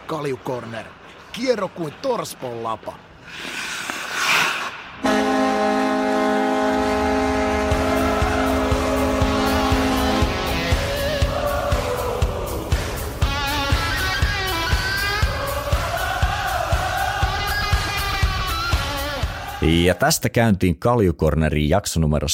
Kaljukorner. Kierro kuin torspon lapa. Ja tästä käyntiin Kaljukornerin jakso numero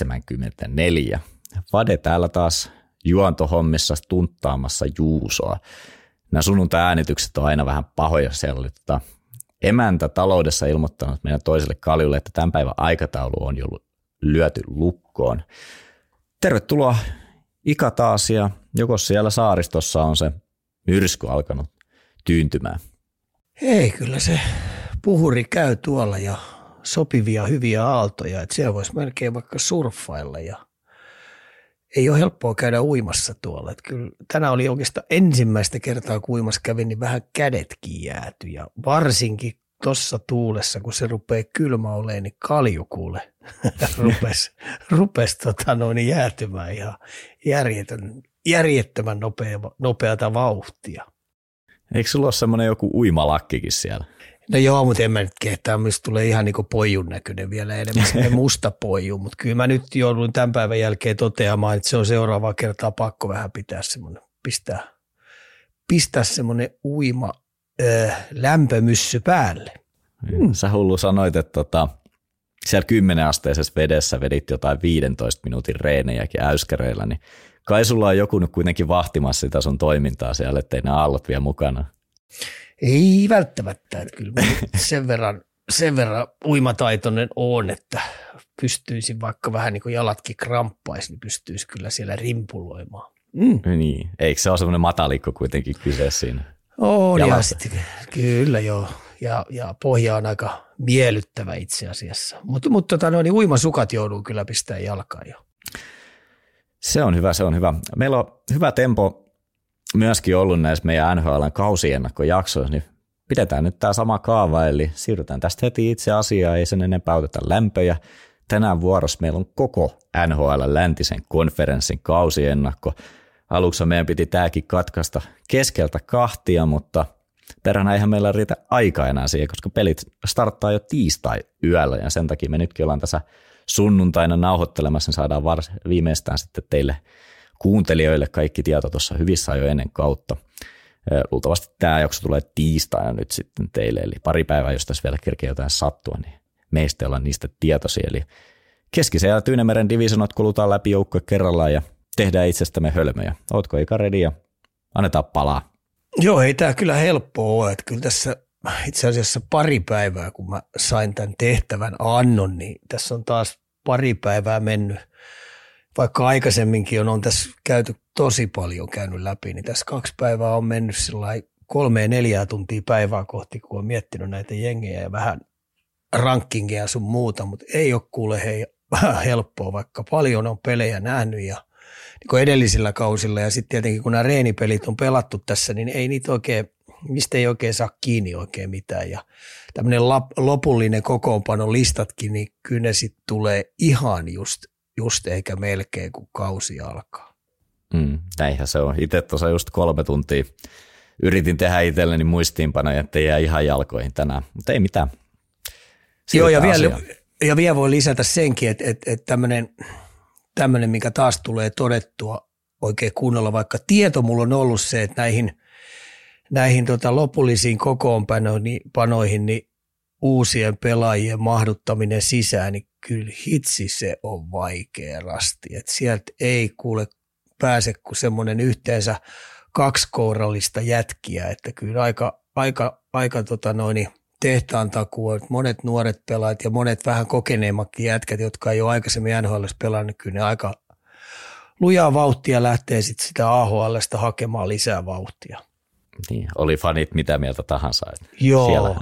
74. Vade täällä taas juontohommissa tunttaamassa Juusoa. Nämä sunnuntai-äänitykset on aina vähän pahoja. Siellä oli emäntä taloudessa ilmoittanut meidän toiselle Kaljulle, että tämän päivän aikataulu on jo lyöty lukkoon. Tervetuloa Ika taas, ja joko siellä saaristossa on se myrsky alkanut tyyntymään? Ei, kyllä se puhuri käy tuolla ja sopivia hyviä aaltoja, että siellä voisi melkein vaikka surffailla ja ei ole helppoa käydä uimassa tuolla. Että kyllä tänään oli oikeastaan ensimmäistä kertaa, kun uimassa kävin, niin vähän kädetkin jääty ja varsinkin tuossa tuulessa, kun se rupeaa kylmä olemaan, niin Kalju kuule rupesi jäätymään ihan järjettömän nopeata vauhtia. Eikö sulla ole semmoinen joku uimalakkikin siellä? No joo, mutta en mä nyt kehtaa, mistä tulee ihan niin kuin poijun näköinen vielä enemmän se musta poiju, mutta kyllä mä nyt joudun tämän päivän jälkeen toteamaan, että se on seuraavaa kertaa pakko vähän pitää semmoinen, pistää semmoinen uima lämpömyssy päälle. Sä hullu sanoit, että siellä 10-asteisessa vedessä vedit jotain 15 minuutin reenejäkin äyskäreillä, niin kai sulla on joku nyt kuitenkin vahtimassa sitä sun toimintaa siellä, ettei ne aallot vielä mukana. Ei välttämättä, että kyllä sen verran uimataitoinen on, että pystyisin vaikka vähän niin kuin jalatkin kramppaisi, niin pystyisi kyllä siellä rimpuloimaan. Niin, eikö se ole semmoinen matalikko kuitenkin kyse siinä? On ja sitten, kyllä joo, ja pohja on aika miellyttävä itse asiassa, mutta niin uimasukat jouduu kyllä pistää jalkaan jo. Se on hyvä, se on hyvä. Meillä on hyvä tempo myöskin ollut näissä meidän NHL:n kausiennakkojaksoissa, niin pidetään nyt tämä sama kaava, eli siirrytään tästä heti itse asiaan, ei sen enempää oteta lämpöjä. Tänään vuorossa meillä on koko NHL läntisen konferenssin kausiennakko. Aluksi meidän piti tämäkin katkaista keskeltä kahtia, mutta perhana eihän meillä riitä aikaa enää siihen, koska pelit starttaa jo tiistai-yöllä, ja sen takia me nytkin ollaan tässä sunnuntaina nauhoittelemassa, niin saadaan viimeistään sitten teille kuuntelijoille kaikki tieto tuossa hyvissä ajoin ennen kautta. Luultavasti tämä jakso tulee tiistaina nyt sitten teille, eli pari päivää, jos tässä vielä kerkeä jotain sattua, niin meistä ollaan niistä tietoisia. Eli Keskisen ja Tyynemeren divisionat kulutaan läpi joukkoja kerrallaan ja tehdään itsestämme hölmöjä. Ootko Ika ready ja annetaan palaa? Joo, ei tämä kyllä helppoa ole, että kyllä tässä itse asiassa pari päivää, kun mä sain tämän tehtävän annon, niin tässä on taas pari päivää mennyt. Vaikka aikaisemminkin on tässä käyty tosi paljon käynyt läpi, niin tässä 2 päivää on mennyt 3-4 tuntia päivää kohti, kun on miettinyt näitä jengejä ja vähän rankingia sun muuta, mutta ei ole kuule helppoa, vaikka paljon on pelejä nähnyt ja niin edellisillä kausilla ja sitten tietenkin kun nämä reenipelit on pelattu tässä, niin ei niitä oikein, mistä ei oikein saa kiinni oikein mitään ja tämmöinen lopullinen kokoonpano listatkin, niin kyllä ne sitten tulee ihan just eikä melkein, kun kausi alkaa. Näinhän se on. Itse tuossa just 3 tuntia yritin tehdä itselleni muistiinpanoja, ettei jää ihan jalkoihin tänään, mutta ei mitään. Joo, ja vielä voi lisätä senkin, että tämmöinen, mikä taas tulee todettua oikein kunnolla, vaikka tieto mulla on ollut se, että näihin lopullisiin kokoonpanoihin niin uusien pelaajien mahduttaminen sisään, niin kyllä hitsi se on vaikea rasti. Et sieltä ei kuule pääse kuin semmoinen yhteensä 2 kourallista jätkiä, että kyllä aika tehtaan takuu, että monet nuoret pelaajat ja monet vähän kokeneemmatkin jätkät, jotka ei ole aikaisemmin NHL:ssä pelannut, kyllä ne aika lujaa vauhtia lähtee sitten sitä AHL:stä hakemaan lisää vauhtia. Niin, oli fanit mitä mieltä tahansa. Joo. Siellä.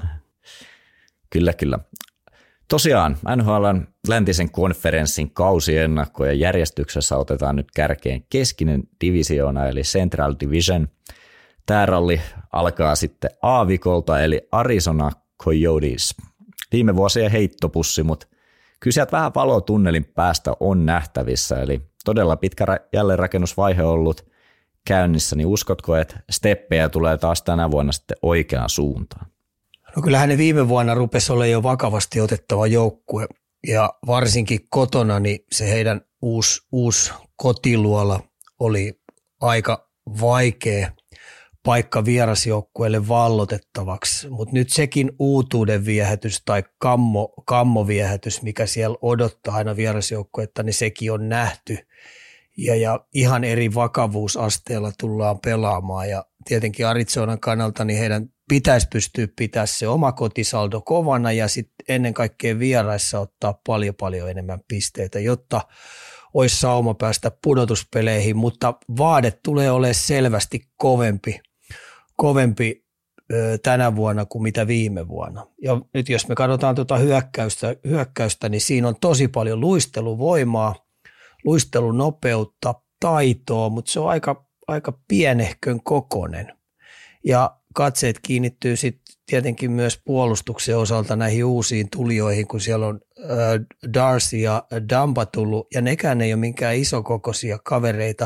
Kyllä. Tosiaan NHL:n läntisen konferenssin kausiennakkoja järjestyksessä otetaan nyt kärkeen keskinen divisioona eli Central Division. Tämä ralli alkaa sitten aavikolta eli Arizona Coyotes. Viime vuosien heittopussi, mutta kyllä sieltä vähän valotunnelin päästä on nähtävissä, eli todella pitkä jälleenrakennusvaihe ollut käynnissä, niin uskotko, että steppejä tulee taas tänä vuonna sitten oikeaan suuntaan? No kyllähän ne viime vuonna rupesi olemaan jo vakavasti otettava joukkue ja varsinkin kotona niin se heidän uusi kotiluola oli aika vaikea paikka vierasjoukkueelle vallotettavaksi, mutta nyt sekin uutuuden viehätys tai kammoviehätys, mikä siellä odottaa aina vierasjoukkuetta, niin sekin on nähty ja ihan eri vakavuusasteella tullaan pelaamaan ja tietenkin Arizonan kannalta niin heidän pitäisi pystyä pitämään se oma kotisaldo kovana ja sitten ennen kaikkea vieraissa ottaa paljon enemmän pisteitä, jotta olisi sauma päästä pudotuspeleihin, mutta vaade tulee olemaan selvästi kovempi tänä vuonna kuin mitä viime vuonna. Ja nyt jos me katsotaan tuota hyökkäystä, niin siinä on tosi paljon luisteluvoimaa, luistelunopeutta, taitoa, mutta se on aika pienehkön kokonen. Ja katseet kiinnittyy sitten tietenkin myös puolustuksen osalta näihin uusiin tulijoihin, kun siellä on Darcy ja Dumba tullut, ja nekään ei ole minkään isokokoisia kavereita.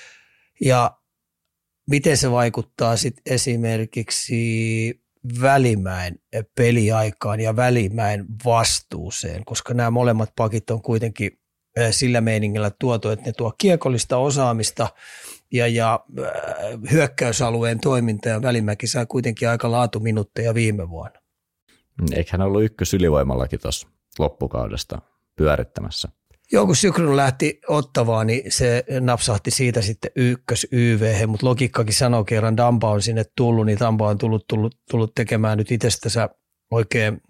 Ja miten se vaikuttaa sitten esimerkiksi Välimäen peliaikaan ja Välimäen vastuuseen, koska nämä molemmat pakit on kuitenkin sillä meiningillä tuotu, että ne tuo kiekollista osaamista ja hyökkäysalueen toiminta ja Välimäki saa kuitenkin aika laatuminuutteja viime vuonna. Eikä hän ollut ykkösylivoimallakin tuossa loppukaudesta pyörittämässä. Joo, kun Sykrun lähti Ottavaan, niin se napsahti siitä sitten ykkös YV, mutta logiikkakin sanoo kerran Dumba on sinne tullut, niin Dumba on tullut tekemään nyt itsestänsä oikein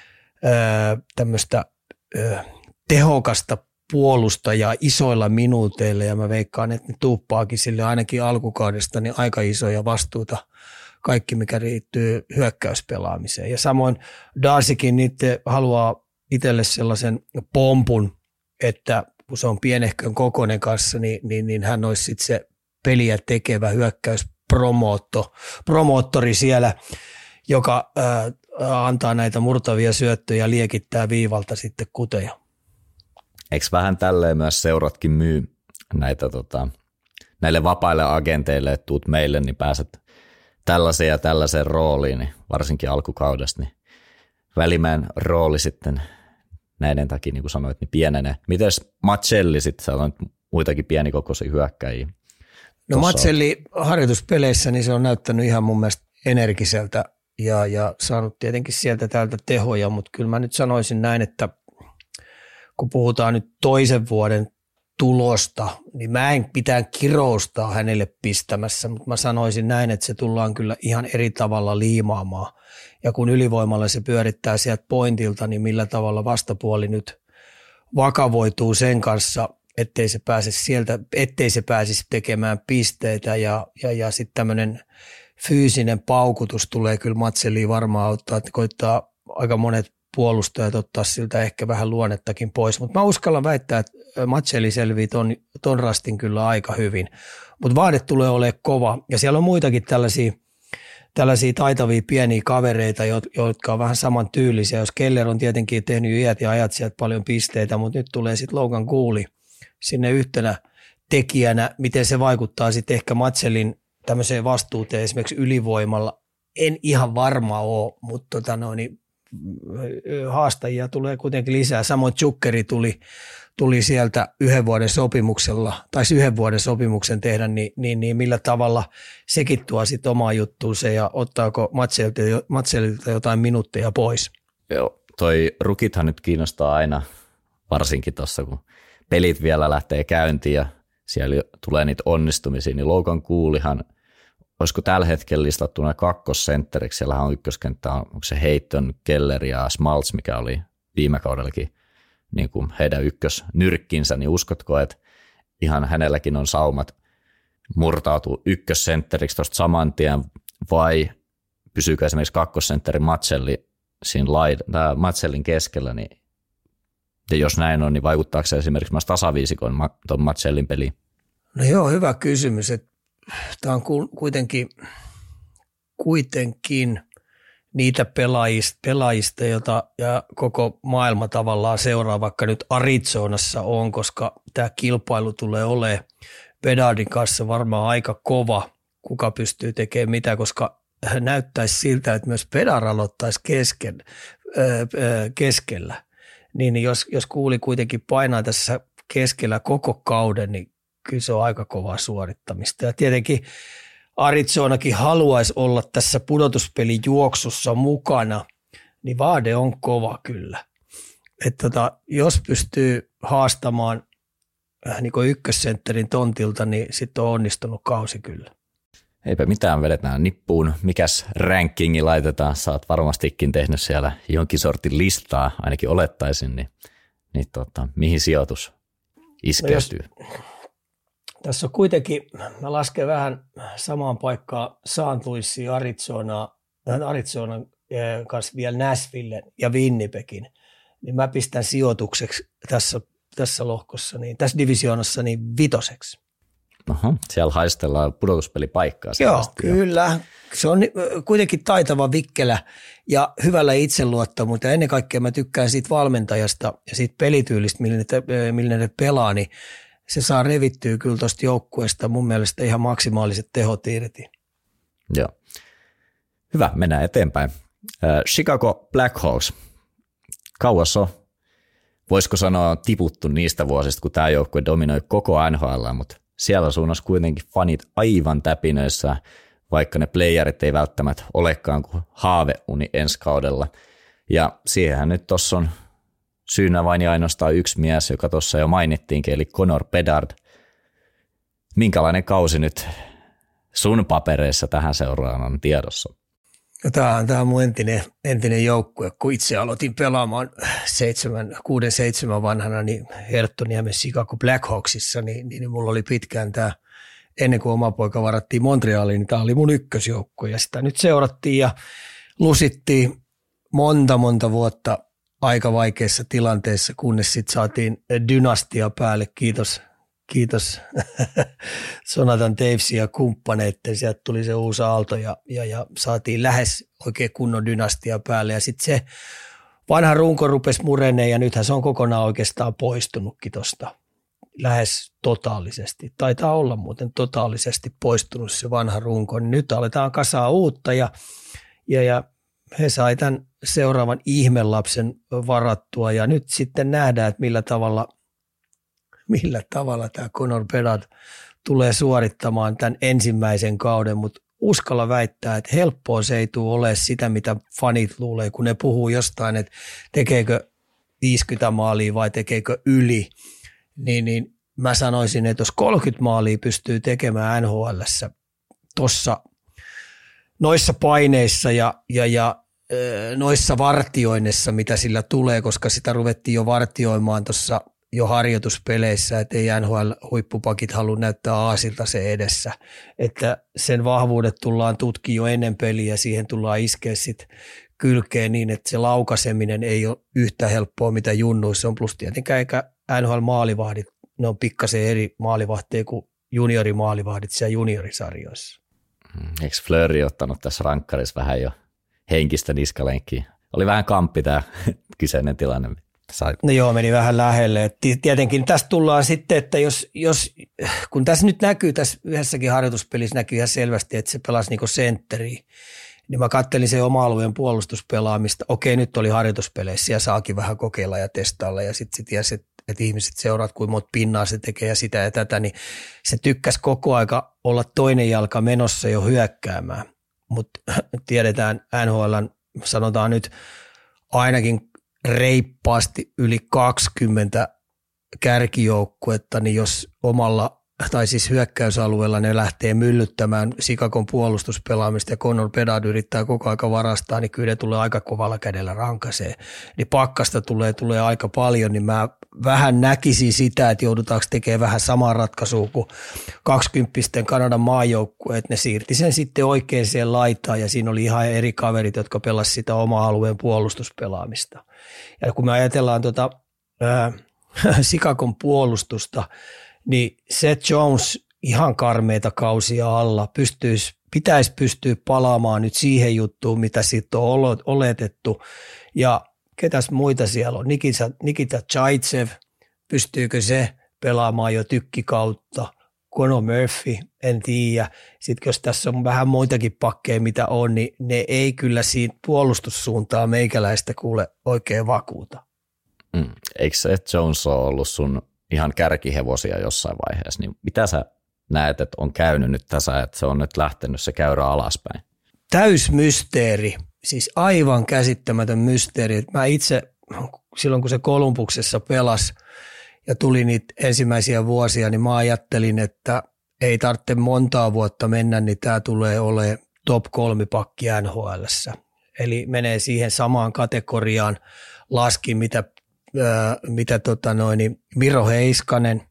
tämmöistä tehokasta puolustajaa isoilla minuuteilla ja mä veikkaan, että ne tuuppaakin sille ainakin alkukaudesta niin aika isoja vastuuta kaikki, mikä liittyy hyökkäyspelaamiseen. Ja samoin Darcykin niitä haluaa itselle sellaisen pompun, että kun se on pienehkön kokoinen kanssa, niin hän olisi sitten se peliä tekevä hyökkäyspromoottori siellä, joka antaa näitä murtavia syöttöjä ja liekittää viivalta sitten kuteja. Eikö vähän tälleen myös seuratkin myy näitä näille vapaille agenteille, että tuut meille, niin pääset tällaiseen ja tällaiseen rooliin, niin varsinkin alkukaudesta, niin Välimäen rooli sitten näiden takia, niin kuin sanoit, niin pienenee. Mites Maccelli sitten, sä olet muitakin pienikokoisia hyökkäjiä? No Maccelli harjoituspeleissä, niin se on näyttänyt ihan mun mielestä energiseltä ja saanut tietenkin sieltä täältä tehoja, mutta kyllä mä nyt sanoisin näin, että kun puhutaan nyt toisen vuoden tulosta, niin mä en pitää kiroustaa hänelle pistämässä, mutta mä sanoisin näin, että se tullaan kyllä ihan eri tavalla liimaamaan. Ja kun ylivoimalla se pyörittää sieltä pointilta, niin millä tavalla vastapuoli nyt vakavoituu sen kanssa, ettei se pääsisi tekemään pisteitä ja sitten tämmöinen fyysinen paukutus tulee kyllä Maccelliin varmaan auttaa, että koittaa aika monet puolustajat ottaa siltä ehkä vähän luonnettakin pois, mutta mä uskallan väittää, että Maccelli selvii ton rastin kyllä aika hyvin, mutta vaade tulee olemaan kova ja siellä on muitakin tällaisia taitavia pieniä kavereita, jotka on vähän saman tyylisiä, jos Keller on tietenkin tehnyt iät ja ajat sieltä paljon pisteitä, mutta nyt tulee sitten Logan Cooley sinne yhtenä tekijänä, miten se vaikuttaa sitten ehkä Maccellin tämmöiseen vastuuteen esimerkiksi ylivoimalla, en ihan varma ole, mutta haastajia tulee kuitenkin lisää. Samoin Zuckeri tuli sieltä yhden vuoden sopimuksen tehdä, niin millä tavalla sekin tuo sitten omaa juttuunsa ja ottaako Maccellilta jotain minuutteja pois? Joo, toi rukithan nyt kiinnostaa aina, varsinkin tuossa kun pelit vielä lähtee käyntiin ja siellä tulee niitä onnistumisia, niin Logan Cooleyhan olisiko tällä hetkellä listattuna kakkosentteriksi, siellähän on ykköskenttä, onko se Heiton, Keller ja Schmaltz, mikä oli viime kaudellakin niin kuin heidän ykkösnyrkkinsä, niin uskotko, että ihan hänelläkin on saumat murtautua ykkössentteriksi tuosta saman tien, vai pysyykö esimerkiksi kakkosentteri Maccelli siinä Maccellin keskellä, niin ja jos näin on, niin vaikuttaako se esimerkiksi myös tasaviisikon tuon Maccellin peliin? No joo, hyvä kysymys. Tämä on kuitenkin niitä pelaajista, joita ja koko maailma tavallaan seuraa, vaikka nyt Arizonassa on, koska tämä kilpailu tulee olemaan Bedardin kanssa varmaan aika kova, kuka pystyy tekemään mitä, koska näyttäisi siltä, että myös Bedard aloittaisi keskellä. Niin jos Kuuli kuitenkin painaa tässä keskellä koko kauden, niin kyllä se on aika kovaa suorittamista. Ja tietenkin Arizonakin haluaisi olla tässä pudotuspelin juoksussa mukana, niin vaade on kova kyllä. Että jos pystyy haastamaan niin kuin ykkössentterin tontilta, niin sitten on onnistunut kausi kyllä. Eipä mitään, vedetään nippuun. Mikäs rankingi laitetaan? Sä oot varmastikin tehnyt siellä jonkin sortin listaa, ainakin olettaisin, niin mihin sijoitus iskeytyy? No tässä on kuitenkin, mä lasken vähän samaan paikkaan St. Louisia, Arizonan kanssa vielä Nashvillen ja Winnipegin, niin mä pistän sijoitukseksi tässä lohkossa, niin tässä divisioonassa niin 5. Oho, siellä haistellaan pudotuspelipaikkaa. Joo, kyllä. Se on kuitenkin taitava vikkelä ja hyvällä itseluottamuutta. Ja ennen kaikkea mä tykkään siitä valmentajasta ja siitä pelityylistä, millä ne pelaa, niin se saa revittyä kyllä tuosta joukkueesta mun mielestä ihan maksimaaliset tehot irti. Joo. Hyvä, mennään eteenpäin. Chicago Blackhawks. Kauas on, voisiko sanoa, tiputtu niistä vuosista, kun tämä joukkue dominoi koko NHL, mutta siellä suunnassa kuitenkin fanit aivan täpinöissä, vaikka ne playerit ei välttämättä olekaan kuin haaveuni ensi kaudella. Ja siihenhän nyt tuossa on syynä vain ja ainoastaan yksi mies, joka tuossa jo mainittiinkin, eli Connor Bedard. Minkälainen kausi nyt sun papereissa tähän seuraan on tiedossa? Tämä on mun entinen joukkue. Kun itse aloitin pelaamaan 6-7 vanhana niin Herttoniemen Chicago Blackhawksissa, niin mulla oli pitkään tämä, ennen kuin oma poika varattiin Montrealiin, niin tämä oli mun ykkösjoukkue. Ja sitä nyt seurattiin ja lusittiin monta vuotta aika vaikeassa tilanteessa, kunnes sitten saatiin dynastia päälle. Kiitos Jonathan Davesin ja kumppaneitten. Sieltä tuli se uusi aalto ja saatiin lähes oikein kunnon dynastia päälle. Ja sitten se vanha runko rupesi mureneen ja nythän se on kokonaan oikeastaan poistunutkin tuosta lähes totaalisesti. Taitaa olla muuten totaalisesti poistunut se vanha runko. Nyt aletaan kasaa uutta ja he sai tämän seuraavan ihmelapsen varattua ja nyt sitten nähdään, että millä tavalla tämä Connor Bedard tulee suorittamaan tämän ensimmäisen kauden, mutta uskalla väittää, että helppoa se ei tule olemaan sitä, mitä fanit luulee, kun ne puhuu jostain, että tekeekö 50 maalia vai tekeekö yli, niin mä sanoisin, että jos 30 maalia pystyy tekemään NHL:ssä tuossa noissa paineissa ja noissa vartioinnissa, mitä sillä tulee, koska sitä ruvettiin jo vartioimaan tuossa jo harjoituspeleissä, että ei NHL-huippupakit halua näyttää aasilta se edessä, että sen vahvuudet tullaan tutkimaan jo ennen peliä ja siihen tullaan iskeä sitten kylkeen niin, että se laukaiseminen ei ole yhtä helppoa, mitä junnuissa on, plus tietenkään eikä NHL-maalivahdit, ne on pikkasen eri maalivahteja kuin juniorimaalivahdit siellä juniorisarjoissa. Eikö Fleury ottanut tässä rankkarissa vähän jo henkistä niskalenkkiä? Oli vähän kamppi tämä kyseinen tilanne. No joo, meni vähän lähelle. Tietenkin tästä tullaan sitten, että kun tässä nyt näkyy, tässä yhdessäkin harjoituspelissä näkyy ihan selvästi, että se pelasi niin kuin sentteriä, niin mä kattelin sen oma-alueen puolustuspelaamista. Okei, nyt oli harjoituspeleissä ja saakin vähän kokeilla ja testailla ja sitten tiesi, että ihmiset seuraat, kuinka monta pinnaa se tekee ja sitä ja tätä, niin se tykkäsi koko aika olla toinen jalka menossa jo hyökkäämään. Mutta tiedetään NHL:n, sanotaan nyt ainakin reippaasti yli 20 kärkijoukkuetta, niin jos omalla tai siis hyökkäysalueella ne lähtee myllyttämään Chicagon puolustuspelaamista ja Connor Bedard yrittää koko aika varastaa, niin kyllä ne tulee aika kovalla kädellä rankaseen. Niin pakkasta tulee aika paljon, niin mä vähän näkisin sitä, että joudutaanko tekemään vähän samaa ratkaisua kuin 20 Kanadan maajoukkue, että ne siirti sen sitten oikeaan laitaan ja siinä oli ihan eri kaverit, jotka pelasivat sitä oma alueen puolustuspelaamista. Ja kun me ajatellaan Chicagon puolustusta, niin Seth Jones ihan karmeita kausia alla pitäisi pystyä palaamaan nyt siihen juttuun, mitä siitä on oletettu. Ja ketäs muita siellä on? Nikita Zaitsev, pystyykö se pelaamaan jo tykkikautta? Conor Murphy, en tiedä. Sitten jos tässä on vähän muitakin pakkeja, mitä on, niin ne ei kyllä siitä puolustussuuntaa meikäläistä kuule oikein vakuuta. Eikö Seth Jones ole ollut sun ihan kärkihevosia jossain vaiheessa? Niin mitä sä näet, että on käynyt nyt tässä, että se on nyt lähtenyt se käyrä alaspäin? Täysmysteeri, siis aivan käsittämätön mysteeri. Mä itse, silloin kun se Columbuksessa pelasi ja tuli niitä ensimmäisiä vuosia, niin mä ajattelin, että ei tarvitse montaa vuotta mennä, niin tämä tulee olemaan top 3 pakki NHL:ssä. Eli menee siihen samaan kategoriaan, laskin mitä Miro Heiskanen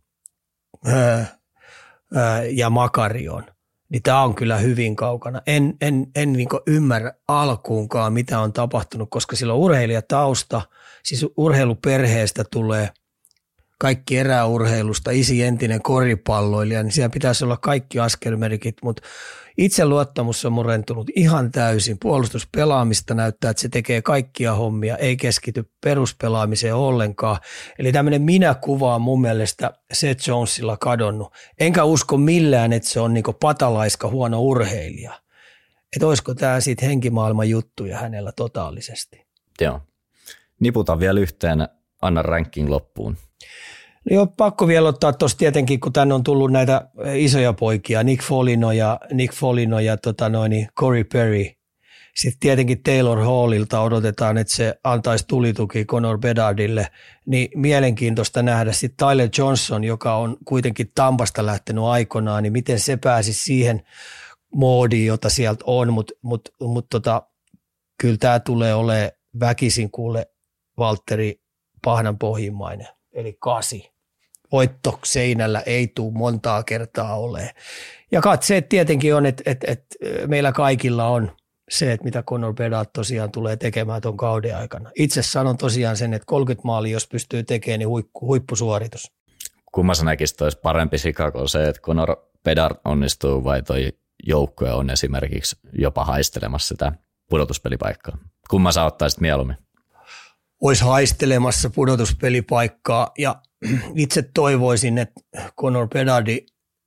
ja Makarion. Niin tämä on kyllä hyvin kaukana. En niin ymmärrä alkuunkaan, mitä on tapahtunut, koska sillä on urheilijatausta, siis urheiluperheestä tulee kaikki eräurheilusta, isi entinen koripalloilija, niin siellä pitäisi olla kaikki askelmerkit, mutta itseluottamus on murentunut ihan täysin. Puolustuspelaamista näyttää, että se tekee kaikkia hommia, ei keskity peruspelaamiseen ollenkaan. Eli tämmöinen minäkuva on mun mielestä Seth Jonesilla kadonnut. Enkä usko millään, että se on niinku patalaiska huono urheilija. Että olisiko tämä sitten henkimaailman juttuja hänellä totaalisesti. Joo. Niputan vielä yhteen, anna ranking loppuun. Joo, pakko vielä ottaa tuossa tietenkin, kun tänne on tullut näitä isoja poikia, Nick Foligno ja Corey Perry. Sitten tietenkin Taylor Hallilta odotetaan, että se antaisi tulituki Connor Bedardille. Niin mielenkiintoista nähdä sitten Tyler Johnson, joka on kuitenkin Tampasta lähtenyt aikoinaan, niin miten se pääsisi siihen moodiin, jota sieltä on. Mutta kyllä tämä tulee olemaan väkisin kuule Valtteri pahnanpohjimmainen. Eli 8. Voitto seinällä ei tule montaa kertaa olemaan. Ja katseet tietenkin on, että meillä kaikilla on se, että mitä Connor Bedard tosiaan tulee tekemään tuon kauden aikana. Itse sanon tosiaan sen, että 30 maalia, jos pystyy tekemään, niin huippusuoritus. Kumman sä näkisit, olisi parempi Chicago se, että Connor Bedard onnistuu vai toi joukkue on esimerkiksi jopa haistelemassa sitä pudotuspelipaikkaa? Kumman sä ottaisit mieluummin? Olisi haistelemassa pudotuspelipaikkaa ja itse toivoisin, että Connor Bedardi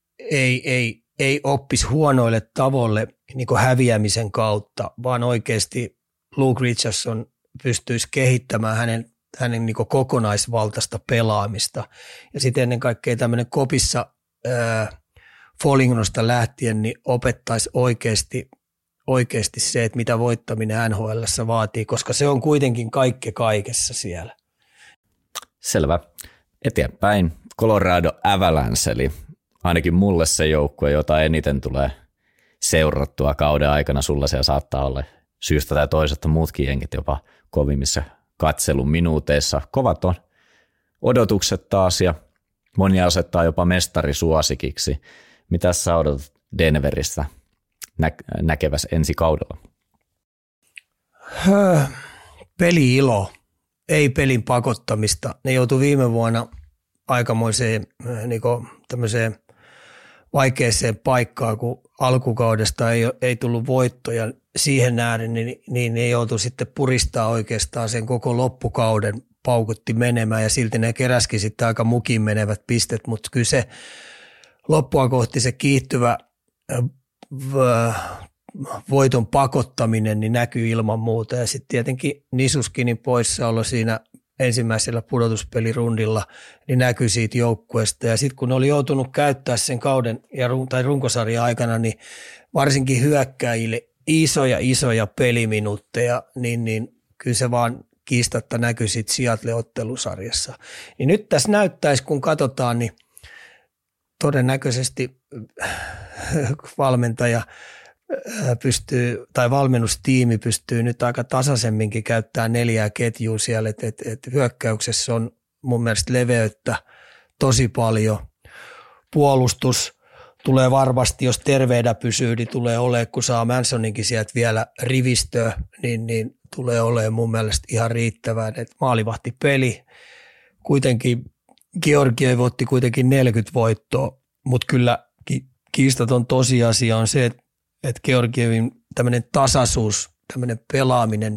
ei oppisi huonoille tavoille niin kuin häviämisen kautta, vaan oikeasti Luke Richardson pystyisi kehittämään hänen niin kuin kokonaisvaltaista pelaamista. Ja sitten ennen kaikkea tämmöinen kopissa Folignosta lähtien niin opettaisi oikeasti se, että mitä voittaminen NHL:ssä vaatii, koska se on kuitenkin kaikki kaikessa siellä. Selvä. Eteenpäin Colorado Avalanche, eli ainakin mulle se joukkue, jota eniten tulee seurattua kauden aikana. Sulla siellä saattaa olla syystä tai toisesta muutkin jenkit jopa kovimmissa katselun minuuteissa. Kovat on odotukset taas ja monia asettaa jopa mestarisuosikiksi. Mitä sä odotat Denveristä näkeväs ensi kaudella? Peli-ilo, ei pelin pakottamista. Ne joutui viime vuonna aikamoiseen tämmöiseen vaikeaseen paikkaan, kun alkukaudesta ei tullut voittoja siihen nähden, niin ne joutui sitten puristaa oikeastaan sen koko loppukauden, paukutti menemään ja silti ne keräskin sitten aika mukin menevät pistet, mutta kyllä se loppua kohti se kiihtyvä voiton pakottaminen niin näkyy ilman muuta ja sitten tietenkin Nisuskinin poissaolo siinä ensimmäisellä pudotuspelirundilla niin näkyy siitä joukkueesta ja sitten kun oli joutunut käyttää sen kauden tai runkosarjan aikana niin varsinkin hyökkäjille isoja peliminuutteja niin kyllä se vaan kiistatta näkyy siitä Seattle-ottelusarjassa. Niin nyt tässä näyttäisi kun katsotaan niin todennäköisesti valmentaja pystyy, tai valmennustiimi pystyy nyt aika tasaisemminkin käyttämään 4 ketjua siellä, että hyökkäyksessä on mun mielestä leveyttä tosi paljon. Puolustus tulee varmasti, jos terveenä pysyy, niin tulee olemaan, kun saa Mansoninkin sieltä vielä rivistöä, niin tulee olemaan mun mielestä ihan riittävää. Että maalivahtipeli, kuitenkin Georgiev otti kuitenkin 40 voittoa, mutta kyllä kiistaton tosiasia on se, että Georgievin tämmöinen tasaisuus, tämmöinen pelaaminen, niin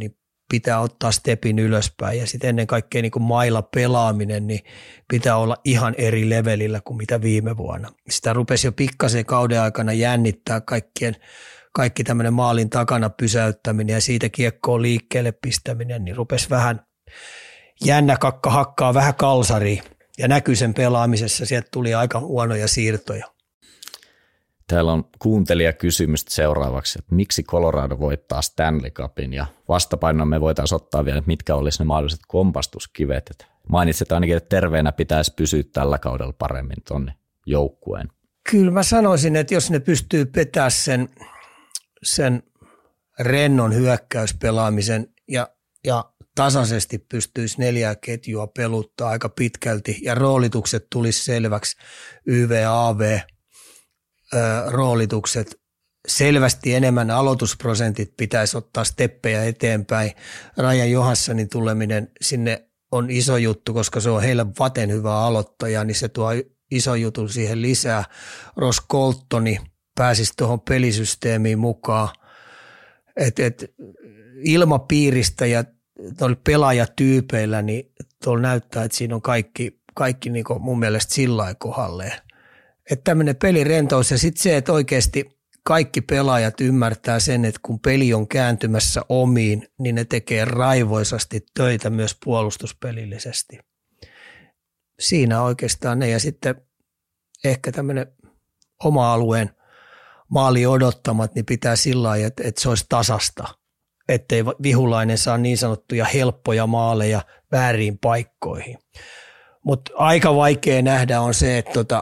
pitää ottaa stepin ylöspäin ja sitten ennen kaikkea niin kuin mailla pelaaminen, niin pitää olla ihan eri levelillä kuin mitä viime vuonna. Sitä rupesi jo pikkasen kauden aikana jännittää kaikki tämmöinen maalin takana pysäyttäminen ja siitä kiekkoon liikkeelle pistäminen, niin rupesi vähän jännä kakka hakkaa vähän kalsaria ja näkyy sen pelaamisessa, sieltä tuli aika huonoja siirtoja. Täällä on kuuntelijakysymys seuraavaksi, että miksi Colorado voittaa Stanley Cupin ja vastapainona me voitaisiin ottaa vielä, että mitkä olisi ne mahdolliset kompastuskivet. Että mainitset ainakin, että terveenä pitäisi pysyä tällä kaudella paremmin tuonne joukkueen. Kyllä mä sanoisin, että jos ne pystyy petämään sen rennon hyökkäyspelaamisen ja tasaisesti pystyisi 4 ketjua peluttaa aika pitkälti ja roolitukset tulisi selväksi, YV-AV, roolitukset, selvästi enemmän aloitusprosentit pitäisi ottaa steppejä eteenpäin. Ryan Johanssonin tuleminen sinne on iso juttu, koska se on heillä vaten hyvä aloittaja, niin se tuo iso jutun siihen lisää. Ross Coltoni pääsisi tuohon pelisysteemiin mukaan. Ilmapiiristä ja pelaajatyypeillä, niin tuolla näyttää, että siinä on kaikki niin mun mielestä sillä lailla kohdalleen. Että tämmöinen pelirentous ja sitten se, että oikeasti kaikki pelaajat ymmärtää sen, että kun peli on kääntymässä omiin, niin ne tekee raivoisasti töitä myös puolustuspelillisesti. Siinä oikeastaan ne ja sitten ehkä tämmöinen oma alueen maali odottamat, niin pitää sillä lailla, että se olisi tasasta, ettei vihulainen saa niin sanottuja helppoja maaleja vääriin paikkoihin. Mutta aika vaikea nähdä on se, että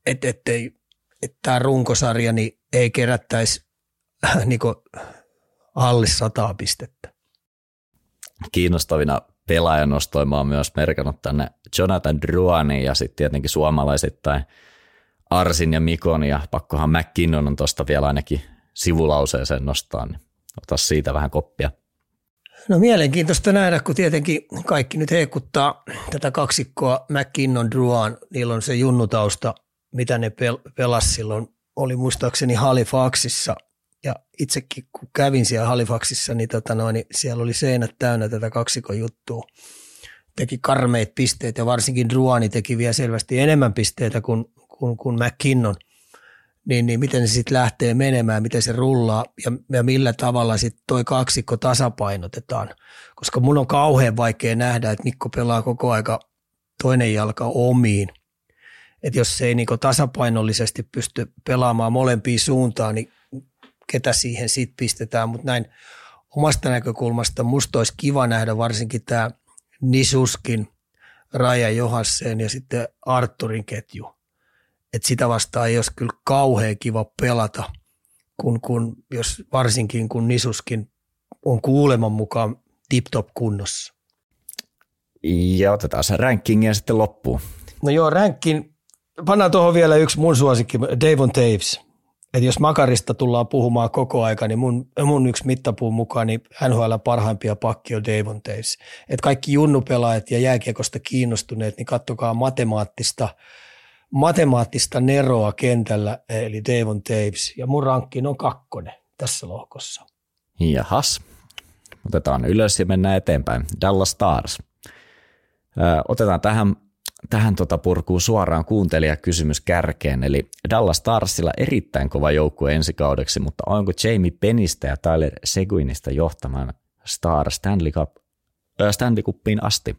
tämä runkosarja niin ei kerättäisi niinku alle 100 pistettä. Kiinnostavina pelaajanostoima on myös merkannut tänne Jonathan Drouinin ja sitten tietenkin suomalaisittain Arsin ja Mikon ja pakkohan McKinnon on tuosta vielä ainakin sivulauseeseen nostaa, niin ota siitä vähän koppia. No mielenkiintoista nähdä, kun tietenkin kaikki nyt heikuttaa tätä kaksikkoa McKinnon Drouin, niillä on se junnutausta, mitä ne pelasi silloin, oli muistaakseni Halifaxissa ja itsekin kun kävin siellä Halifaxissa, niin, niin siellä oli seinät täynnä tätä kaksikon juttua. Teki karmeet pisteet ja varsinkin Drouin teki vielä selvästi enemmän pisteitä kuin McKinnon. Niin miten se sitten lähtee menemään, miten se rullaa ja millä tavalla sitten toi kaksikko tasapainotetaan. Koska mun on kauhean vaikea nähdä, että Mikko pelaa koko aika toinen jalka omiin. Että jos se ei niinku tasapainollisesti pysty pelaamaan molempiin suuntaan, niin ketä siihen sitten pistetään. Mutta näin omasta näkökulmasta musta olisi kiva nähdä varsinkin tämä Nisuskin, Ryan Johansson ja sitten Arturin ketju. Että sitä vastaan ei olisi kyllä kauhean kiva pelata, jos varsinkin kun Nisuskin on kuuleman mukaan tip-top kunnossa. Ja otetaan se rankingia sitten loppuun. No joo, rankin. Pannaan tuohon vielä yksi mun suosikki, Devon Toews. Että jos Makarista tullaan puhumaan koko aika, niin mun yksi mittapuun mukaan niin NHL parhaimpia pakki on Devon Toews. Että kaikki junnupelaajat ja jääkiekosta kiinnostuneet, niin katsokaa matemaattista neroa kentällä, eli Devon Toews. Ja mun rankkin on 2 tässä lohkossa. Jahas. Otetaan ylös ja mennään eteenpäin. Dallas Stars. Otetaan tähän purkuun suoraan kuuntelijakysymys kärkeen, eli Dallas Starsilla erittäin kova joukkue ensi kaudeksi, mutta onko Jamie Pennistä ja Tyler Seguinista johtamaan Star Stanley Cupiin asti?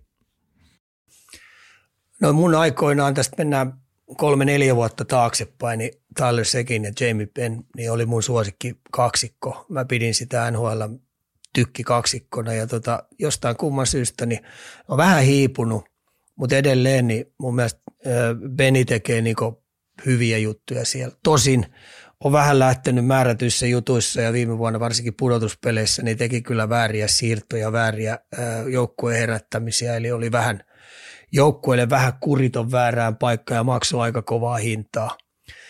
No mun aikoinaan tästä mennään 3-4 vuotta taaksepäin, niin Tyler Seguin ja Jamie Benn niin oli mun suosikki kaksikko. Mä pidin sitä NHL tykki-kaksikkona ja jostain kumman syystä niin on vähän hiipunut. Mutta edelleen niin mun mielestä Benny tekee niinku hyviä juttuja siellä. Tosin on vähän lähtenyt määrätyissä jutuissa ja viime vuonna varsinkin pudotuspeleissä niin teki kyllä vääriä siirtoja, vääriä joukkueen herättämisiä. Eli oli vähän joukkueelle vähän kuriton väärään paikkaan ja maksoi aika kovaa hintaa.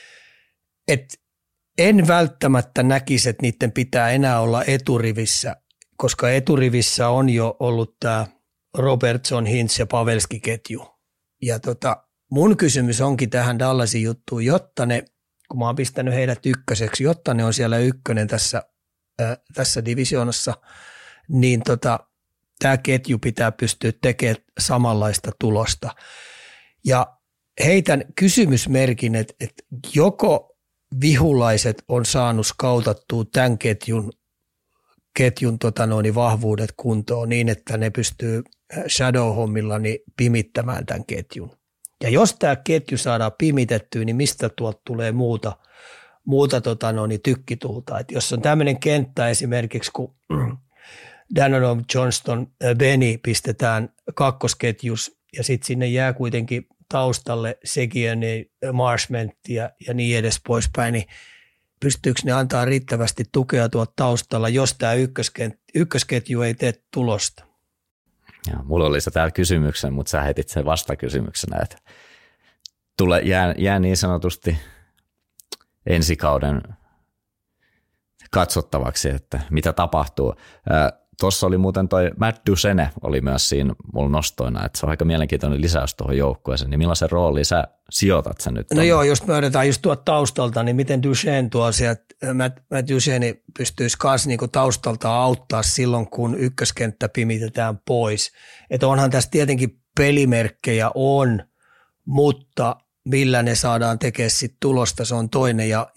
En välttämättä näkisi, että niiden pitää enää olla eturivissä, koska eturivissä on jo ollut tämä Robertson, Hintz ja Pavelski-ketju. Ja mun kysymys onkin tähän Dallasin juttuun, jotta ne, kun mä oon pistänyt heidät ykköseksi, jotta ne on siellä ykkönen tässä divisioonassa, niin tämä ketju pitää pystyä tekemään samanlaista tulosta. Ja heitän kysymysmerkin, että joko vihulaiset on saanut skautattua tämän ketjun vahvuudet kuntoon niin, että ne pystyy shadow-hommilla pimittämään tämän ketjun. Ja jos tämä ketju saadaan pimitettyä, niin mistä tuolta tulee muuta tykkitulta. Et jos on tämmöinen kenttä esimerkiksi, kun Danone, Johnston, Benny pistetään kakkosketjus ja sitten sinne jää kuitenkin taustalle Segieni, Marshment ja niin edes poispäin, niin pystyykö ne antaa riittävästi tukea tuolta taustalla, jos tämä ykkösketju ei tee tulosta? Ja, mulla oli se täällä kysymyksen, mutta sä heitit sen vastakysymyksenä, että jää niin sanotusti ensikauden katsottavaksi, että mitä tapahtuu. Tuossa oli muuten toi Matt Duchene oli myös siinä mulla nostoina, että se on aika mielenkiintoinen lisäys tuohon joukkueeseen. Niin millaisen rooliin sä sijoitat sen nyt? No joo, jos me otetaan just tuolta taustalta, niin miten Duchene tuo sieltä, Matt Duchene pystyisi myös niinku taustalta auttaa silloin, kun ykköskenttä pimitetään pois. Että onhan tässä tietenkin pelimerkkejä on, mutta millä ne saadaan tekemään sit tulosta, se on toinen ja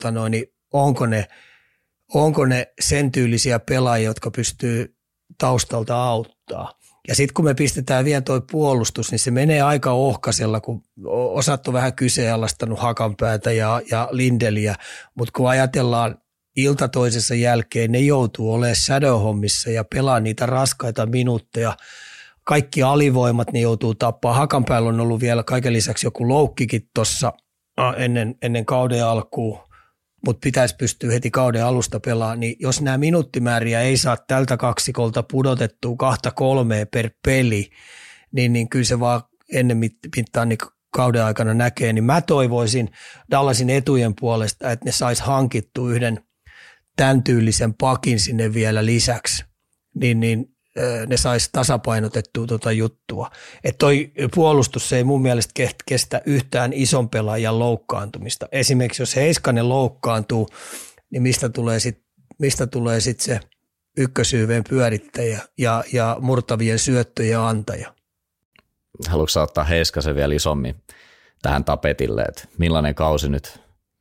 onko ne sen tyylisiä pelaajia, jotka pystyy taustalta auttaa. Ja sitten kun me pistetään vielä toi puolustus, niin se menee aika ohkaisella, kun osat on vähän kyseenalaistanut Hakanpäätä ja Lindeliä, mutta kun ajatellaan ilta toisessa jälkeen, ne joutuu olemaan shadow-hommissa ja pelaa niitä raskaita minuutteja. Kaikki alivoimat ne joutuu tappaa. Hakanpäällä on ollut vielä kaiken lisäksi joku loukkikin tuossa ennen kauden alkuun, mutta pitäisi pystyä heti kauden alusta pelaamaan, niin jos nämä minuuttimääriä ei saa tältä kaksikolta pudotettua 2-3 per peli, niin kyllä se vaan ennen mittaan niin kauden aikana näkee, niin mä toivoisin Dallasin etujen puolesta, että ne sais hankittua yhden tämän tyylisen pakin sinne vielä lisäksi, niin ne sais tasapainotettua tuota juttua. Että toi puolustus ei mun mielestä kestä yhtään ison pelaajan loukkaantumista. Esimerkiksi jos Heiskanen loukkaantuu, niin mistä tulee sit se ykkösyyveen pyörittäjä ja murtavien syöttöjen antaja? Haluatko ottaa Heiskasen vielä isommin tähän tapetille, että millainen kausi nyt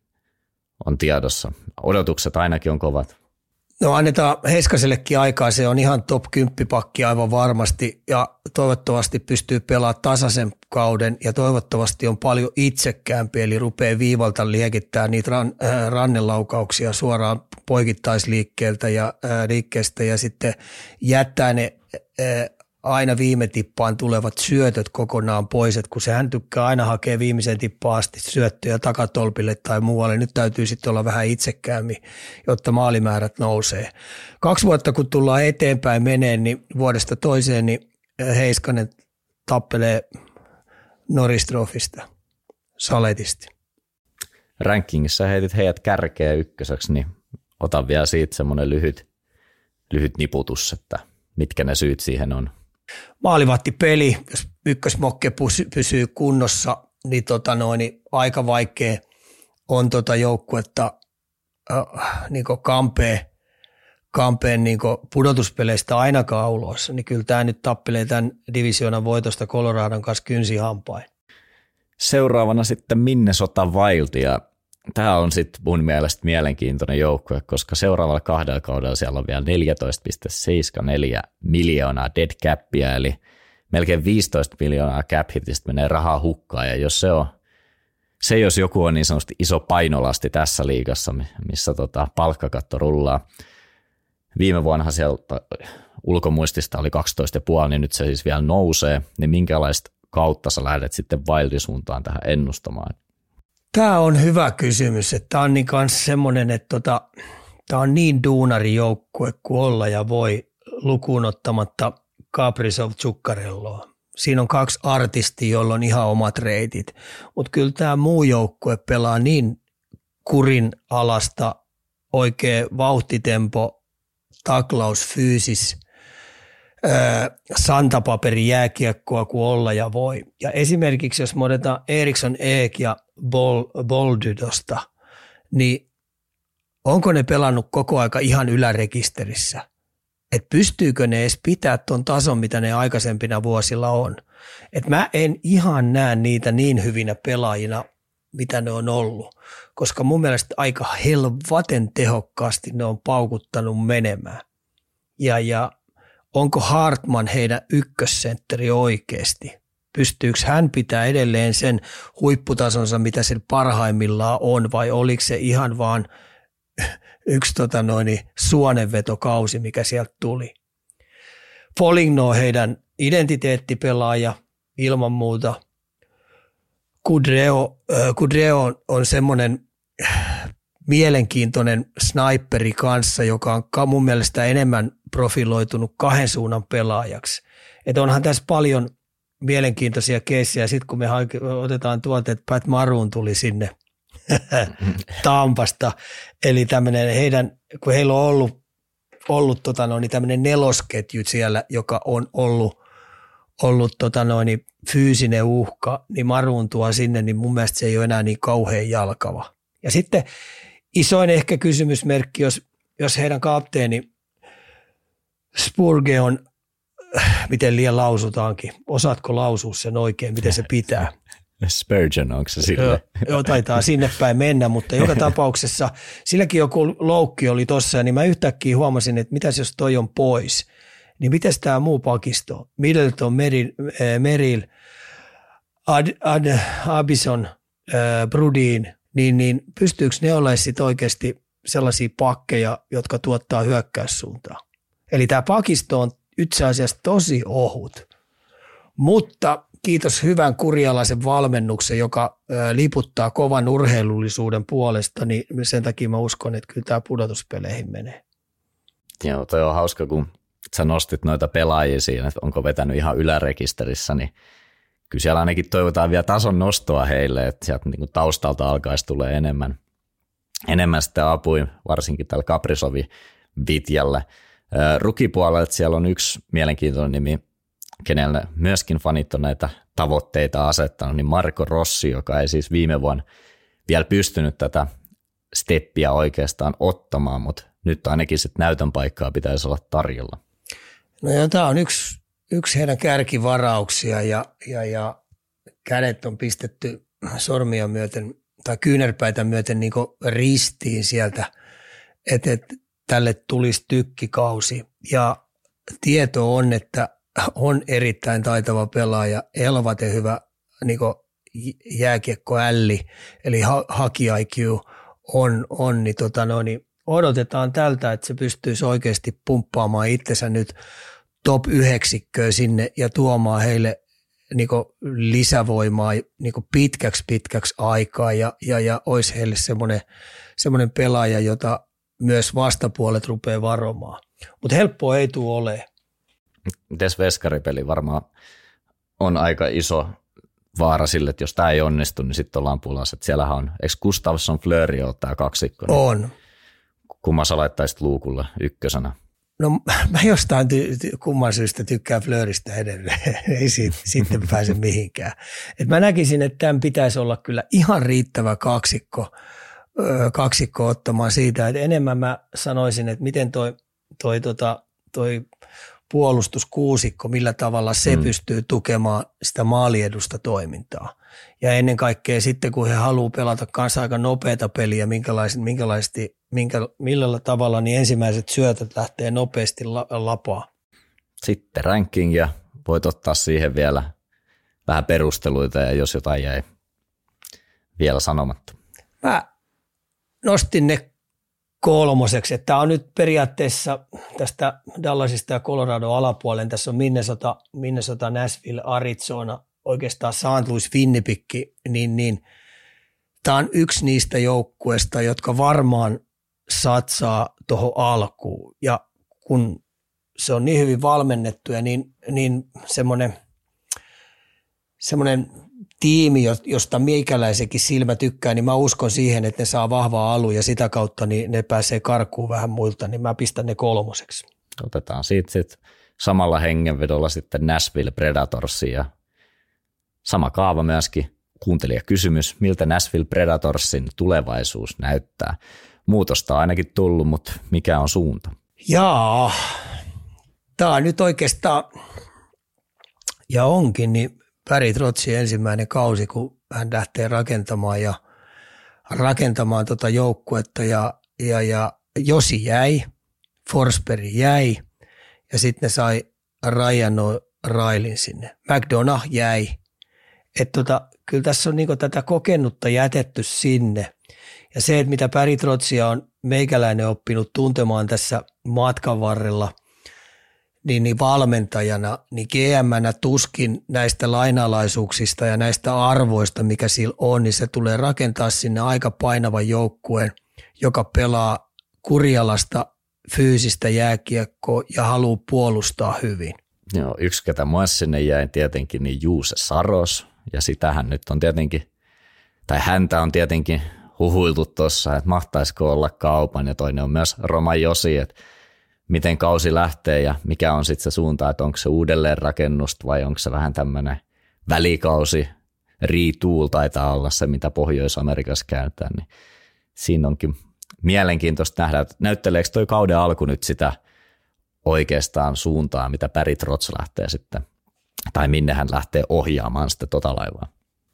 on tiedossa? Odotukset ainakin on kovat. No annetaan Heiskasellekin aikaa, se on ihan top 10 pakki aivan varmasti ja toivottavasti pystyy pelaamaan tasaisen kauden ja toivottavasti on paljon itsekkäämpi, eli rupeaa viivalta liekittämään niitä rannelaukauksia suoraan poikittaisliikkeeltä ja liikkeestä ja sitten jättää ne aina viime tippaan tulevat syötöt kokonaan pois, että kun sehän tykkää aina hakea viimeisen tippaan asti syöttöjä takatolpille tai muualle, nyt täytyy sitten olla vähän itsekkäämmin, jotta maalimäärät nousee. 2 vuotta kun tullaan eteenpäin meneen, niin vuodesta toiseen niin Heiskanen tappelee Norris Trophysta saletisti. Rankingissa heitit heidät kärkeä ykköseksi, niin otan vielä siitä semmoinen lyhyt niputus, että mitkä ne syyt siihen on. Maalivahtipeli, jos ykkösmokke pysyy kunnossa, niin, niin aika vaikea on joukkuetta niin kampeen niin pudotuspeleistä ainakaan ulos. Niin kyllä tämä nyt tappelee tämän divisioonan voitosta Coloradon kanssa kynsihampain. Seuraavana sitten Minnesota Wild, ja tämä on sitten mun mielestä mielenkiintoinen joukkue, koska seuraavalla 2 kaudella siellä on vielä 14,74 miljoonaa dead capia, eli melkein 15 miljoonaa cap hitistä menee rahaa hukkaan, ja jos se jos joku on niin sanotusti iso painolasti tässä liigassa, missä palkkakatto rullaa. Viime vuonna sieltä ulkomuistista oli 12,5, niin nyt se siis vielä nousee, niin minkälaista kautta sä lähdet sitten Wildin suuntaan tähän ennustamaan? Tämä on hyvä kysymys, että tämä on niin kanssa semmoinen, että tämä on niin duunarijoukkue kuin olla ja voi lukuun ottamatta Kaprizov Zuccarelloa. Siinä on 2 artistia, joilla on ihan omat reitit, mutta kyllä tämä muu joukkue pelaa niin kurin alasta, oikea vauhtitempo, taklaus, fyysis, santapaperi jääkiekkoa kuin olla ja voi. Ja esimerkiksi jos me otetaan Eriksson Ek ja Boldydosta, niin onko ne pelannut koko aika ihan ylärekisterissä? että pystyykö ne edes pitää tuon tason, mitä ne aikaisempina vuosilla on. Et mä en ihan näe niitä niin hyvinä pelaajina, mitä ne on ollut, koska mun mielestä aika helvaten tehokkaasti ne on paukuttanut menemään. Ja onko Hartman heidän ykkössentteri oikeasti? Pystyykö hän pitää edelleen sen huipputasonsa, mitä sen parhaimmillaan on, vai oliko se ihan vaan yksi suonenvetokausi, mikä sieltä tuli? Foligno on heidän identiteettipelaaja ilman muuta. Kudreo on semmoinen mielenkiintoinen sniperi kanssa, joka on mun mielestä enemmän profiloitunut kahden suunnan pelaajaksi. Et onhan tässä paljon mielenkiintoisia keissejä. Sitten kun me otetaan tuolta, että Pat Maroon tuli sinne Tampasta, eli tämmöinen heidän, kun heillä on ollut tämmöinen nelosketju siellä, joka on ollut fyysinen uhka, niin Maroon tuo sinne, niin mun mielestä se ei ole enää niin kauhean jalkava. Ja sitten isoin ehkä kysymysmerkki, jos heidän kapteeni Spurge on, miten liian lausutaankin, osaatko lausua sen oikein, miten se pitää? Spurgeon, onko se sille? Joo, taitaa sinne päin mennä, mutta joka tapauksessa silläkin joku loukki oli tossa, niin mä yhtäkkiä huomasin, että mitäs jos toi on pois, niin mitäs tämä muu pakisto, Middleton, Merrill, Abison, Brudin, niin pystyykö ne olemaan sitten oikeasti sellaisia pakkeja, jotka tuottaa hyökkäyssuuntaan? Eli tämä pakisto on itse asiassa tosi ohut, mutta kiitos hyvän kurjalaisen valmennuksen, joka liputtaa kovan urheilullisuuden puolesta, niin sen takia mä uskon, että kyllä tämä pudotuspeleihin menee. Joo, toi on hauska, kun sä nostit noita pelaajia siinä, että onko vetänyt ihan ylärekisterissä, niin kyllä siellä ainakin toivotaan vielä tason nostoa heille, että sieltä niin kuin taustalta alkaisi tulla enemmän sitä apua, varsinkin tällä Kaprizov-Vitjalla. Rukipuolella siellä on yksi mielenkiintoinen nimi, kenelle myöskin fanit on näitä tavoitteita asettanut, niin Marco Rossi, joka ei siis viime vuonna vielä pystynyt tätä steppiä oikeastaan ottamaan, mutta nyt ainakin sitten näytön paikkaa pitäisi olla tarjolla. No ja tämä on yksi heidän kärkivarauksia ja kädet on pistetty sormia myöten tai kyynärpäitä myöten niin kuin ristiin sieltä, että tälle tulisi tykkikausi. Ja tieto on, että on erittäin taitava pelaaja, elvaten hyvä niin kuin jääkiekkoälli, eli haki IQ on niin odotetaan tältä, että se pystyisi oikeasti pumppaamaan itsensä nyt top 9 sinne ja tuomaan heille niin kuin lisävoimaa niin kuin pitkäksi aikaa ja olisi heille semmoinen pelaaja, jota myös vastapuolet rupeaa varomaan. Mutta helppoa ei tule olemaan. Mites veskaripeli varmaan on aika iso vaara sille, että jos tämä ei onnistu, niin sitten ollaan pulassa. Siellähän on, eikö Gustafsson Fleury ole tämä kaksikko? On. Kumman sä laittaisit luukulle ykkösenä? No mä jostain kumman syystä tykkään Fleurystä edelleen, ei sitten pääse mihinkään. Et mä näkisin, että tämän pitäisi olla kyllä ihan riittävä kaksikko ottamaan siitä, että enemmän mä sanoisin, että miten toi puolustuskuusikko, millä tavalla se pystyy tukemaan sitä maaliedusta toimintaa. Ja ennen kaikkea sitten, kun he haluaa pelata kanssa aika nopeata peliä, millä tavalla niin ensimmäiset syötöt lähtee nopeasti lapaa. Sitten ranking ja voit ottaa siihen vielä vähän perusteluita ja jos jotain jäi vielä sanomatta. Mä nostin ne kolmoseksi, että tämä on nyt periaatteessa tästä Dallasista ja Colorado alapuolen, tässä on Minnesota, Nashville, Arizona, oikeastaan St. Louis, Winnipeg, niin tämä on yksi niistä joukkueista, jotka varmaan satsaa tuohon alkuun ja kun se on niin hyvin valmennettu ja niin semmoinen tiimi, josta meikäläisenkin silmä tykkää, niin mä uskon siihen, että ne saa vahvaa alua ja sitä kautta niin ne pääsee karkuun vähän muilta, niin mä pistän ne kolmoseksi. Otetaan siitä sitten samalla hengenvedolla sitten Nashville Predatorsia ja sama kaava myöskin kuuntelijakysymys, miltä Nashville Predatorsin tulevaisuus näyttää. Muutosta on ainakin tullut, mutta mikä on suunta? Jaa, Tämä on nyt oikeastaan, ja onkin, niin Barry Trotzin ensimmäinen kausi, kun hän lähtee rakentamaan tuota joukkuetta ja Josi jäi, Forsberg jäi ja sitten ne sai Ryan O'Reillyn sinne. McDonough jäi. Kyllä tässä on niinku tätä kokennutta jätetty sinne. Ja se, että mitä Barry Trotzia on meikäläinen oppinut tuntemaan tässä matkan varrella, niin valmentajana, niin GM-nä tuskin näistä lainalaisuuksista ja näistä arvoista, mikä sillä on, niin se tulee rakentaa sinne aika painavan joukkueen, joka pelaa Kurjalasta fyysistä jääkiekkoa ja haluaa puolustaa hyvin. Joo, yksi, ketä myös sinne jäi tietenkin, niin Juuse Saros, ja sitähän nyt on tietenkin, tai häntä on tietenkin huhuiltu tuossa, että mahtaisiko olla kaupan, ja toinen on myös Roman Josi, että miten kausi lähtee ja mikä on sitten se suunta, että onko se uudelleenrakennusta vai onko se vähän tämmöinen välikausi, retool taitaa olla se, mitä Pohjois-Amerikassa käytetään, niin siinä onkin mielenkiintoista nähdä, että näytteleekö toi kauden alku nyt sitä oikeastaan suuntaa, mitä Barry Trotz lähtee sitten, tai minne hän lähtee ohjaamaan sitten tota laivaa?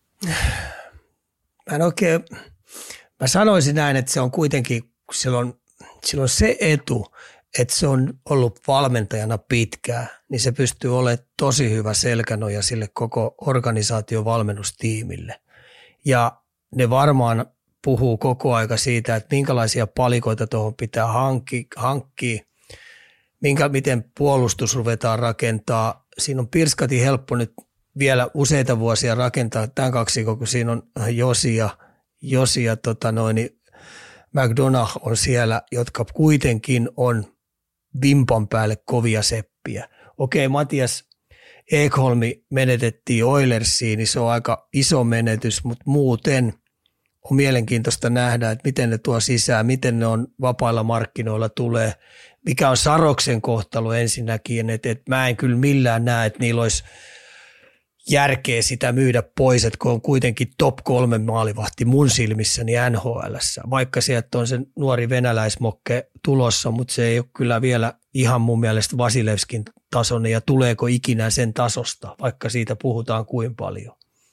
Mä sanoisin näin, että se on kuitenkin, silloin se etu, että se on ollut valmentajana pitkään, niin se pystyy olemaan tosi hyvä selkänoja sille koko organisaation valmennustiimille. Ja ne varmaan puhuu koko aika siitä, että minkälaisia palikoita tuohon pitää hankkia, miten puolustus ruvetaan rakentaa. Siinä on pirskati helppo nyt vielä useita vuosia rakentaa tämän kaksikon, kun siinä on Josi ja McDonough on siellä, jotka kuitenkin on vimpan päälle kovia seppiä. Okei, Matias Ekholmi menetettiin Oilersiin, niin se on aika iso menetys, mutta muuten on mielenkiintoista nähdä, että miten ne tuo sisään, miten ne on vapailla markkinoilla tulee, mikä on Saroksen kohtalo ensinnäkin, että mä en kyllä millään näe, että niillä olisi järkeä sitä myydä pois, että kun on kuitenkin top 3 maalivahti mun silmissäni NHL:ssä, vaikka sieltä on se nuori venäläismokke tulossa, mutta se ei ole kyllä vielä ihan mun mielestä Vasilevskin tasoinen ja tuleeko ikinä sen tasosta, vaikka siitä puhutaan kuin paljon.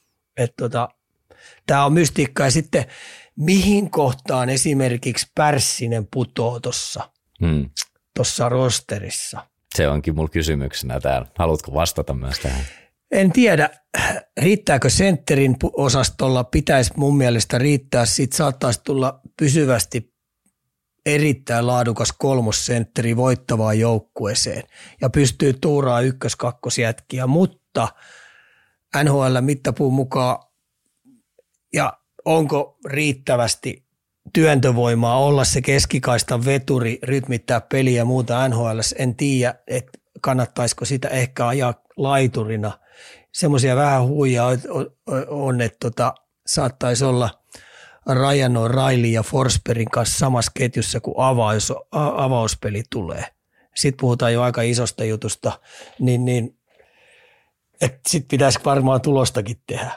Tämä on mystiikka ja sitten mihin kohtaan esimerkiksi Pärssinen putoo tuossa rosterissa? Se onkin mulla kysymyksenä täällä. Haluatko vastata myös tähän? En tiedä, riittääkö sentterin osastolla, pitäisi mun mielestä riittää, siitä saattaisi tulla pysyvästi erittäin laadukas kolmossentteri voittavaan joukkueeseen ja pystyy tuuraamaan ykkös-kakkosjätkiä, mutta NHL-mittapuun mukaan ja onko riittävästi työntövoimaa olla se keskikaistan veturi, rytmittää peliä ja muuta NHL, en tiedä, että kannattaisiko sitä ehkä ajaa laiturina. Semmoisia vähän huijaa on, että saattaisi olla Ryan O'Reilly ja Forsbergin kanssa samassa ketjussa, kun avauspeli tulee. Sitten puhutaan jo aika isosta jutusta, niin sitten pitäisi varmaan tulostakin tehdä.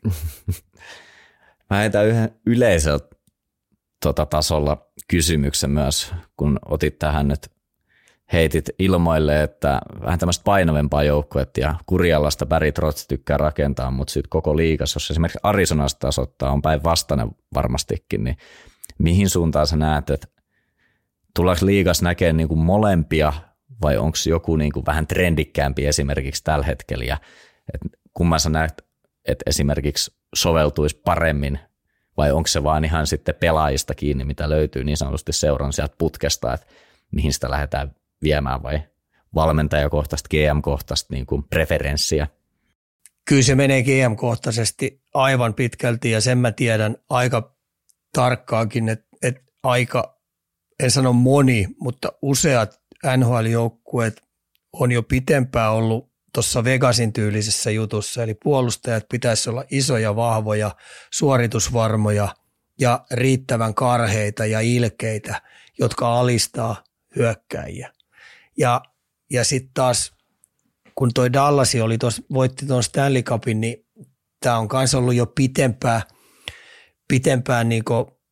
Mä heitän yhden yleisellä tasolla kysymyksen myös, kun otit tähän nyt, heitit ilmoille, että vähän tämmöistä painavempaa joukkuetta ja Kurjalasta Barry Trotz tykkää rakentaa, mutta sitten koko liigassa, jos esimerkiksi Arizonasta tasoittaa, on päinvastainen varmastikin, niin mihin suuntaan sä näet, että tullaanko liigassa näkemään niin kuin molempia vai onko joku niin kuin vähän trendikkäämpi esimerkiksi tällä hetkellä ja kumman sä näet, että esimerkiksi soveltuisi paremmin vai onko se vaan ihan sitten pelaajista kiinni, mitä löytyy niin sanotusti seuran sieltä putkesta, että mihin sitä lähdetään viemään vai valmentajakohtaista, GM-kohtaista niin kuin preferenssiä? Kyllä se menee GM-kohtaisesti aivan pitkälti ja sen mä tiedän aika tarkkaakin, että aika, en sano moni, mutta useat NHL-joukkueet on jo pitempään ollut tuossa Vegasin tyylisessä jutussa, eli puolustajat pitäisi olla isoja, vahvoja, suoritusvarmoja ja riittävän karheita ja ilkeitä, jotka alistaa hyökkäjiä. Ja sitten taas, kun toi Dallas voitti tuon Stanley Cupin, niin tämä on myös ollut jo pitempään niinku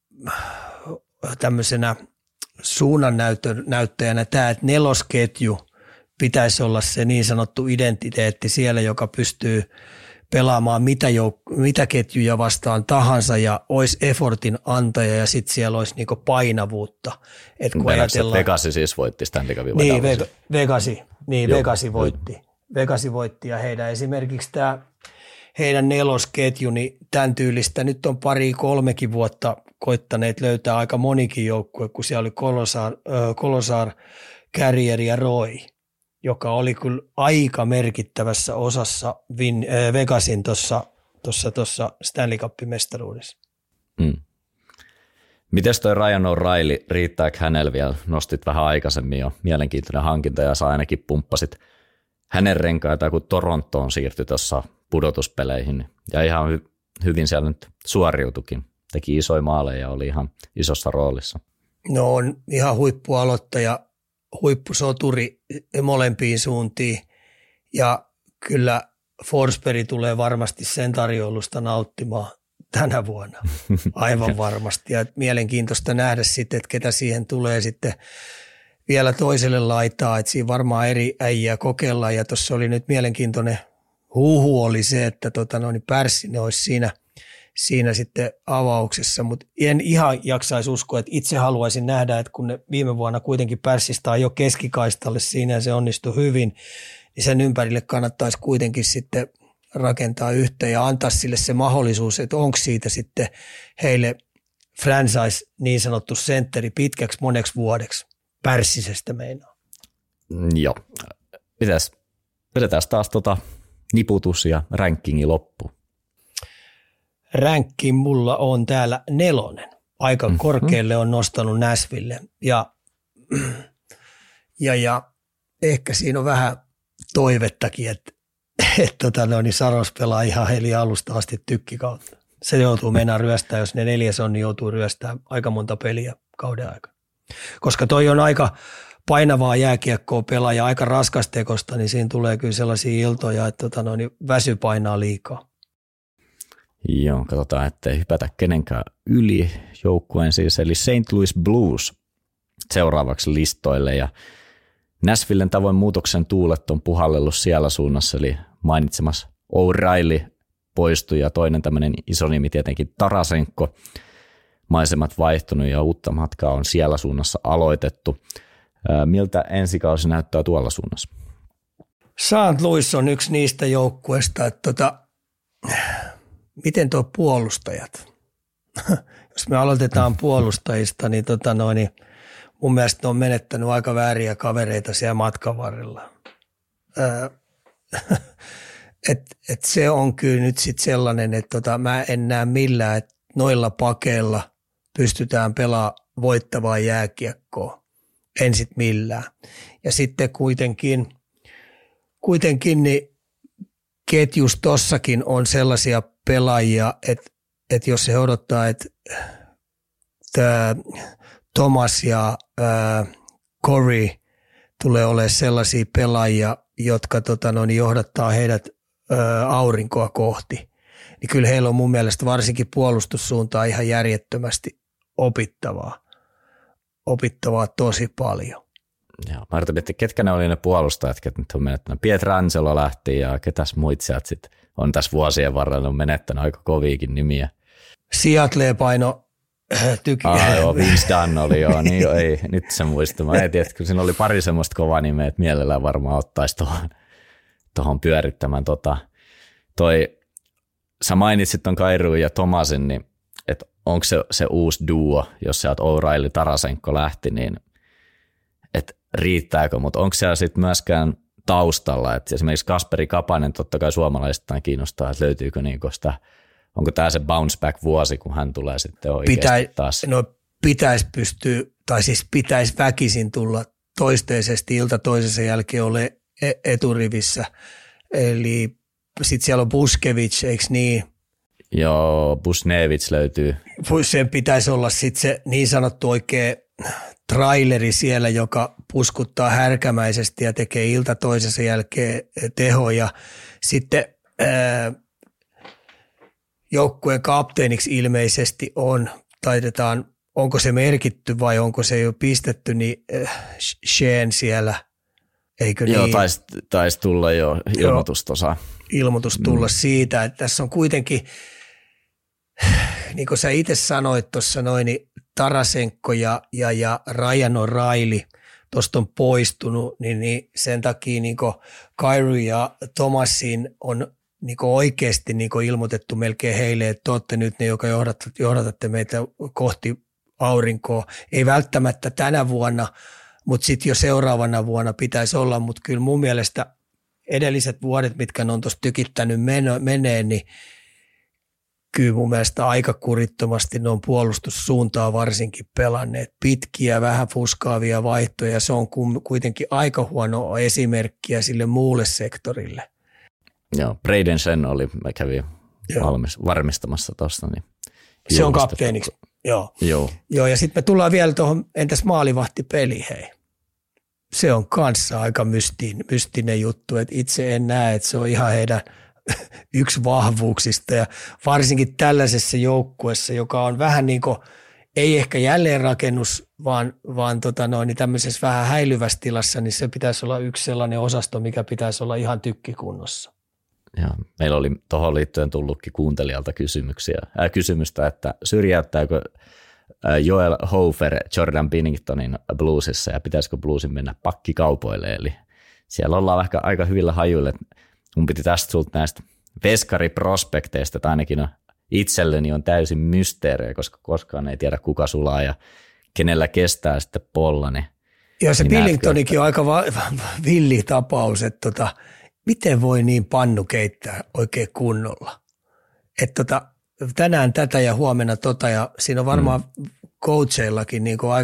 tämmöisenä suunnannäyttäjänä tämä, että nelosketju pitäisi olla se niin sanottu identiteetti siellä, joka pystyy pelaamaan mitä ketjuja vastaan tahansa ja olisi effortin antaja ja sitten siellä olisi niinku painavuutta. Vegasi siis voitti Stanley Cupin Vegasi voitti. Vegasi voitti ja heidän esimerkiksi tämä heidän nelosketju, niin tämän tyylistä nyt on 2-3 vuotta koittaneet löytää aika monikin joukkue, kun siellä oli Kolosar, Carrier ja Roy, joka oli kyllä aika merkittävässä osassa Vegasin tuossa Stanley Cup-mestaruudessa. Mites toi Ryan O'Reilly, riittääkö hänellä vielä? Nostit vähän aikaisemmin jo mielenkiintoinen hankinta ja sä ainakin pumppasit hänen renkaitaan, kun Torontoon siirtyi tuossa pudotuspeleihin. Ja ihan hyvin siellä nyt suoriutukin. Teki isoja maaleja ja oli ihan isossa roolissa. No on ihan huippualoittaja, huippusoturi molempiin suuntiin. Ja kyllä Forsberg tulee varmasti sen tarjoulusta nauttimaan tänä vuonna. Aivan varmasti. Ja mielenkiintoista nähdä sitten, että ketä siihen tulee sitten vielä toiselle laitaa, että siinä varmaan eri äijää kokeillaan ja tuossa oli nyt mielenkiintoinen huhu oli se, että Pärssinen olisi siinä sitten avauksessa, mutta en ihan jaksaisi uskoa, että itse haluaisin nähdä, että kun ne viime vuonna kuitenkin Pärssistä jo keskikaistalle siinä ja se onnistui hyvin, niin sen ympärille kannattaisi kuitenkin sitten rakentaa yhteen ja antaa sille se mahdollisuus, että onko siitä sitten heille franchise niin sanottu sentteri pitkäksi moneksi vuodeksi. Pärssisestä meinaa. Joo. Pidetään taas niputus ja rankingi loppu. Ranking mulla on täällä 4. Aika korkealle on nostanut Nashville. Ja ehkä siinä on vähän toivettakin, että Saros pelaa ihan heli alusta asti tykkikautta. Se joutuu meinaan ryöstää, jos ne 4 on, niin joutuu ryöstää aika monta peliä kauden aikana. Koska toi on aika painavaa jääkiekkoa pelaa ja aika raskastekosta, niin siinä tulee kyllä sellaisia iltoja, että väsy painaa liikaa. Joo, katsotaan, ettei hypätä kenenkään yli joukkueen siis, eli St. Louis Blues seuraavaksi listoille ja Nashvillen tavoin muutoksen tuulet on puhallellut siellä suunnassa, eli mainitsemas O'Reilly poistui ja toinen tämmöinen iso nimi tietenkin Tarasenko. Maisemat vaihtunut ja uutta matkaa on siellä suunnassa aloitettu. Miltä ensikausi näyttää tuolla suunnassa? St. Louis on yksi niistä joukkueista, että miten tuo puolustajat? Jos me aloitetaan puolustajista, niin, niin mun mielestä ne on menettänyt aika vääriä kavereita siellä matkan varrella. Et se on kyllä nyt sitten sellainen, että mä en näe millään, että noilla pakeilla pystytään pelaamaan voittavaa jääkiekkoa. En sit millään. Ja sitten kuitenkin niin ketjus tossakin on sellaisia pelaajia, että jos se odottaa, että Thomas ja Corey tulee olemaan sellaisia pelaajia, jotka johdattaa heidät aurinkoa kohti, niin kyllä heillä on mun mielestä varsinkin puolustussuuntaa ihan järjettömästi opittavaa tosi paljon. Joo, mä yritän miettiä, ketkä ne oli ne puolustajat, ketkä nyt on menettänyt. Pietrangelo lähti ja ketäs muit sieltä sitten on tässä vuosien varrella on menettänyt aika koviakin nimiä. Seattle paino joo, Vince Dunn oli joo, niin jo, ei, nyt se muistuu. Mä en tiedä, kun siinä oli pari semmoista kovaa nimeä, että mielellään varmaan ottaisi tuohon pyörittämään. Sä mainitsit ton Kairuun ja Thomasin, niin että onko se uusi duo, jos sieltä O'Reilly Tarasenko lähti, niin että riittääkö, mutta onko siellä sitten myöskään taustalla, että esimerkiksi Kasperi Kapanen totta kai suomalaisistaan kiinnostaa, että löytyykö niinku sitä, onko tämä se bounce back vuosi, kun hän tulee sitten oikeasti taas? No pitäisi pystyä, tai siis pitäisi väkisin tulla toisteisesti ilta toisensa jälkeen ole eturivissä, eli sitten siellä on Buskevich, eikö niin? Joo, Busnevich löytyy. Sen pitäisi olla sitten se niin sanottu oikea traileri siellä, joka puskuttaa härkämäisesti ja tekee ilta toisensa jälkeen tehoja. Sitten joukkueen kapteeniksi ilmeisesti taitetaan, onko se merkitty vai onko se jo pistetty, niin Shane siellä. Eikö niin? Joo, taisi tulla jo ilmoitus tuossa. Ilmoitus tulla siitä, että tässä on kuitenkin, niin kuin sä itse sanoit tuossa noin, niin Tarasenko ja Ryan O'Reilly tuosta on poistunut, niin sen takia niin Kyrie ja Thomasin on niin oikeasti niin ilmoitettu melkein heille, että olette nyt ne, joka johdatatte meitä kohti aurinkoa. Ei välttämättä tänä vuonna, mutta sitten jo seuraavana vuonna pitäisi olla, mutta kyllä mun mielestä edelliset vuodet, mitkä ne on tuossa tykittänyt meneen, niin kyllä mun mielestä aika kurittomasti ne on puolustussuuntaa varsinkin pelanneet. Pitkiä, vähän fuskaavia vaihtoja, se on kuitenkin aika huono esimerkkiä sille muulle sektorille. Joo, Braden Shen kävi varmistamassa tuosta. Niin se on kapteeniksi, joo. Ja sitten me tullaan vielä tuohon, entäs maalivahtipeli, hei. Se on kanssa aika mystinen juttu, että itse en näe, että se on ihan heidän yksi vahvuuksista ja varsinkin tällaisessa joukkueessa, joka on vähän niin kuin, ei ehkä jälleenrakennus, vaan niin tämmöisessä vähän häilyvässä tilassa, niin se pitäisi olla yksi sellainen osasto, mikä pitäisi olla ihan tykkikunnossa. Ja meillä oli tuohon liittyen tullutkin kuuntelijalta kysymystä, että syrjäyttääkö Joel Hofer Jordan Binningtonin Bluesissa ja pitäisikö Bluesin mennä pakkikaupoille, eli siellä ollaan aika hyvillä hajuilla. Mun piti tästä sulta näistä veskariprospekteista, että ainakin itselleni on täysin mysteeriä, koska koskaan ei tiedä kuka sulaa ja kenellä kestää sitten polla. Joo, se Binningtonikin on aika villi tapaus, että miten voi niin pannu keittää oikein kunnolla. Että tänään tätä ja huomenna ja siinä on varmaan coacheillakin niin kuin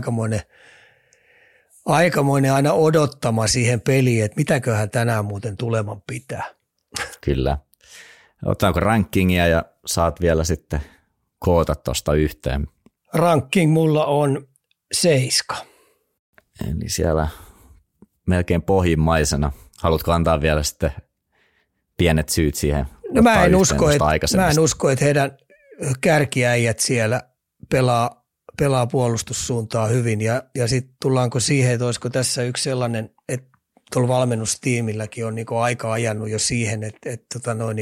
aikamoinen aina odottama siihen peliin, että mitäköhän tänään muuten tuleman pitää. Kyllä. Otetaanko rankingia ja saat vielä sitten koota tuosta yhteen? Ranking mulla on 7. Eli siellä melkein pohjimmaisena. Haluatko antaa vielä sitten pienet syyt siihen? No mä en usko, että heidän kärkiäijät siellä pelaa puolustussuuntaa hyvin ja sitten tullaanko siihen, että olisiko tässä yksi sellainen, että tuolla valmennustiimilläkin on niinku aika ajanut jo siihen, että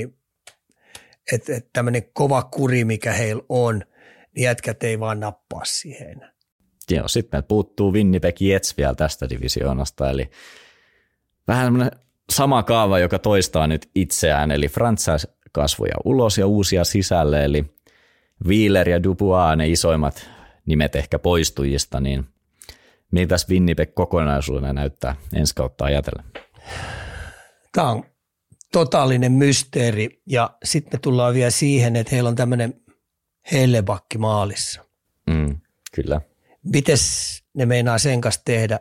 tämmöinen kova kuri, mikä heillä on, niin jätkät ei vaan nappaa siihen. Joo, sitten meiltä puuttuu Winnipeg Jets vielä tästä divisioonasta, eli vähän semmoinen sama kaava, joka toistaa nyt itseään, eli franchise-kasvoja ulos ja uusia sisälle, eli Wheeler ja Dubois, ne isoimmat nimet ehkä poistujista, niin miltäs Winnipeg kokonaisuudena näyttää ensi kautta ajatellen? Tämä on totaalinen mysteeri ja sitten me tullaan vielä siihen, että heillä on tämmöinen hellebakki maalissa. Kyllä. Mites ne meinaa sen kanssa tehdä,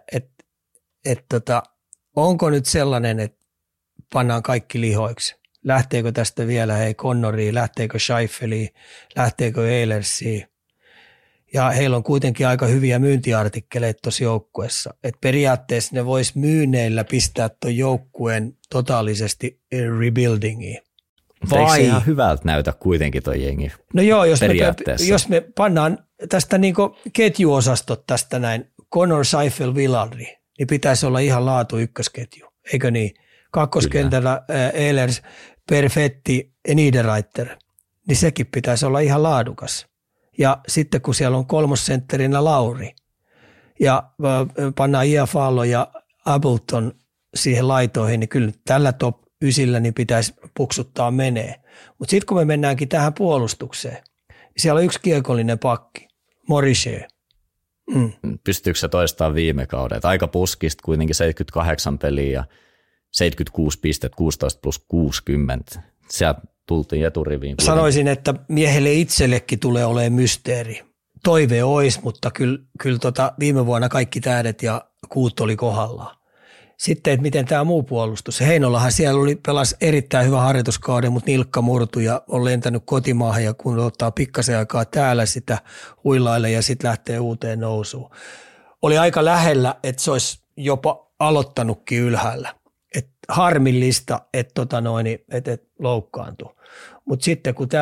että onko nyt sellainen, että pannaan kaikki lihoiksi? Lähteekö tästä vielä Connoria, lähteekö Scheifeliin, lähteekö Eilersiin? Ja heillä on kuitenkin aika hyviä myyntiartikkeleita tuossa joukkueessa. Että periaatteessa ne vois myyneillä pistää tuon joukkueen totaalisesti rebuildingiin. Eikö se ihan hyvältä näytä kuitenkin tuo jengi? No joo, jos me pannaan tästä niinku ketjuosastot tästä näin, Connor, Scheifele, Villalri, niin pitäisi olla ihan laatu ykkösketju, eikö niin? Kakkoskentällä Ehlers, Perfetti ja Niederreiter, niin sekin pitäisi olla ihan laadukas. Ja sitten kun siellä on kolmosentterinä Lauri ja pannaan Iafallo ja Appleton siihen laitoihin, niin kyllä tällä top 9 niin pitäisi puksuttaa menee. Mutta sitten kun me mennäänkin tähän puolustukseen, niin siellä on yksi kiekollinen pakki, Morrissey. Pystyykö se toistamaan viime kaudet? Aika puskista kuitenkin 78 peliä ja 76 pistet, 16 plus 60. Sieltä tultiin eturiviin. Sanoisin, että miehelle itsellekin tulee olemaan mysteeri. Toive olisi, mutta kyllä viime vuonna kaikki tähdet ja kuut oli kohdallaan. Sitten, että miten tämä muu puolustus. Heinolahan siellä pelasi erittäin hyvä harjoituskauden, mutta nilkka murtui ja on lentänyt kotimaahan ja kun ottaa pikkasen aikaa täällä sitä huilaille ja sitten lähtee uuteen nousuun. Oli aika lähellä, että se olisi jopa aloittanutkin ylhäällä. Et harmillista, että loukkaantui. Mutta sitten kun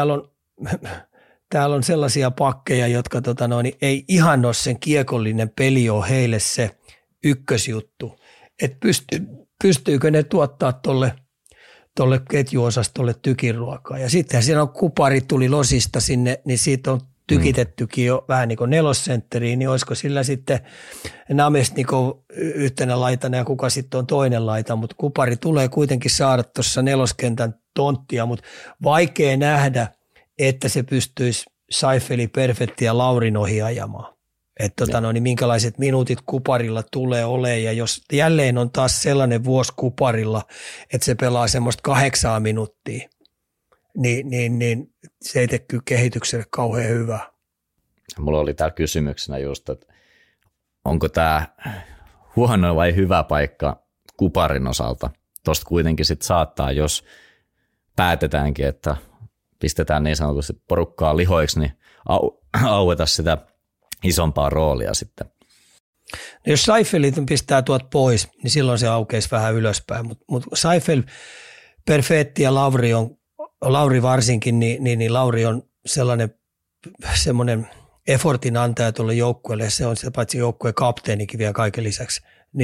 täällä on sellaisia pakkeja, jotka ei ihan ole sen kiekollinen peli ole heille se ykkösjuttu. että pystyykö ne tuottaa tuolle ketjuosastolle tykiruokaa. Ja sittenhän siinä on kupari tuli Losista sinne, niin siitä on tykitettykin jo vähän niin kuin nelossentteriin, niin olisiko sillä sitten Namestnikov yhtenä laitana ja kuka sitten on toinen laita, mutta kupari tulee kuitenkin saada tuossa neloskentän tonttia, mutta vaikea nähdä, että se pystyisi Seifeli, Perfetti ja Laurin ohi ajamaan. Että niin minkälaiset minuutit kuparilla tulee olemaan, ja jos jälleen on taas sellainen vuosi kuparilla, että se pelaa semmoista 8 minuuttia, niin se ei tee kyllä kehitykselle kauhean hyvää. Mulla oli täällä kysymyksenä just, että onko tämä huono vai hyvä paikka kuparin osalta. Tuosta kuitenkin sit saattaa, jos päätetäänkin, että pistetään niin sanotusti porukkaa lihoiksi, niin aueta sitä isompaa roolia sitten. No jos Seifelit pistää tuot pois, niin silloin se aukeisi vähän ylöspäin, mutta Seifel, Perfetti ja Lauri varsinkin, niin Lauri on semmoinen effortin antaja tuolle joukkueelle, se on sitä paitsi joukkueen kapteenikin vielä kaiken lisäksi,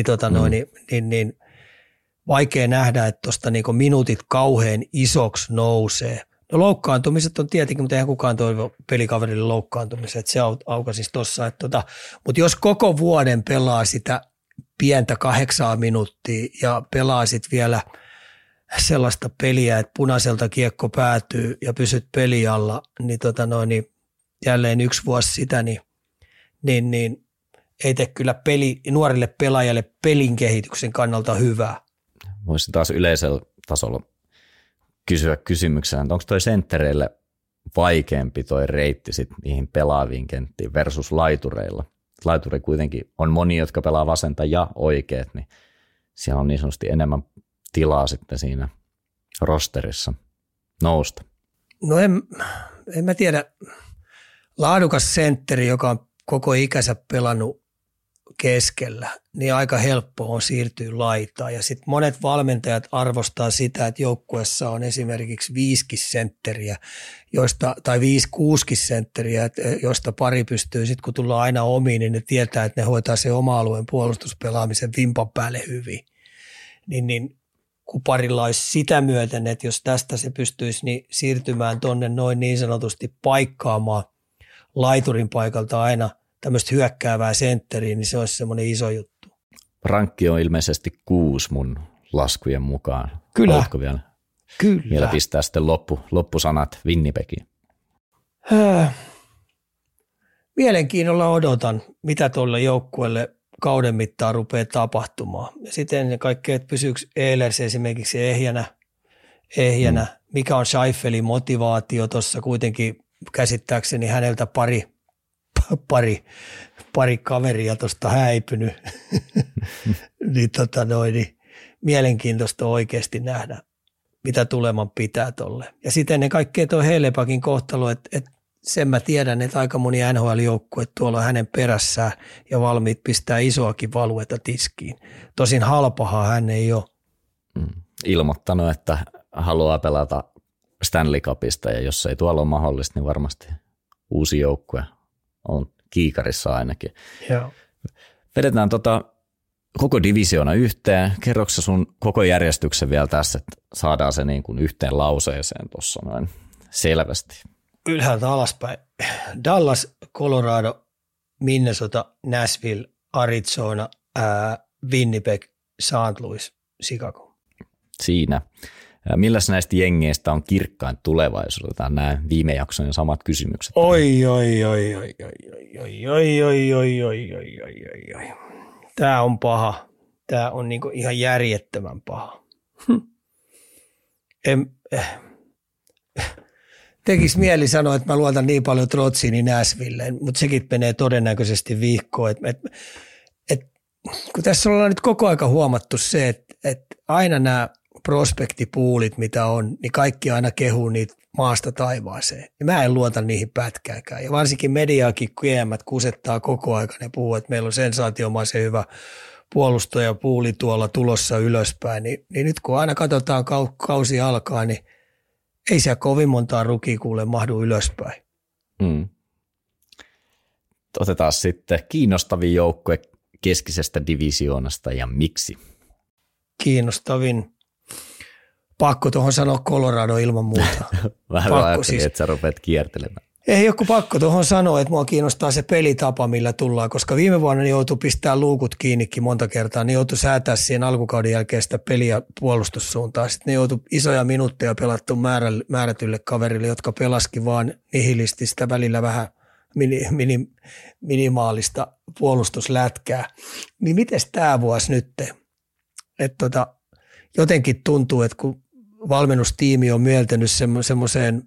niin vaikea nähdä, että tuosta niinku minuutit kauhean isoksi nousee. No loukkaantumiset on tietenkin, mutta eihän kukaan toivo pelikaverille loukkaantumisen, että se aukaisisi tuossa. Mutta jos koko vuoden pelaa sitä pientä 8 minuuttia ja pelaa sitten vielä sellaista peliä, että punaiselta kiekko päätyy ja pysyt peli alla, niin jälleen 1 vuosi sitä, niin ei tee kyllä nuorille pelaajalle pelin kehityksen kannalta hyvää. Voisin taas yleisellä tasolla kysyä kysymyksenä, että onko toi senttereille vaikeampi toi reitti sit niihin pelaaviin kenttiin versus laitureilla? Laituri kuitenkin on moni, jotka pelaa vasenta ja oikeat, niin siellä on niin sanotusti enemmän tilaa sitten siinä rosterissa nousta. No en mä tiedä. Laadukas sentteri, joka on koko ikänsä pelannut keskellä, niin aika helppo on siirtyä laitaan. Ja sitten monet valmentajat arvostaa sitä, että joukkueessa on esimerkiksi 5 sentteriä, tai 5-6 sentteriä, joista pari pystyy sitten kun tullaan aina omiin, niin ne tietää, että ne hoitaa se oma alueen puolustuspelaamisen vimpan päälle hyvin. Niin kuparilla olisi sitä myöten, että jos tästä se pystyisi niin siirtymään tuonne noin niin sanotusti paikkaamaan laiturin paikalta aina tämmöistä hyökkäävää sentteriä, niin se olisi semmoinen iso juttu. Rankki on ilmeisesti 6 mun laskujen mukaan. Kyllä. Haluatko vielä pistää sitten loppusanat Winnipegiin? Mielenkiinnolla odotan, mitä tuolle joukkueelle kauden mittaan rupeaa tapahtumaan. Ja sitten ennen kaikkea, että pysyykö Ehlers esimerkiksi ehjänä, mikä on Seifelin motivaatio tuossa kuitenkin käsittääkseni häneltä pari kaveria tuosta häipynyt, niin mielenkiintoista oikeasti nähdä, mitä tuleman pitää tolle. Ja sitten ennen kaikkea tuo Helepakin kohtalo, että sen mä tiedän, että aika moni NHL-joukkue tuolla on hänen perässään ja valmiit pistää isoakin valueta tiskiin. Tosin halpahan hän ei ole. Ilmoittanut, että haluaa pelata Stanley Cupista ja jos ei tuolla ole mahdollista, niin varmasti uusi joukkue on kiikarissa ainakin. Joo. Vedetään koko divisioona yhteen. Kerroksä sun koko järjestyksen vielä tässä, että saadaan se niin kuin yhteen lauseeseen tuossa noin selvästi. Ylhäältä alaspäin. Dallas, Colorado, Minnesota, Nashville, Arizona, Winnipeg, St. Louis, Chicago. Siinä. Milläs näistä jengeistä on kirkkain tulevaisuudelta? Nämä viime jakson samat kysymykset. Oi. Tämä on paha. Tämä on niinku ihan järjettömän paha. Tekisi mieli sanoa, että mä luotan niin paljon Trotsiini Nashvilleen, mutta sekin menee todennäköisesti viikkoon. Kun tässä ollaan nyt koko aika huomattu se, että aina nämä prospektipuulit, mitä on, niin kaikki aina kehuu niitä maasta taivaaseen. Ja mä en luota niihin pätkääkään. Ja varsinkin mediaakin kiemät kusettaa koko aika. Ne puhuu, että meillä on sensaatiomaisen hyvä puolustajapuuli tuolla tulossa ylöspäin. Niin nyt kun aina katsotaan kausi alkaa, niin ei siellä kovin montaa rukia kuule mahdu ylöspäin. Otetaan sitten kiinnostavin joukkue keskisestä divisioonasta ja miksi? kiinnostavin. Pakko tuohon sanoa Colorado ilman muuta. Vähän ajattelin, siis, että sä rupeat kiertelemään. Ei joku pakko tuohon sanoa, että mua kiinnostaa se pelitapa, millä tullaan, koska viime vuonna ne joutui pistämään luukut kiinnikin monta kertaa. Ne joutui säätää siihen alkukauden jälkeen sitä peliä puolustussuuntaan. Sitten ne joutui isoja minuutteja pelattu määrätylle kaverille, jotka pelasikin vaan nihilististä välillä vähän minimaalista puolustuslätkää. Niin mites tämä vuosi nyt? Että jotenkin tuntuu, että kun valmennustiimi on myöntänyt semmoiseen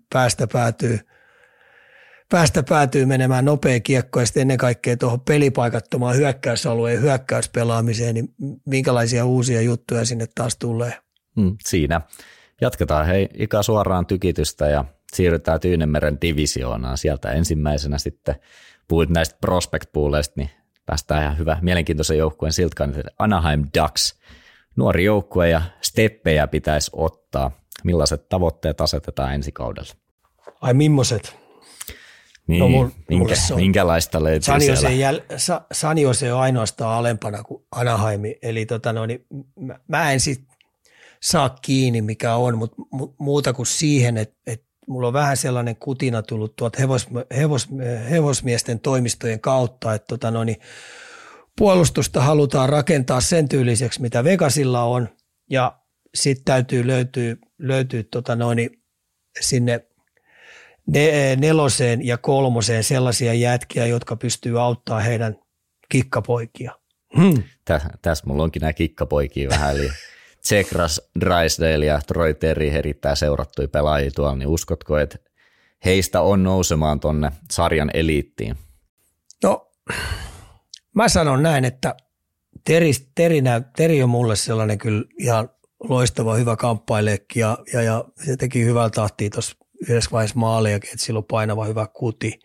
päästä päätyy menemään nopea kiekko ja sitten ennen kaikkea tuohon pelipaikattomaan hyökkäysalueen hyökkäyspelaamiseen, niin minkälaisia uusia juttuja sinne taas tulee? Siinä. Jatketaan ikä suoraan tykitystä ja siirrytään Tyynemeren divisioonaan. Sieltä ensimmäisenä sitten puhuit näistä prospect pooleista, niin päästään ihan hyvä mielenkiintoisen joukkueen siltkaan. Anaheim Ducks. Nuori joukkue ja steppejä pitäisi ottaa. Millaiset tavoitteet asetetaan ensi kaudella? Ai mimmoset? Niin, minkälaista löytyy siellä? San Jose on ainoastaan alempana kuin Anaheim, eli mä en sit saa kiinni mikä on, mutta muuta kuin siihen, että mulla on vähän sellainen kutina tullut tuolta hevosmiesten toimistojen kautta, että puolustusta halutaan rakentaa sen tyyliseksi, mitä Vegasilla on, ja sitten täytyy löytyy sinne 4 ja 3 sellaisia jätkiä, jotka pystyy auttamaan heidän kikkapoikia. Tässä mulla onkin nämä kikkapoikia vähän, eli Tsekras, Drysdale ja Troy Terry erittäin seurattuja pelaajia tuolla, niin uskotko, että heistä on nousemaan tonne sarjan eliittiin? No, mä sanon näin, että Teri on mulle sellainen kyllä ihan loistava, hyvä kamppaileekki ja se teki hyvää tahtia tuossa yhdessä vaiheessa maaliakin, että sillä on painava hyvä kuti.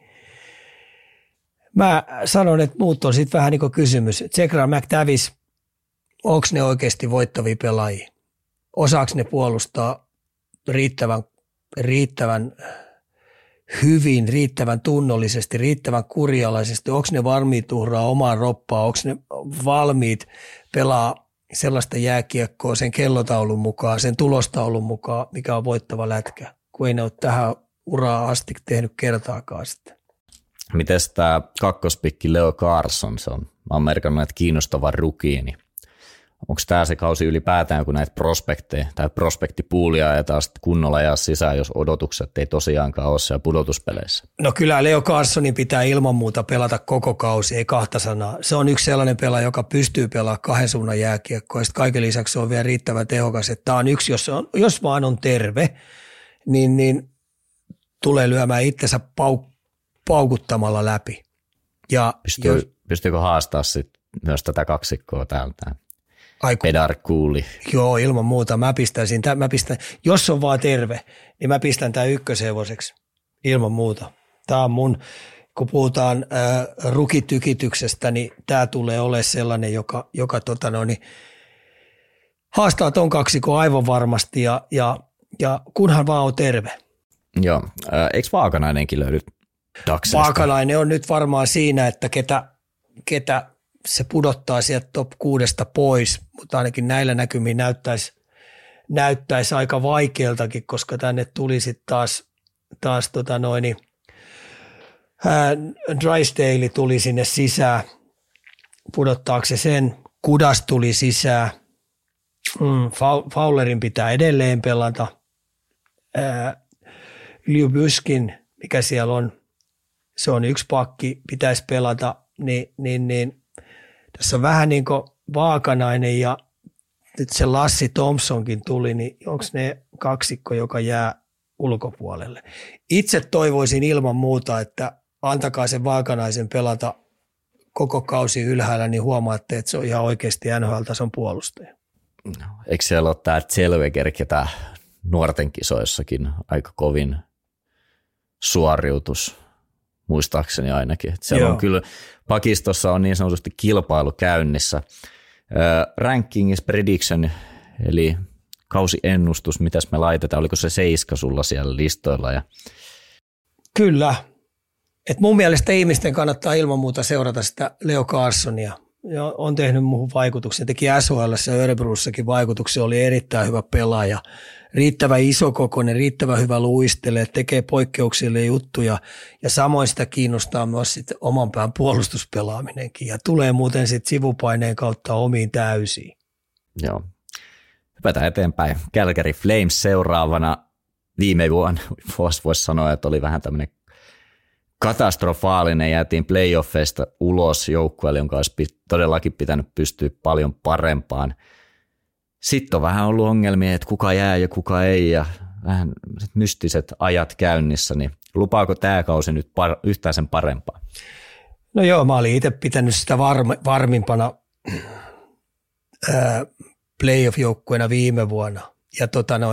Mä sanon, että muut on sitten vähän niin kuin kysymys. Tsekra McTavish, onko ne oikeasti voittavia pelaajia? Osaako ne puolustaa riittävän hyvin, riittävän tunnollisesti, riittävän kurialaisesti? Onko ne valmiit uhraa omaa roppaa? Onko ne valmiit pelaa sellaista jääkiekkoa sen kellotaulun mukaan, sen tulostaulun mukaan, mikä on voittava lätkä, kun ei ne ole tähän uraa asti tehnyt kertaakaan sitten. Mites tämä kakkospikki Leo Carlson, se on, mä oon merkannut, että kiinnostava rookie, niin onko tämä se kausi ylipäätään, kun näitä prospekteja tai prospektipuulia ajetaan sitten kunnolla ajaa sisään, jos odotukset ei tosiaankaan ole siellä pudotuspeleissä? No kyllä Leo Carlsonin pitää ilman muuta pelata koko kausi, ei kahta sanaa. Se on yksi sellainen pelaaja, joka pystyy pelaamaan 2 suunnan jääkiekkoa ja sitten kaiken lisäksi se on vielä riittävän tehokas. Tämä on yksi, jos vaan on terve, niin tulee lyömään itsensä paukuttamalla läpi. Pystyykö haastaa sitten myös tätä kaksikkoa täältä? Pedar Cooley. Joo, ilman muuta. Mä pistän, jos on vaan terve, niin mä pistän tämän ykköshevoseksi. Ilman muuta. Tämä on mun, kun puhutaan rukitykityksestä, niin tämä tulee olemaan sellainen, joka haastaa ton kaksikon aivan varmasti ja kunhan vaan on terve. Joo. Eikö Vaakanainenkin löydy Ducksista? Vaakanainen on nyt varmaan siinä, että ketä se pudottaa sieltä top 6 pois, mutta ainakin näillä näkymin näyttäisi aika vaikealtakin, koska tänne tuli sitten taas Drysdale tuli sinne sisään, pudottaako se sen, Kudas tuli sisään, Fowlerin pitää edelleen pelata, Lyubyskin, mikä siellä on, se on yksi pakki, pitäisi pelata, niin tässä on vähän niin kuin Vaakanainen ja nyt se Lassi Thompsonkin tuli, niin onko ne kaksikko, joka jää ulkopuolelle? Itse toivoisin ilman muuta, että antakaa sen Vaakanaisen pelata koko kausi ylhäällä, niin huomaatte, että se on ihan oikeasti NHL-tason puolustaja. Eikö siellä ole tämä Zellweger, ketä nuorten kisoissakin aika kovin suoriutus, muistaakseni ainakin. Siellä on kyllä, pakistossa on niin sanotusti kilpailu käynnissä. Rankings prediction, eli kausiennustus, mitäs me laitetaan, oliko se 7 sulla siellä listoilla? Kyllä. Et mun mielestä ihmisten kannattaa ilman muuta seurata sitä Leo Carlsonia. on tehnyt muuhun vaikutuksen. Teki SHL:ssä ja Örebrossakin vaikutuksen, oli erittäin hyvä pelaaja. Riittävän isokokoinen, riittävän hyvä luistelee, tekee poikkeuksellisia juttuja ja samoin sitä kiinnostaa myös sitten oman pään puolustuspelaaminenkin ja tulee muuten sitten sivupaineen kautta omiin täysiin. Joo. Hypätään eteenpäin. Calgary Flames seuraavana. Viime vuonna voisi sanoa, että oli vähän tämmöinen katastrofaalinen. Jäätiin playoffeista ulos joukkueelle, jonka olisi todellakin pitänyt pystyä paljon parempaan. Sitten on vähän ollut ongelmia, että kuka jää ja kuka ei ja vähän mystiset ajat käynnissä. Niin lupaako tämä kausi nyt yhtään sen parempaa? No joo, mä olin itse pitänyt sitä varmimpana playoff-joukkueena viime vuonna. Ja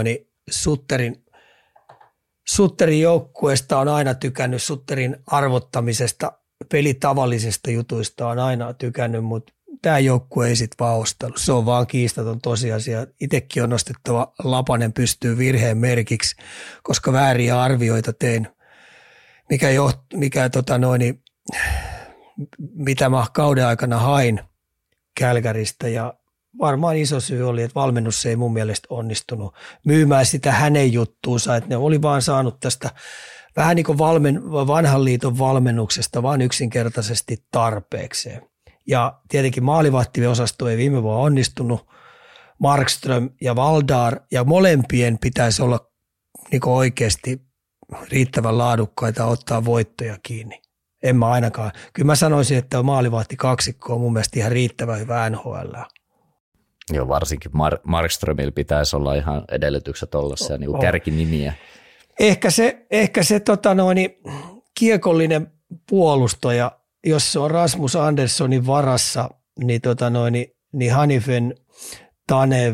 Sutterin joukkueesta on aina tykännyt, Sutterin arvottamisesta, pelitavallisesta jutuista on aina tykännyt, mutta tämä joukkue ei sitten vaan ostanut. Se on vaan kiistaton tosiasia. Itsekin on nostettava Lapanen pystyy virheen merkiksi, koska vääriä arvioita tein, mitä mä kauden aikana hain Calgarysta ja varmaan iso syy oli, että valmennus ei mun mielestä onnistunut myymään sitä hänen juttuunsa, että ne oli vaan saanut tästä vähän niin kuin vanhan liiton valmennuksesta vaan yksinkertaisesti tarpeekseen. Ja tietenkin maalivahtiosasto ei viime vuonna onnistunut, Markström ja Valdar, ja molempien pitäisi olla niin kuin oikeasti riittävän laadukkaita ottaa voittoja kiinni. En mä ainakaan. Kyllä mä sanoisin, että maalivahti kaksikko on mun mielestä ihan riittävän hyvä NHL. Joo, varsinkin Markströmillä pitäisi olla ihan edellytykset olla se niin kuin kärkinimiä. Ehkä se kiekollinen puolustaja, jos se on Rasmus Anderssonin varassa, niin Hanifen, Tanev,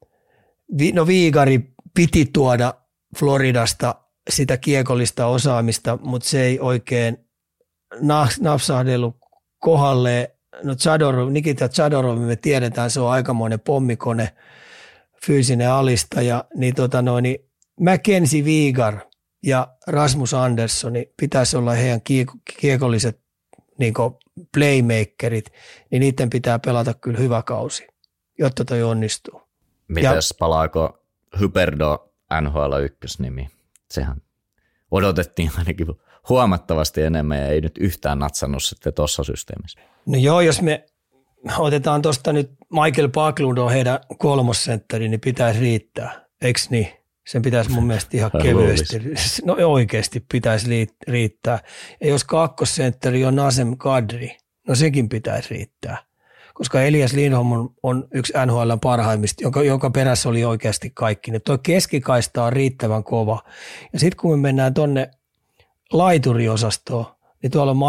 Viigari piti tuoda Floridasta sitä kiekollista osaamista, mutta se ei oikein napsahdellut kohdalleen. No Nikita Zadorov, me tiedetään, se on aikamoinen pommikone, fyysinen alistaja, niin Mackenzie Weegar ja Rasmus Andersson pitäisi olla heidän kiekolliset niin playmakerit, niin niiden pitää pelata kyllä hyvä kausi, jotta toi onnistuu. Mites palaako Huberdeau NHL ykkösnimi? Sehän odotettiin ainakin huomattavasti enemmän ja ei nyt yhtään natsannut sitten tuossa systeemissä. No joo, jos me otetaan tuosta nyt Michael Backlund on heidän kolmosentteri, niin pitäisi riittää, eikö niin? Sen pitäisi mun mielestä ihan kevyesti, no oikeasti pitäisi riittää. Ja jos kakkosentteri on Nazem Kadri, no sekin pitäisi riittää. Koska Elias Lindholm on yksi NHL:n parhaimmista, jonka perässä oli oikeasti kaikki. Niin tuo keskikaista on riittävän kova. Ja sitten kun me mennään tuonne laituriosastoon, niin tuolla on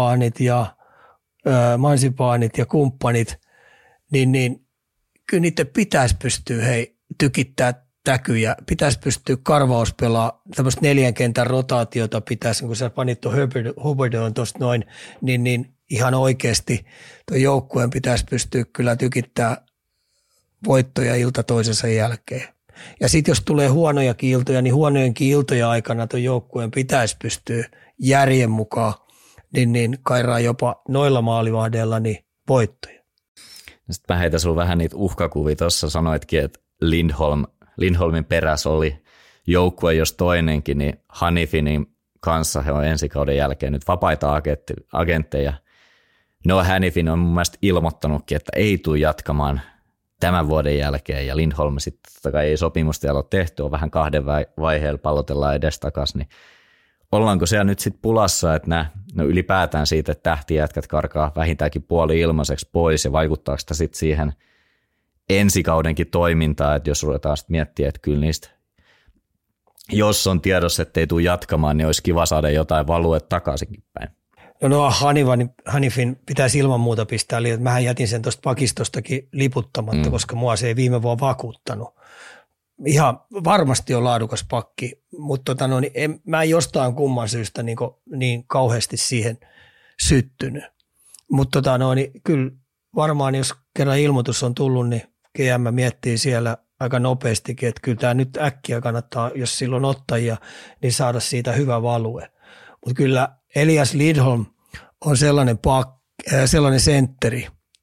Mansipaanit ja kumppanit, niin kyllä niiden pitäisi pystyä tykittää täkyjä, pitäisi pystyä karvauspelaa, tämmöistä 4 kentän rotaatiota pitäisi, kun sä panit tuon Huberdeau'n tuosta noin, niin ihan oikeasti tuon joukkueen pitäisi pystyä kyllä tykittää voittoja ilta toisensa jälkeen. Ja sitten jos tulee huonojakin iltoja, niin huonojenkin iltoja aikana tuon joukkueen pitäisi pystyä järjen mukaan, niin kairaa jopa noilla maalivahdeilla niin voittoja. Sitten mä heitän sulla vähän niitä uhkakuvia. Tuossa sanoitkin, että Lindholmin perässä oli joukkue, jos toinenkin, niin Hanifinin kanssa he on ensi kauden jälkeen nyt vapaita agentteja. No Hanifin on mun mielestä ilmoittanutkin, että ei tule jatkamaan tämän vuoden jälkeen, ja Lindholm sitten totta kai ei sopimusta ole tehty, on vähän 2 vaiheella pallotellaan edestakas, niin ollaanko siellä nyt sitten pulassa, että ylipäätään siitä, että tähtijätkät karkaa vähintäänkin puoli ilmaiseksi pois, ja vaikuttaako sitä sitten siihen ensikaudenkin toimintaa, että jos ruvetaan sitten miettiä, että kyllä niistä, jos on tiedossa, että ei tule jatkamaan, niin olisi kiva saada jotain valuetta takaisinkin päin. No Hanifin pitäisi ilman muuta pistää liian. Mähän jätin sen tuosta pakistostakin liputtamatta, koska mua se ei viime vuonna vakuuttanut. Ihan varmasti on laadukas pakki, mutta mä en jostain kumman syystä niin kauheasti siihen syttynyt. Mutta kyllä varmaan jos kerran ilmoitus on tullut, niin GM miettii siellä aika nopeastikin, että kyllä tämä nyt äkkiä kannattaa, jos silloin ottajia, niin saada siitä hyvä value. Mutta kyllä Elias Lindholm on sellainen sentteri,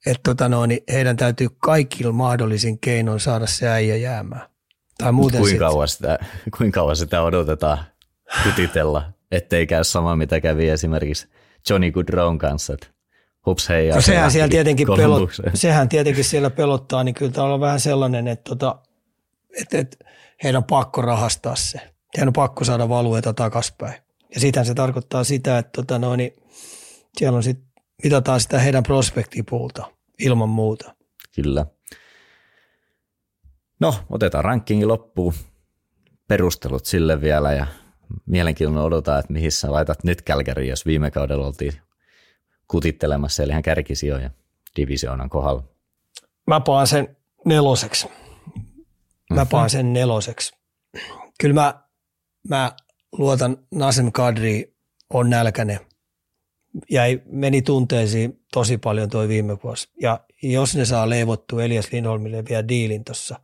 niin heidän täytyy kaikilla mahdollisin keinoin saada se äijä jäämään. Tai muuten kuinka kauan sitä odotetaan kutitella, ettei käy sama, mitä kävi esimerkiksi Johnny Gaudreaun kanssa, että hups hei. No sehän tietenkin siellä pelottaa, niin kyllä tämä on vähän sellainen, että heidän on pakko rahastaa se. Heidän on pakko saada valueita takaspäin. Ja sitähän se tarkoittaa sitä, että siellä on sitten, mitataan sitä heidän prospektipuulta ilman muuta. Kyllä. No, otetaan rankingi loppuun. Perustelut sille vielä ja mielenkiintoinen odotaan, että mihin sä laitat nyt Calgaryin, jos viime kaudella oltiin kutittelemassa, eli ihan kärkisijoja divisioonan kohdalla. Mä paan sen neloseksi. Kyllä mä luotan Nazem Kadri on nälkäinen. Meni tunteisiin tosi paljon toi viime vuosi. Ja jos ne saa leivottua Elias Lindholmille vielä diilin tuossa,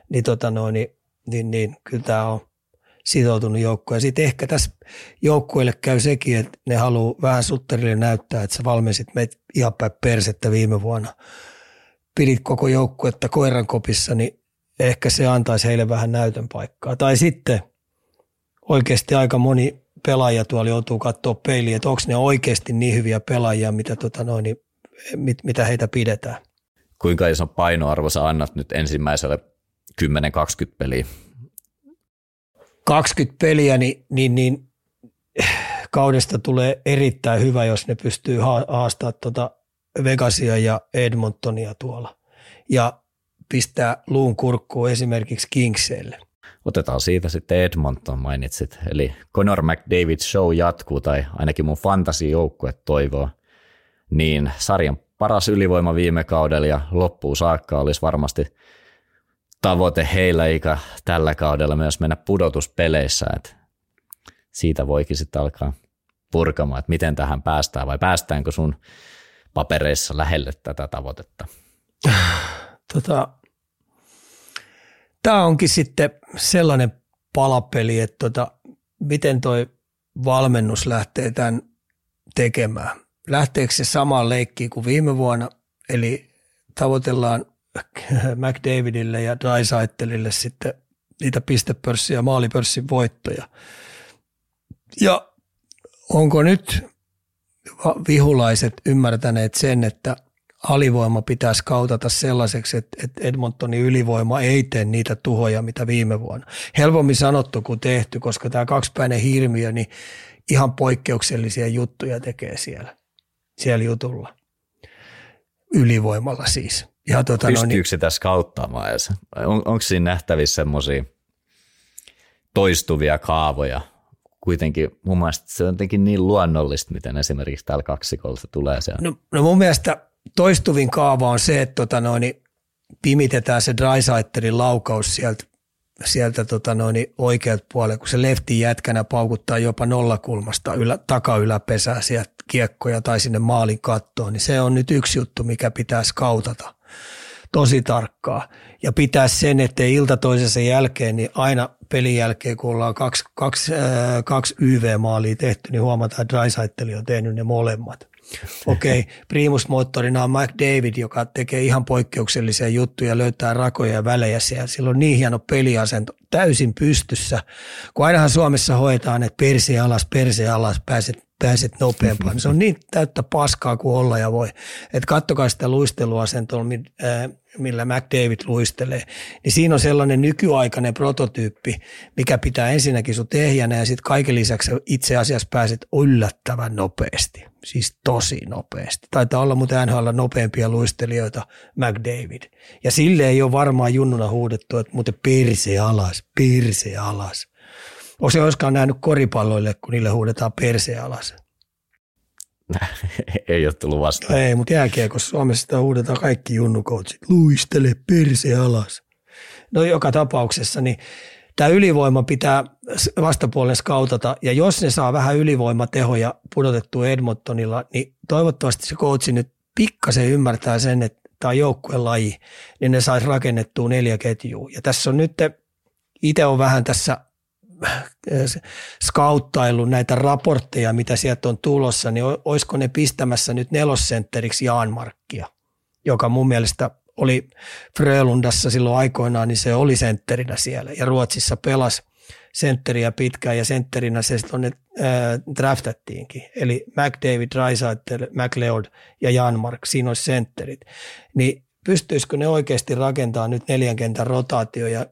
niin kyllä tämä on sitoutunut joukkue. Ja sitten ehkä tässä joukkueelle käy sekin, että ne haluaa vähän Sutterille näyttää, että sä valmensit meitä ihan päin persettä viime vuonna. Pidit koko joukkuetta koiran kopissa, niin ehkä se antaisi heille vähän näytön paikkaa. Tai sitten oikeasti aika moni pelaaja tuolla joutuu katsoa peiliin, että onko ne oikeasti niin hyviä pelaajia, mitä heitä pidetään. Kuinka iso painoarvo sä annat nyt ensimmäiselle 10-20 peliä? 20 peliä, niin kaudesta tulee erittäin hyvä, jos ne pystyy haastamaan Vegasia ja Edmontonia tuolla. Ja pistää luun kurkkuun esimerkiksi Kingsille. Otetaan siitä sitten Edmonton mainitsit. Eli Connor McDavid show jatkuu, tai ainakin mun fantasy-joukkue toivoo. Niin sarjan paras ylivoima viime kaudella ja loppuun saakka olisi varmasti tavoite heillä, eikä tällä kaudella myös mennä pudotuspeleissä. Et siitä voikin sitten alkaa purkamaan, että miten tähän päästään vai päästäänkö sun papereissa lähelle tätä tavoitetta? Tämä onkin sitten sellainen palapeli, että miten toi valmennus lähtee tämän tekemään. Lähteekö se samaan leikkiin kuin viime vuonna, eli tavoitellaan McDavidille ja Draisaitlille sitten niitä pistepörssin ja maalipörssin voittoja. Ja onko nyt vihulaiset ymmärtäneet sen, että alivoima pitäisi kautata sellaiseksi, että Edmontonin ylivoima ei tee niitä tuhoja, mitä viime vuonna. Helpommin sanottu kuin tehty, koska tämä kaksipäinen hirmiö, niin ihan poikkeuksellisia juttuja tekee siellä jutulla. Ylivoimalla siis. Ja pystyykö sitä skauttaamaan? Onko siinä nähtävissä semmoisia toistuvia kaavoja? Kuitenkin mun mielestä se on jotenkin niin luonnollista, miten esimerkiksi täällä kaksikolta tulee se. No mun mielestä toistuvin kaava on se, että pimitetään se Draisaitlin laukaus sieltä oikealta puolelta, kun se leftin jätkänä paukuttaa jopa nollakulmasta takayläpesää sieltä kiekkoja tai sinne maalin kattoon, niin se on nyt yksi juttu, mikä pitää skautata tosi tarkkaa. Ja pitää sen, ettei ilta toisensa jälkeen, niin aina pelin jälkeen, kun ollaan kaksi YV-maalia tehty, niin huomataan, että Draisaitl on tehnyt ne molemmat. Okei, primusmoottorina on McDavid, joka tekee ihan poikkeuksellisia juttuja, löytää rakoja ja välejä siellä. Sillä on niin hieno peliasento, täysin pystyssä. Kun ainahan Suomessa hoetaan, että perse alas, pääset nopeampaan. Se on niin täyttä paskaa kuin olla ja voi. Että kattokaa sitä luisteluasentoa, millä McDavid luistelee. Niin siinä on sellainen nykyaikainen prototyyppi, mikä pitää ensinnäkin sut ehjänä ja sitten kaiken lisäksi itse asiassa pääset yllättävän nopeasti. Siis tosi nopeasti. Taitaa olla muuten NHL nopeampia luistelijoita McDavid. Ja sille ei ole varmaan junnuna huudettu, että muuten perse alas. Onko se koskaan nähnyt koripalloille, kun niille huudetaan perse alas? Ei ole tullut vastaan. Ei, mutta jääkiekossa Suomessa sitä huudetaan kaikki junnukoutsit. Luistele perse alas. No joka tapauksessa, niin tämä ylivoima pitää vastapuolelle skautata, ja jos ne saa vähän ylivoimatehoja pudotettua Edmontonilla, niin toivottavasti se coachi nyt pikkasen ymmärtää sen, että tämä on joukkueen laji, niin ne saisi rakennettua 4 ketjua. Ja tässä on nyt, itse on vähän tässä skauttaillut näitä raportteja, mitä sieltä on tulossa, niin olisiko ne pistämässä nyt nelosentteriksi Janmarkia. joka mun mielestä oli Frölundassa silloin aikoinaan, niin se oli sentterinä siellä ja Ruotsissa pelasi sentteriä pitkään ja sentterinä se tuonne draftattiinkin. Eli McDavid, Draisaitl, McLeod ja Janmark, siinä olisi sentterit. Niin pystyisikö ne oikeasti rakentamaan nyt 4 kentän rotaatio ja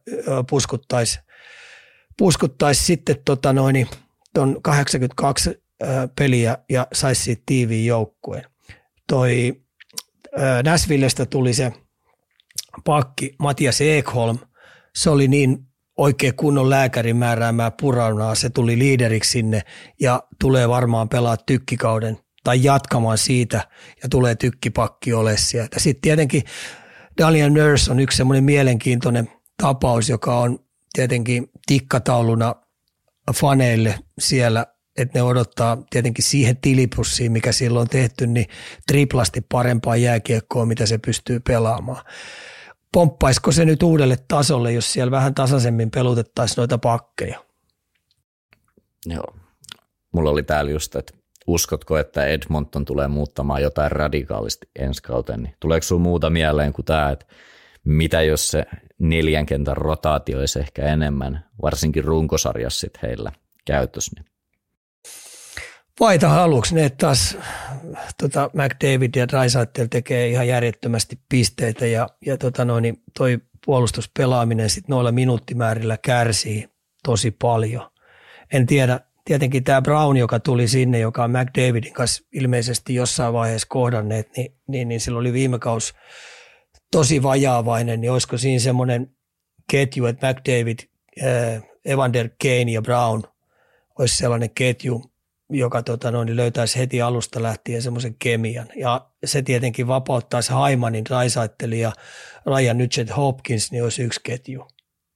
puskuttaisi sitten ton 82 peliä ja saisi siitä tiiviin joukkueen. Toi Nashvillestä tuli se pakki Matias Ekholm, se oli niin oikein kunnon lääkärin määräämää puraunaa, se tuli liideriksi sinne ja tulee varmaan pelaa tykkikauden tai jatkamaan siitä ja tulee tykkipakki ole sieltä. Sitten tietenkin Daniel Nurse on yksi semmoinen mielenkiintoinen tapaus, joka on tietenkin tikkatauluna faneille siellä, että ne odottaa tietenkin siihen tilipussiin, mikä silloin on tehty, niin triplasti parempaa jääkiekkoa, mitä se pystyy pelaamaan. Pomppaisiko se nyt uudelle tasolle, jos siellä vähän tasaisemmin pelutettaisiin noita pakkeja? Joo. Mulla oli täällä just, että uskotko, että Edmonton tulee muuttamaan jotain radikaalisti ensi kauteen, niin tuleeko sinulla muuta mieleen kuin tämä, että mitä jos se 4 kentän rotaatio olisi ehkä enemmän, varsinkin runkosarjassa sit heillä käytössä? Niin. Vaita haluuks ne taas McDavid ja Draisaitl tekee ihan järjettömästi pisteitä ja toi puolustuspelaaminen sit noilla minuuttimäärillä kärsii tosi paljon. En tiedä, tietenkin tämä Brown, joka tuli sinne, joka on McDavidin kanssa ilmeisesti jossain vaiheessa kohdanneet, niin sillä oli viime kausi tosi vajaavainen, niin olisiko siinä semmoinen ketju, että McDavid, Evander Kane ja Brown olisi sellainen ketju, joka löytäisi heti alusta lähtien semmoisen kemian. Ja se tietenkin vapauttaisi Haimanin, Draisaitlin ja Ryan Nugent-Hopkins, niin olisi yksi ketju.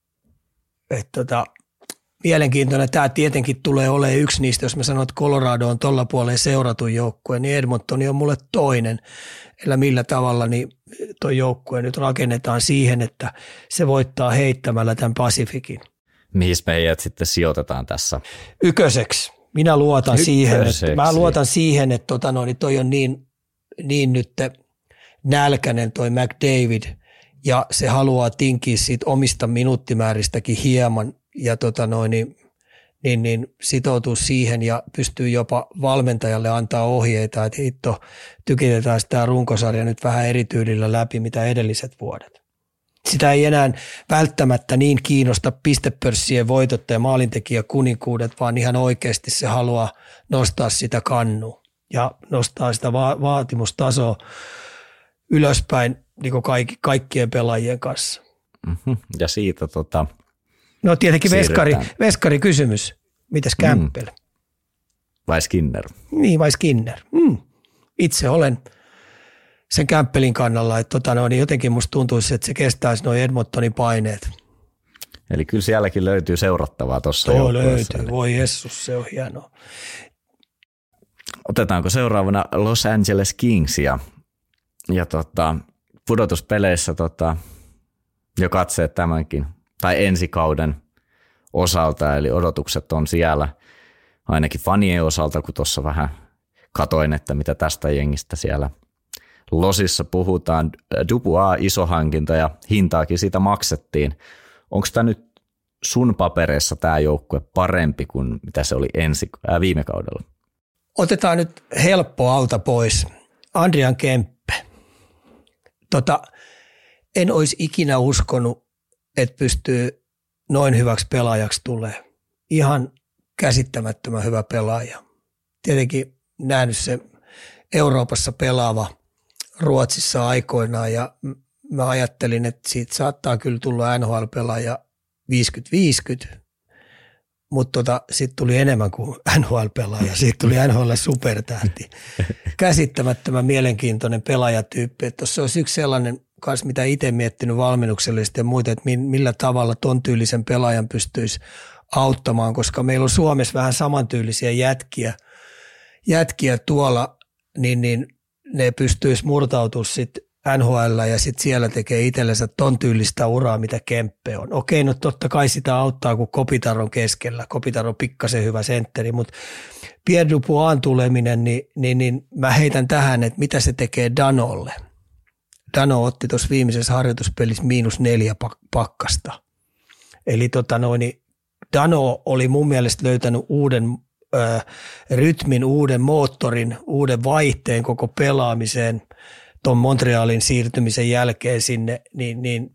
Mielenkiintoinen. Tämä tietenkin tulee olemaan yksi niistä, jos mä sanon, että Colorado on tuolla puolella seuratun joukkue, niin Edmonton on mulle toinen. Eli millä tavalla niin tuo joukkue nyt rakennetaan siihen, että se voittaa heittämällä tämän Pasifikin. Mihin meidät sitten sijoitetaan tässä? Ykköseksi. Minä luotan siihen, että toi on niin nyt nälkäinen toi McDavid ja se haluaa tinkiä siitä omista minuuttimääristäkin hieman ja niin sitoutuu siihen ja pystyy jopa valmentajalle antaa ohjeita, että hitto tykitetään sitä runkosarja nyt vähän eri tyylillä läpi mitä edelliset vuodet. Sitä ei enää välttämättä niin kiinnosta pistepörssien voitot ja maalintekijä kuninkuudet, vaan ihan oikeasti se haluaa nostaa sitä kannua ja nostaa sitä vaatimustasoa ylöspäin niin kuin kaikkien pelaajien kanssa. Mm-hmm. Ja siitä no tietenkin veskari kysymys. Mitäs Campbell? Vai Skinner? Niin, vai Skinner. Itse olen sen Campbellin kannalla, että niin jotenkin musta tuntuisi, että se kestäisi nuo Edmontonin paineet. Eli kyllä sielläkin löytyy seurattavaa tuossa. Tuo löytyy, voi jessus, se on hienoa. Otetaanko seuraavana Los Angeles Kings ja pudotuspeleissä jo katseet tämänkin, tai ensikauden osalta, eli odotukset on siellä ainakin fanien osalta, kun tuossa vähän katoin, että mitä tästä jengistä siellä Losissa puhutaan. Dubois iso hankinta ja hintaakin siitä maksettiin. Onko tämä nyt sun papereissa tämä joukkue parempi kuin mitä se oli viime kaudella? Otetaan nyt helppo alta pois. Adrian Kempe. En olisi ikinä uskonut, että pystyy noin hyväksi pelaajaksi tulee. Ihan käsittämättömän hyvä pelaaja. Tietenkin nähnyt se Euroopassa pelaava Ruotsissa aikoinaan ja mä ajattelin, että siitä saattaa kyllä tulla NHL-pelaaja 50-50, mutta sitten tuli enemmän kuin NHL-pelaaja, siitä tuli NHL-supertähti. Käsittämättömän mielenkiintoinen pelaajatyyppi, että tuossa olisi yksi sellainen kanssa, mitä itse miettinyt valmennuksellisesti ja muita, että millä tavalla ton tyylisen pelaajan pystyisi auttamaan, koska meillä on Suomessa vähän samantyylisiä jätkiä tuolla, niin ne pystyisi murtautumaan sitten NHL ja sitten siellä tekee itsellensä ton tyylistä uraa, mitä Kempe on. Okei, no totta kai sitä auttaa, kun Kopitar on keskellä. Kopitar on pikkasen hyvä sentteri, mutta Pierre Duboisin tuleminen, niin mä heitän tähän, että mitä se tekee Danolle. Dano otti tuossa viimeisessä harjoituspelissä -4 pakkasta. Eli Dano oli mun mielestä löytänyt uuden rytmin, uuden moottorin, uuden vaihteen koko pelaamiseen tuon Montrealin siirtymisen jälkeen sinne, niin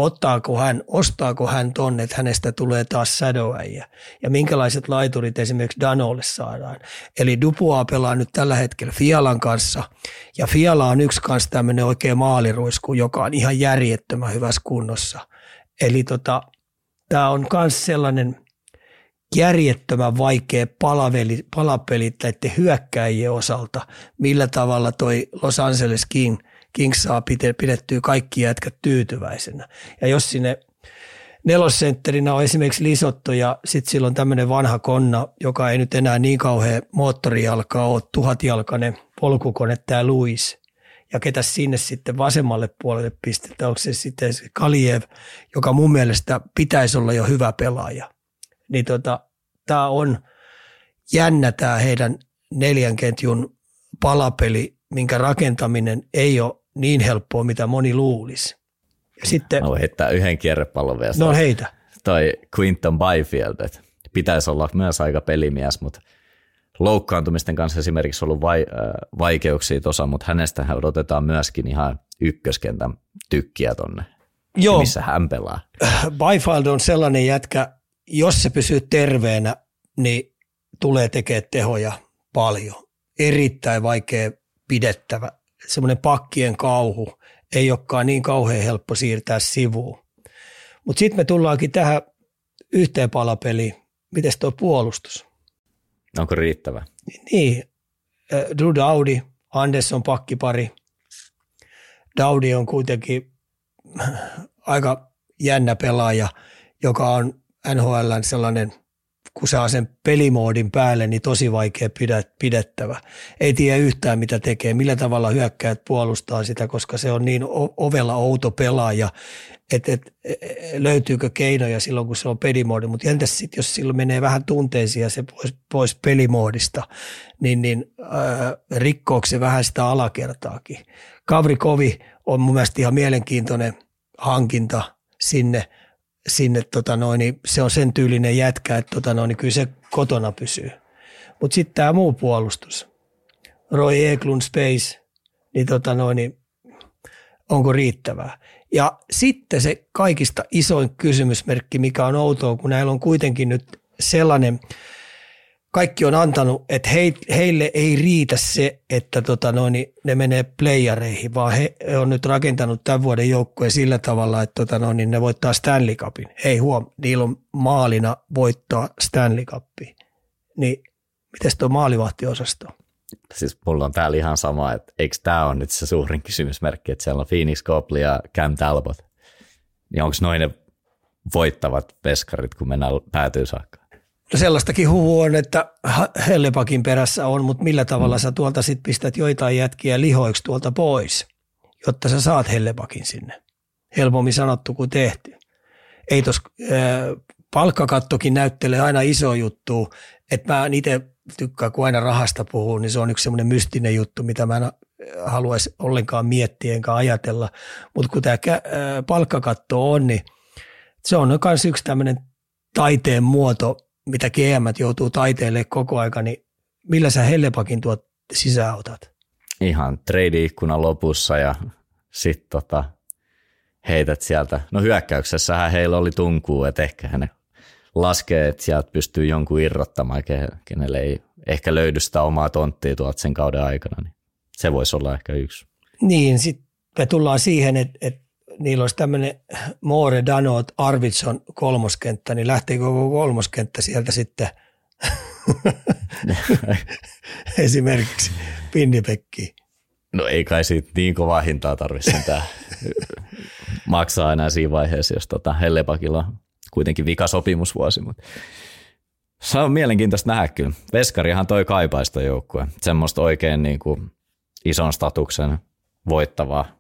ostaako hän tonne, että hänestä tulee taas shadowäijä ja minkälaiset laiturit esimerkiksi Danolle saadaan. Eli Dubois pelaa nyt tällä hetkellä Fialan kanssa ja Fiala on yksi kanssa tämmöinen oikea maaliruisku, joka on ihan järjettömän hyvässä kunnossa. Eli tämä on myös sellainen järjettömän vaikea palapeli näiden hyökkäjien osalta, millä tavalla toi Los Angeles Kings saa pidettyä kaikki jätkät tyytyväisenä. Ja jos sinne nelosentterinä on esimerkiksi Lisotto ja sitten sillä on tämmöinen vanha konna, joka ei nyt enää niin kauhean moottorijalka ole, 1000-jalkainen polkukone, tämä Luis. Ja ketä sinne sitten vasemmalle puolelle pistetään, onko se sitten Kaliev, joka mun mielestä pitäisi olla jo hyvä pelaaja. Niin tämä on jännä tämä heidän 4 ketjun palapeli, minkä rakentaminen ei ole niin helppoa, mitä moni luulisi. Ja sitten, mä voin heittää yhden kierrepallon vielä. No heitä. Toi Quinton Byfield, että pitäisi olla myös aika pelimies, mutta loukkaantumisten kanssa esimerkiksi ollut vaikeuksia tuossa, mutta hänestähän odotetaan myöskin ihan ykköskentän tykkiä tonne, missä hän pelaa. Byfield on sellainen jätkä, jos se pysyy terveenä, niin tulee tekemään tehoja paljon. Erittäin vaikea pidettävä. Semmoinen pakkien kauhu ei olekaan niin kauhean helppo siirtää sivuun. Mutta sitten me tullaankin tähän yhteen palapeliin. Mites tuo puolustus? Onko riittävä? Niin. Drew Doughty, Anderson pakkipari. Doughty on kuitenkin aika jännä pelaaja, joka on NHL:n sellainen, kun saa sen pelimoodin päälle, niin tosi vaikea pidettävä. Ei tiedä yhtään, mitä tekee, millä tavalla hyökkäät puolustaa sitä, koska se on niin ovella outo pelaaja, että löytyykö keinoja silloin, kun se on pelimoodi. Mutta entäs sitten, jos silloin menee vähän tunteisiin ja se pois pelimoodista, niin rikkooko se vähän sitä alakertaakin. Kavrikovi on mun mielestä ihan mielenkiintoinen hankinta sinne se on sen tyylinen jätkä, että kyllä se kotona pysyy. Mutta sitten tämä muu puolustus, Roy Eklund Space, niin onko riittävää? Ja sitten se kaikista isoin kysymysmerkki, mikä on outoa, kun näillä on kuitenkin nyt sellainen, kaikki on antanut, että heille ei riitä se, että ne menee playereihin, vaan he on nyt rakentanut tämän vuoden joukkueen sillä tavalla, että ne voittaa Stanley Cupin. Hei niillä on maalina voittaa Stanley Cupia. Niin mites tuo maalivahtiosasto? Siis mulla on täällä ihan sama, että eikö tämä ole nyt se suurin kysymysmerkki, että siellä on Phoenix Copley ja Cam Talbot. Niin onko noin ne voittavat veskarit, kun mennään päätyyn saakka? No sellaistakin huhua on, että Hellepakin perässä on, mutta millä tavalla sä tuolta sit pistät joitain jätkiä lihoiksi tuolta pois, jotta sä saat Hellepakin sinne. Helpommin sanottu kuin tehty. Ei tos palkkakattokin näyttelee aina iso juttu, että mä itse tykkään, kun aina rahasta puhuu, niin se on yksi semmoinen mystinen juttu, mitä mä en haluaisi ollenkaan miettiä enkä ajatella. Mutta kun tämä palkkakatto on, niin se on myös yksi tämmöinen taiteen muoto, mitä GM:t joutuu taiteelle koko aika, niin millä sä Hellepakin tuot sisään otat? Ihan trade-ikkunan lopussa ja sitten heität sieltä. No hyökkäyksessähän heillä oli tunkuu, että ehkä ne laskee, että sieltä pystyy jonkun irrottamaan, kenelle ei ehkä löydy sitä omaa tonttia tuolta sen kauden aikana. Niin se voisi olla ehkä yksi. Niin, sitten me tullaan siihen, että niillä olisi tämmöinen Moore, Danot, Arvidsson kolmoskenttä, niin lähteekö koko kolmoskenttä sieltä sitten esimerkiksi Pinnipekkiin? No ei kai siitä niin kovaa hintaa tarvitse sentään maksaa enää siinä vaiheessa, jos Hellepakilla on kuitenkin vika sopimusvuosi. Mutta se on mielenkiintoista nähdä kyllä. Veskarihan toi kaipaista joukkue. Semmoista oikein niin kuin ison statuksen voittavaa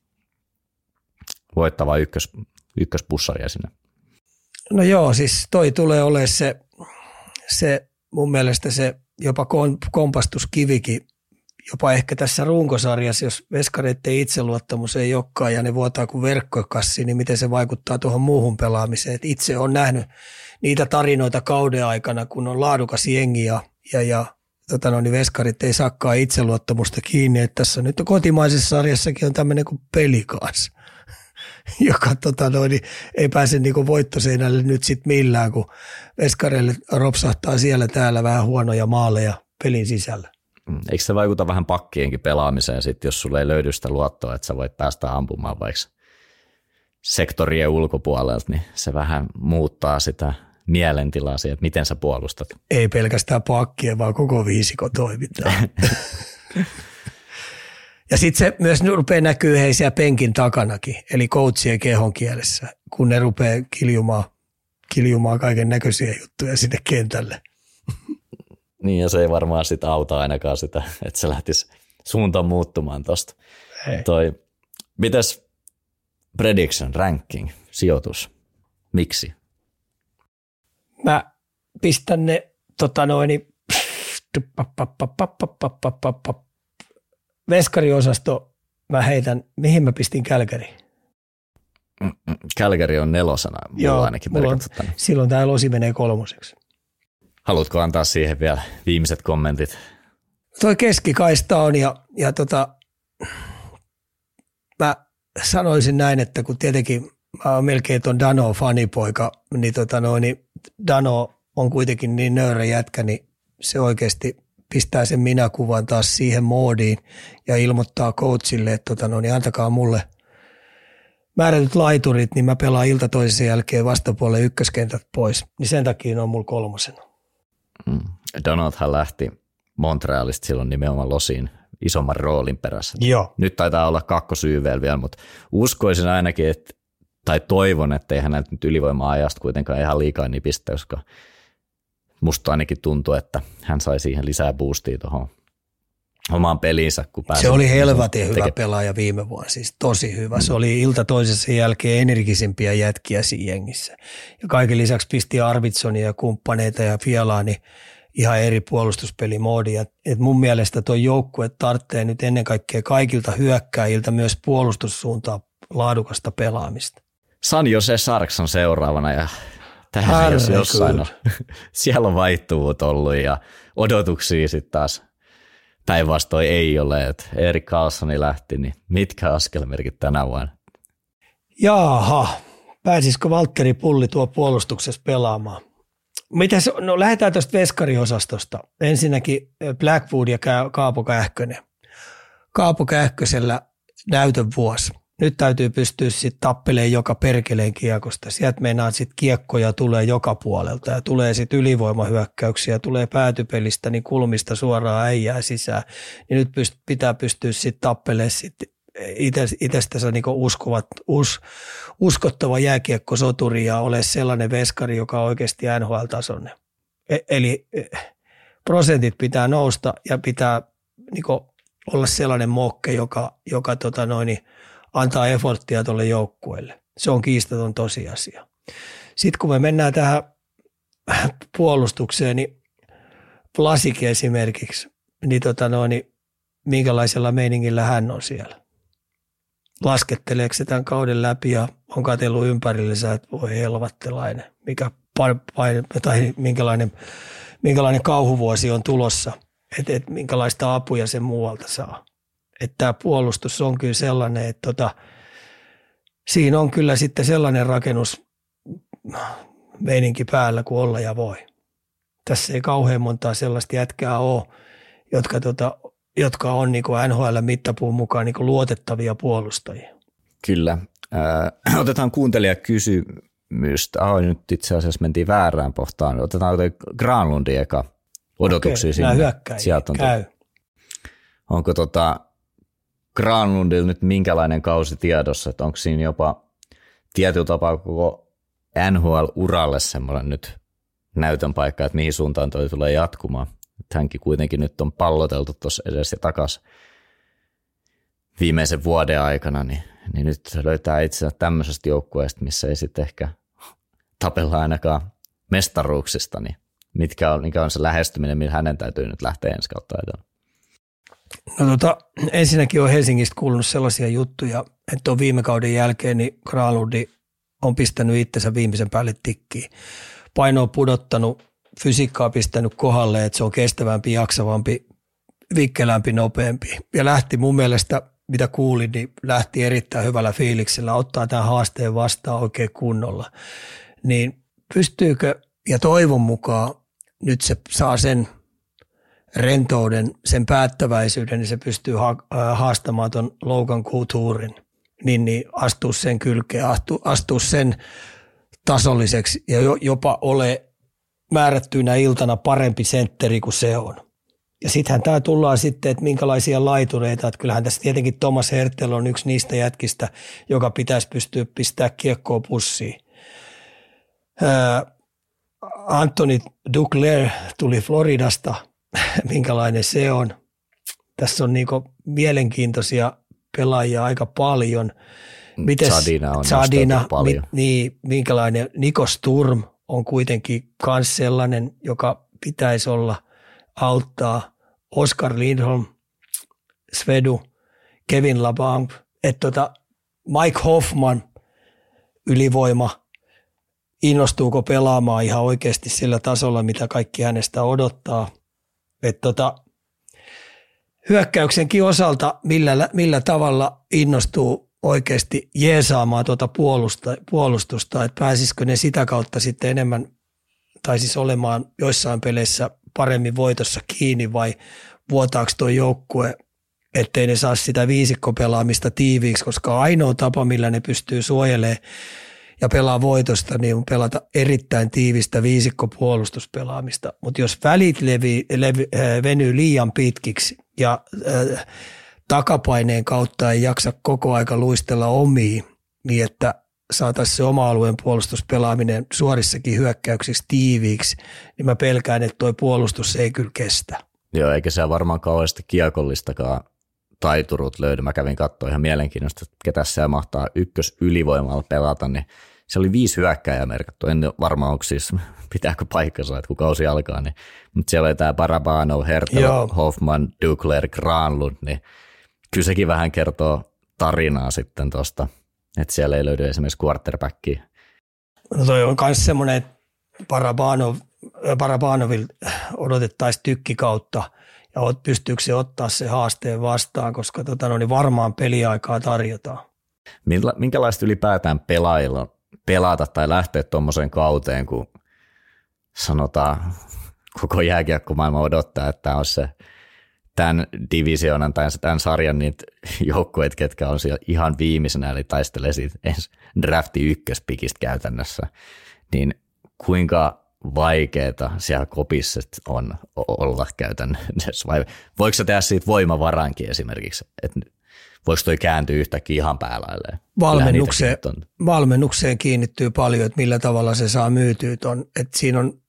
ykköspussaria sinne. No joo, siis toi tulee olemaan se mun mielestä se jopa kompastuskivikin jopa ehkä tässä runkosarjassa, jos veskareiden itseluottamus ei olekaan ja ne vuotaa kuin verkkokassi, niin miten se vaikuttaa tuohon muuhun pelaamiseen. Et itse olen nähnyt niitä tarinoita kauden aikana, kun on laadukas jengi ja niin veskarit ei saakaan itseluottamusta kiinni. Et tässä nyt kotimaisessa sarjassakin on tämmöinen kuin Pelicans, joka ei pääse niinku voittoseinälle nyt sitten millään, kun veskareille ropsahtaa siellä täällä vähän huonoja maaleja pelin sisällä. Eikö se vaikuta vähän pakkienkin pelaamiseen sitten, jos sulle ei löydy sitä luottoa, että sä voit päästä ampumaan vaikka sektorien ulkopuolelta, niin se vähän muuttaa sitä mielentilaa siihen, että miten sä puolustat. Ei pelkästään pakkien, vaan koko viisikko toimintaa. Ja sitten se myös rupeaa näkyy heisiä penkin takanakin, eli coachien kehon kielessä, kun ne rupeaa kiljumaan kaiken näköisiä juttuja sinne kentälle. Niin, ja se ei varmaan sitä auta ainakaan sitä, että se lähtisi suuntaan muuttumaan tosta. Mites prediction, ranking, sijoitus, miksi? Mä pistän ne veskariosasto, mä heitän, mihin mä pistin Kälkäriin? Kälkäri on 4, mulla ainakin merkitty. Silloin tää Losi menee 3. Haluatko antaa siihen vielä viimeiset kommentit? Toi keskikaista on ja mä sanoisin näin, että kun tietenkin mä oon melkein ton Dano fanipoika, niin, niin Dano on kuitenkin niin nöyrä jätkä, niin se oikeasti pistää sen minäkuvan taas siihen moodiin ja ilmoittaa coachille, että niin antakaa mulle määrätyt laiturit, niin mä pelaan ilta toisen jälkeen vastapuolelle ykköskentät pois. Niin sen takia ne on mulla 3. Donaldhan lähti Montrealista silloin nimenomaan Losiin isomman roolin perässä. Joo. Nyt taitaa olla 2. YV:llä vielä, mutta uskoisin ainakin, tai toivon, että ei häneltä nyt ylivoima-ajasta kuitenkaan ihan liikaa nipistä, koska musta ainakin tuntuu, että hän sai siihen lisää boostia tuohon omaan peliinsä. Kun se oli helvetin hyvä pelaaja viime vuonna, siis tosi hyvä. Se oli ilta toisessa jälkeen energisempiä jätkiä siinä jengissä. Ja kaiken lisäksi pisti Arvidssonia ja kumppaneita ja Fialaani ihan eri puolustuspelimoodia. Et mun mielestä tuo joukkue tarvitsee nyt ennen kaikkea kaikilta hyökkääjiltä myös puolustussuuntaan laadukasta pelaamista. San Jose Sharks on seuraavana ja tähän jos jossain on. Siellä on vaihtuvuut ollut ja odotuksia sitten taas päinvastoin ei ole. että Erik Karlssoni lähti, niin mitkä askelmerkit tänä vuonna? Jaaha, pääsisikö Valtteri Pulli tuo puolustuksessa pelaamaan? No lähdetään tuosta veskariosastosta. Ensinnäkin Blackwood ja Kaapo Kähkönen. Kaapo Kähkösellä näytön vuosi. Nyt täytyy pystyä sitten tappelemaan joka perkeleen kiekosta. Sieltä meinaa sitten kiekkoja tulee joka puolelta ja tulee sitten ylivoimahyökkäyksiä, tulee päätypelistä, niin kulmista suoraan äijää sisään. Niin nyt pitää pystyä sitten tappelemaan sitten itsestänsä niin uskottava jääkiekkosoturi ja ole sellainen veskari, joka on oikeasti NHL-tasoinen. Eli prosentit pitää nousta ja pitää niin olla sellainen mokke, joka antaa efforttia tuolle joukkueelle. Se on kiistaton tosiasia. Sitten kun me mennään tähän puolustukseen, niin Vlasic esimerkiksi, niin, minkälaisella meiningillä hän on siellä? Lasketteleeko se tämän kauden läpi ja on katsellut ympärillensä, että voi helvattelainen, tai minkälainen kauhuvuosi on tulossa, että minkälaista apuja sen muualta saa. Että tämä puolustus on kyllä sellainen, että siinä on kyllä sitten sellainen rakennusmeininki päällä kuin olla ja voi. Tässä ei kauhean montaa sellaista jätkää ole, jotka on niin kuin NHL-mittapuun mukaan niin kuin luotettavia puolustajia. Kyllä. Otetaan kuuntelijakysymystä. Nyt itse asiassa mentiin väärään pohtaan. Otetaan Granlundin eka odotuksia sinne. Sieltä käy. Onko Granlundilla nyt minkälainen kausi tiedossa, että onko siinä jopa tietyllä tapaa koko NHL-uralle semmoinen nyt näytön paikka, että mihin suuntaan toi tulee jatkumaan. Hänkin kuitenkin nyt on palloteltu tuossa edes ja takaisin viimeisen vuoden aikana, niin nyt löytää itseään tämmöisestä joukkueesta, missä ei sitten ehkä tapella ainakaan mestaruuksista, niin mikä on se lähestyminen, millä hänen täytyy nyt lähteä ensi kautta ajatella? No ensinnäkin on Helsingistä kuulunut sellaisia juttuja, että on viime kauden jälkeen niin Granlund on pistänyt itsensä viimeisen päälle tikkiin. Paino on pudottanut, fysiikkaa pistänyt kohdalle, että se on kestävämpi, jaksavampi, vikkelämpi, nopeampi. Ja lähti mun mielestä, mitä kuulin, niin lähti erittäin hyvällä fiiliksellä, ottaa tämän haasteen vastaan oikein kunnolla. Niin pystyykö, ja toivon mukaan nyt se saa sen rentouden, sen päättäväisyyden, niin se pystyy haastamaan ton Logan Coutourin, niin astuu sen kylkeen, astuu sen tasolliseksi ja jopa ole määrättyinä iltana parempi sentteri kuin se on. Ja sittenhän tämä tullaan sitten, että minkälaisia laitureita, että kyllähän tässä tietenkin Thomas Hertel on yksi niistä jätkistä, joka pitäisi pystyä pistämään kiekkoa pussiin. Anthony Duclair tuli Floridasta, minkälainen se on. Tässä on niinku mielenkiintoisia pelaajia aika paljon. Zadina on paljon. Minkälainen Nico Sturm on kuitenkin myös sellainen, joka pitäisi olla auttaa. Oskar Lindholm, Svedu, Kevin Labanc, että Mike Hoffman, ylivoima, innostuuko pelaamaan ihan oikeasti sillä tasolla, mitä kaikki hänestä odottaa. Että hyökkäyksenkin osalta, millä tavalla innostuu oikeasti jeesaamaan puolustusta, että pääsisikö ne sitä kautta sitten enemmän, tai siis olemaan joissain peleissä paremmin voitossa kiinni, vai vuotaako tuo joukkue, ettei ne saa sitä viisikkopelaamista tiiviiksi, koska ainoa tapa, millä ne pystyy suojelemaan ja pelaa voitosta, niin on pelata erittäin tiivistä viisikkopuolustuspelaamista. Mutta jos välit venyy liian pitkiksi ja takapaineen kautta ei jaksa koko aika luistella omiin, niin että saataisiin se oma-alueen puolustuspelaaminen suorissakin hyökkäyksiksi tiiviiksi, niin mä pelkään, että tuo puolustus ei kyllä kestä. Joo, eikä se varmaan kauheasti kiekollistakaan taiturut löydy. Mä kävin katsoa ihan mielenkiintoista, että ketä se mahtaa ykkösylivoimalla pelata, niin se oli 5 hyökkääjää merkattu. En varmaan onko siis, pitääkö paikkansa, että kun kausi alkaa, niin, mutta siellä oli tämä Barabanov, Hertel, Hoffman, Duclair, Granlund, niin kyllä sekin vähän kertoo tarinaa sitten tuosta, että siellä ei löydy esimerkiksi quarterbackia. No toi on myös semmoinen, että Barabanovilla odotettaisiin tykkikautta ja pystyykö se ottaa se haasteen vastaan, koska niin varmaan peliaikaa tarjotaan. Minkälaista ylipäätään pelaajilla pelata tai lähteä tuommoiseen kauteen, kun sanotaan koko jääkiekkomaailma odottaa, että tämä on se tämän divisioonan tai tämän sarjan niitä joukkueet, ketkä on siellä ihan viimeisenä, eli taistelee siitä ensi drafti ykköspikistä käytännössä, niin kuinka vaikeaa siellä kopissa on olla käytännössä, vai voiko se tehdä siitä voimavarankin esimerkiksi, että voiko toi kääntyä yhtäkkiä ihan päälailleen? Valmennukseen kiinnittyy paljon, että millä tavalla se saa myytyä ton, että siinä on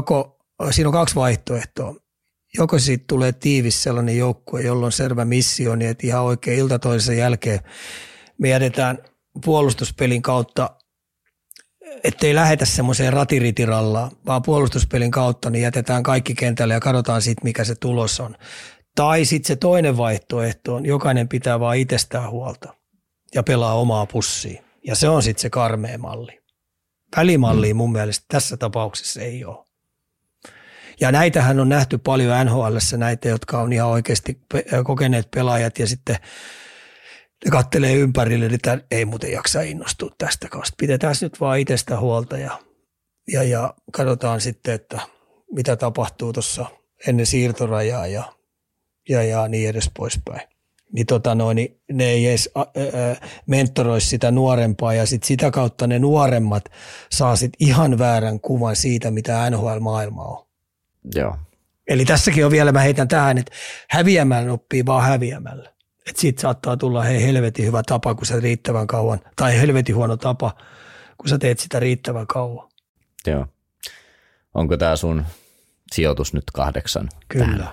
2 vaihtoehtoa. Joko siitä tulee tiivis sellainen joukkue, jolla on selvä missio, niin että ihan oikein ilta toisen jälkeen me jätetään puolustuspelin kautta, ettei lähetä semmoiseen ratiritirallaan, vaan puolustuspelin kautta niin jätetään kaikki kentälle ja katsotaan sitten, mikä se tulos on. Tai sitten se toinen vaihtoehto on, jokainen pitää vaan itsestään huolta ja pelaa omaa pussiin. Ja se on sitten se karmea malli. Välimallia mun mielestä tässä tapauksessa ei ole. Ja näitähän on nähty paljon NHL:ssä, näitä, jotka on ihan oikeasti kokeneet pelaajat ja sitten ne kattelee ympärille, että ei muuten jaksa innostua tästä kanssa. Pidetään nyt vaan itsestä huolta ja katsotaan sitten, että mitä tapahtuu tuossa ennen siirtorajaa ja niin edes poispäin. Niin ne ei edes mentoroisi sitä nuorempaa ja sit sitä kautta ne nuoremmat saa sit ihan väärän kuvan siitä, mitä NHL-maailma on. Joo. Eli tässäkin on vielä, mä heitän tähän, että häviämällä oppii vaan häviämällä. Että siitä saattaa tulla helvetin hyvä tapa, kun sä riittävän kauan, tai helvetin huono tapa, kun sä teet sitä riittävän kauan. Joo. Onko tää sun sijoitus nyt 8? Kyllä.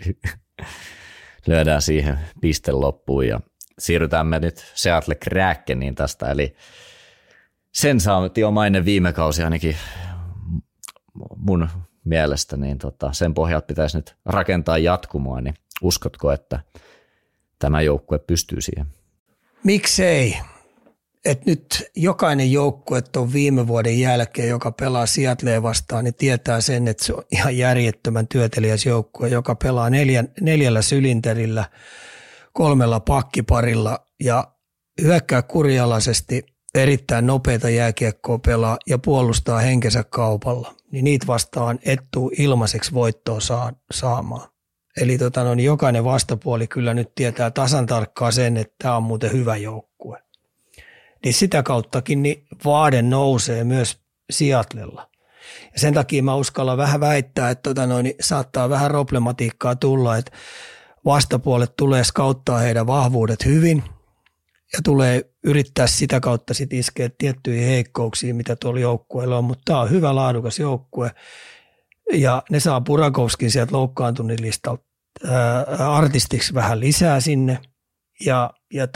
Lyödään siihen piste loppuun ja siirrytään me nyt Seattle Krakeniin tästä, eli sen saatiin omainen viime kausi ainakin mun mielestä, niin sen pohjalta pitäisi nyt rakentaa jatkumoa, niin uskotko, että tämä joukkue pystyy siihen? Miksei? Et nyt jokainen joukkue on viime vuoden jälkeen, joka pelaa Seattlea vastaan, niin tietää sen, että se on ihan järjettömän työtelijäs joukkue, joka pelaa neljällä sylinterillä, 3 pakkiparilla ja hyökkää kurialaisesti, erittäin nopeita jääkiekkoa pelaa ja puolustaa henkensä kaupalla. Niin niitä vastaan et tuu ilmaiseksi voittoa saamaan. Eli jokainen vastapuoli kyllä nyt tietää tasan tarkkaan sen, että tämä on muuten hyvä joukkue. Niin sitä kauttakin niin vaade nousee myös Seattlella. Ja sen takia mä uskallan vähän väittää, että saattaa vähän problematiikkaa tulla, että vastapuolet tulee skauttaa heidän vahvuudet hyvin ja tulee yrittää sitä kautta sitten iskeä tiettyihin heikkouksiin, mitä tuolla joukkueella on, mutta tämä on hyvä laadukas joukkue ja ne saa Burakovskin sieltä loukkaantunelistalta artistiksi vähän lisää sinne ja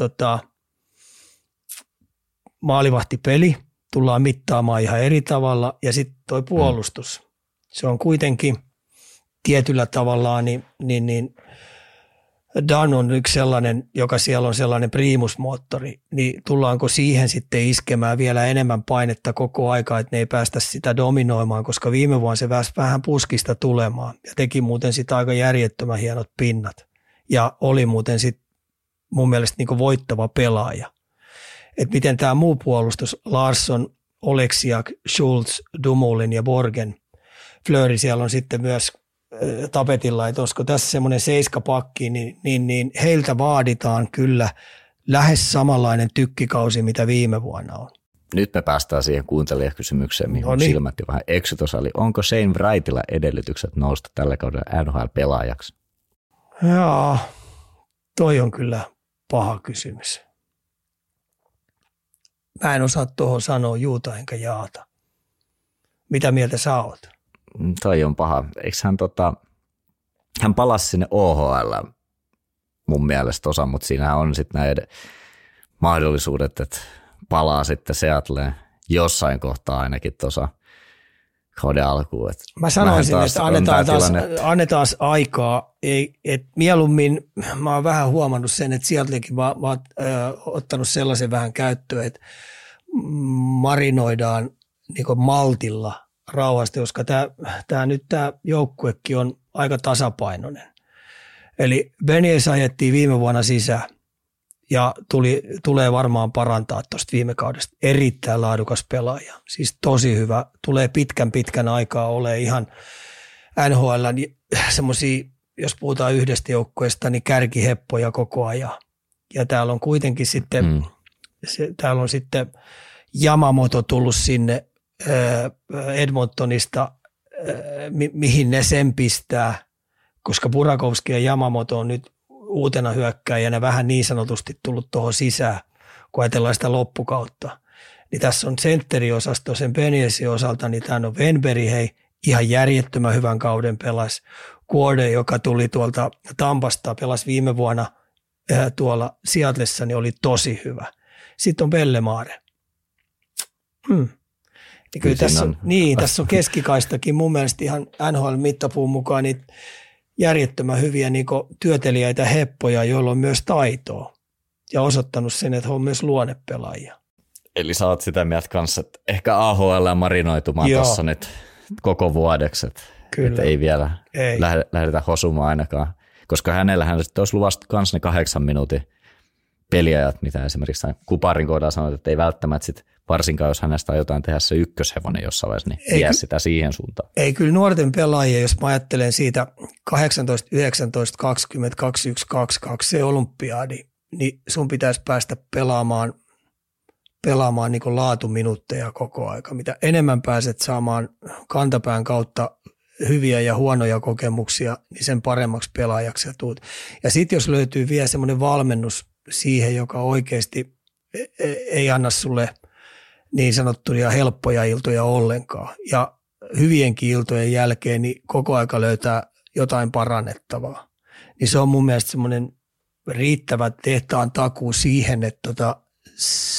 maalivahtipeli tullaan mittaamaan ihan eri tavalla ja sitten toi puolustus, se on kuitenkin tietyllä tavallaan niin Dan on yksi sellainen, joka siellä on sellainen priimusmoottori, niin tullaanko siihen sitten iskemään vielä enemmän painetta koko aika, että ne ei päästä sitä dominoimaan, koska viime vuonna se pääsi vähän puskista tulemaan ja teki muuten sitä aika järjettömän hienot pinnat ja oli muuten sitten mun mielestä niin kuin voittava pelaaja. Että miten tämä muu puolustus, Larsson, Oleksiak, Schultz, Dumoulin ja Borgen, Fleury siellä on sitten myös tapetilla, että olisiko tässä semmoinen 7-pakki, niin heiltä vaaditaan kyllä lähes samanlainen tykkikausi, mitä viime vuonna on. Nyt me päästään siihen kuuntelijakysymykseen, mihin no niin. Silmät jo vähän eksytos oli. Onko Shane Wrightilla edellytykset nousta tällä kaudella NHL-pelaajaksi? Jaa, toi on kyllä paha kysymys. Mä en osaa tuohon sanoa juuta enkä jaata. Mitä mieltä sä oot? Toi on paha. Eikö hän palasi sinne OHL mun mielestä osa, mutta siinä on sitten näiden mahdollisuudet, että palaa sitten Seattleen jossain kohtaa ainakin tuossa kauden alkuun. Mä sanoisin, että annetaan aikaa. Et mieluummin mä oon vähän huomannut sen, että Seattlekin mä oon ottanut sellaisen vähän käyttöön, että marinoidaan niin maltilla rauhasti, koska tämä joukkuekin on aika tasapainoinen. Eli Benies ajettiin viime vuonna sisään ja tulee varmaan parantaa tuosta viime kaudesta. Erittäin laadukas pelaaja, siis tosi hyvä. Tulee pitkän aikaa ole ihan NHL:n semmoisia, jos puhutaan yhdestä joukkueesta, niin kärkiheppoja koko ajan. Ja täällä on kuitenkin sitten, täällä on sitten Yamamoto tullut sinne Edmontonista, mihin ne sen pistää, koska Burakovski ja Yamamoto on nyt uutena hyökkääjänä vähän niin sanotusti tullut tuohon sisään, kun ajatellaan sitä loppukautta. Niin tässä on sentteriosasto sen Beniesin osalta, niin tämä on Wenberg, hei, ihan järjettömän hyvän kauden pelasi. Guode, joka tuli tuolta Tampasta, pelasi viime vuonna tuolla Seattlessa, niin oli tosi hyvä. Sitten on Bellemare. Niin kyllä tässä on keskikaistakin mun mielestä ihan NHL-mittapuun mukaan niin järjettömän hyviä niin työtelijäitä heppoja, joilla on myös taitoa ja osoittanut sen, että he on myös luonnepelaajia. Eli sä oot sitä mieltä kanssa, että ehkä AHL marinoitumaan tuossa nyt koko vuodeksi, että ei vielä lähdetä hosumaan ainakaan, koska hänellähän sitten olisi luvasta myös ne 8 minuutin peliajat, mitä esimerkiksi Kuparin kohdalla sanoit, että ei välttämättä sit, varsinkaan jos hänestä on jotain tehdä se ykköshevonen jossain vaiheessa, niin vie sitä siihen suuntaan. Ei kyllä nuorten pelaajia, jos mä ajattelen siitä 18, 19, 20, 21, 22 se olympiadi, niin sun pitäisi päästä pelaamaan niin kuin laatuminuutteja koko aika. Mitä enemmän pääset saamaan kantapään kautta hyviä ja huonoja kokemuksia, niin sen paremmaksi pelaajaksi sä tuut. Ja sitten jos löytyy vielä semmoinen valmennus siihen, joka oikeasti ei anna sulle niin sanottuja helppoja iltoja ollenkaan. Ja hyvienkin iltojen jälkeen niin koko aika löytää jotain parannettavaa. Niin se on mun mielestä semmoinen riittävä tehtaan takuu siihen, että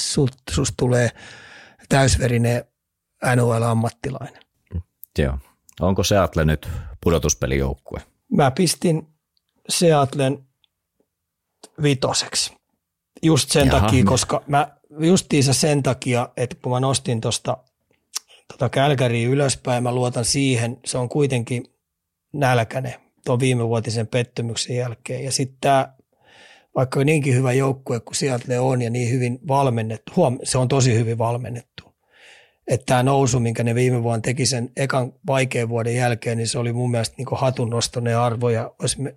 susta tulee täysverinen NHL-ammattilainen. Joo, Onko Seattle nyt pudotuspelijoukkue? Mä pistin Seattlen 5. Just sen takia, koska justiinsa sen takia, että kun mä nostin tuosta Calgarya ylöspäin, mä luotan siihen, se on kuitenkin nälkäinen tuon viimevuotisen pettymyksen jälkeen. Ja sitten tämä, vaikka niinkin hyvä joukkue kuin Seattle on ja niin hyvin valmennettu, se on tosi hyvin valmennettu. Että tämä nousu, minkä ne viime vuonna teki sen ekan vaikean vuoden jälkeen, niin se oli mun mielestä niin hatunnostoinen arvo ja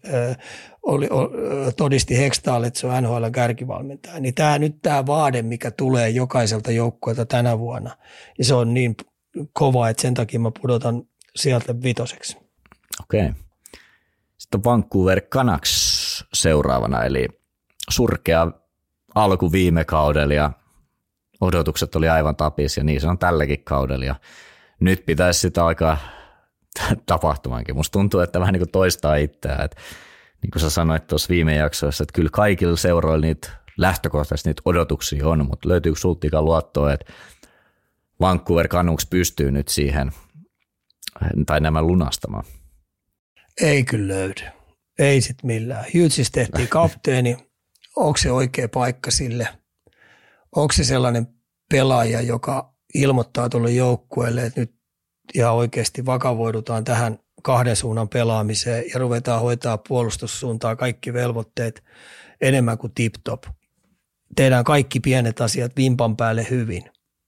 todisti Hextall, että se on NHL kärkivalmentaja. Niin tämä vaade, mikä tulee jokaiselta joukkueelta tänä vuonna, niin se on niin kova, että sen takia mä pudotan sieltä 5. Okei. Sitten on Vancouver Canucks seuraavana, eli surkea alku viime kaudella ja odotukset oli aivan tapissa ja niin se on tälläkin kaudella ja nyt pitäisi sitä alkaa tapahtumaankin. Musta tuntuu, että vähän niin kuin toistaa itseään, että niin kuin sä sanoit tuossa viime jaksoissa, että kyllä kaikilla seuroilla niitä lähtökohtaisesti niitä odotuksia on, mutta löytyykö sultakaan luottoa, että Vancouver Canucks pystyy nyt siihen tai nämä lunastamaan? Ei kyllä löydy. Ei sit millään. Hughes tehtiin kapteeni. Onko se oikea paikka sille? Onko se sellainen pelaaja, joka ilmoittaa tuolle joukkueelle, että nyt ihan oikeasti vakavoidutaan tähän 2 suunnan pelaamiseen ja ruvetaan hoitaa puolustussuuntaa kaikki velvoitteet enemmän kuin tip-top. Tehdään kaikki pienet asiat vimpan päälle hyvin.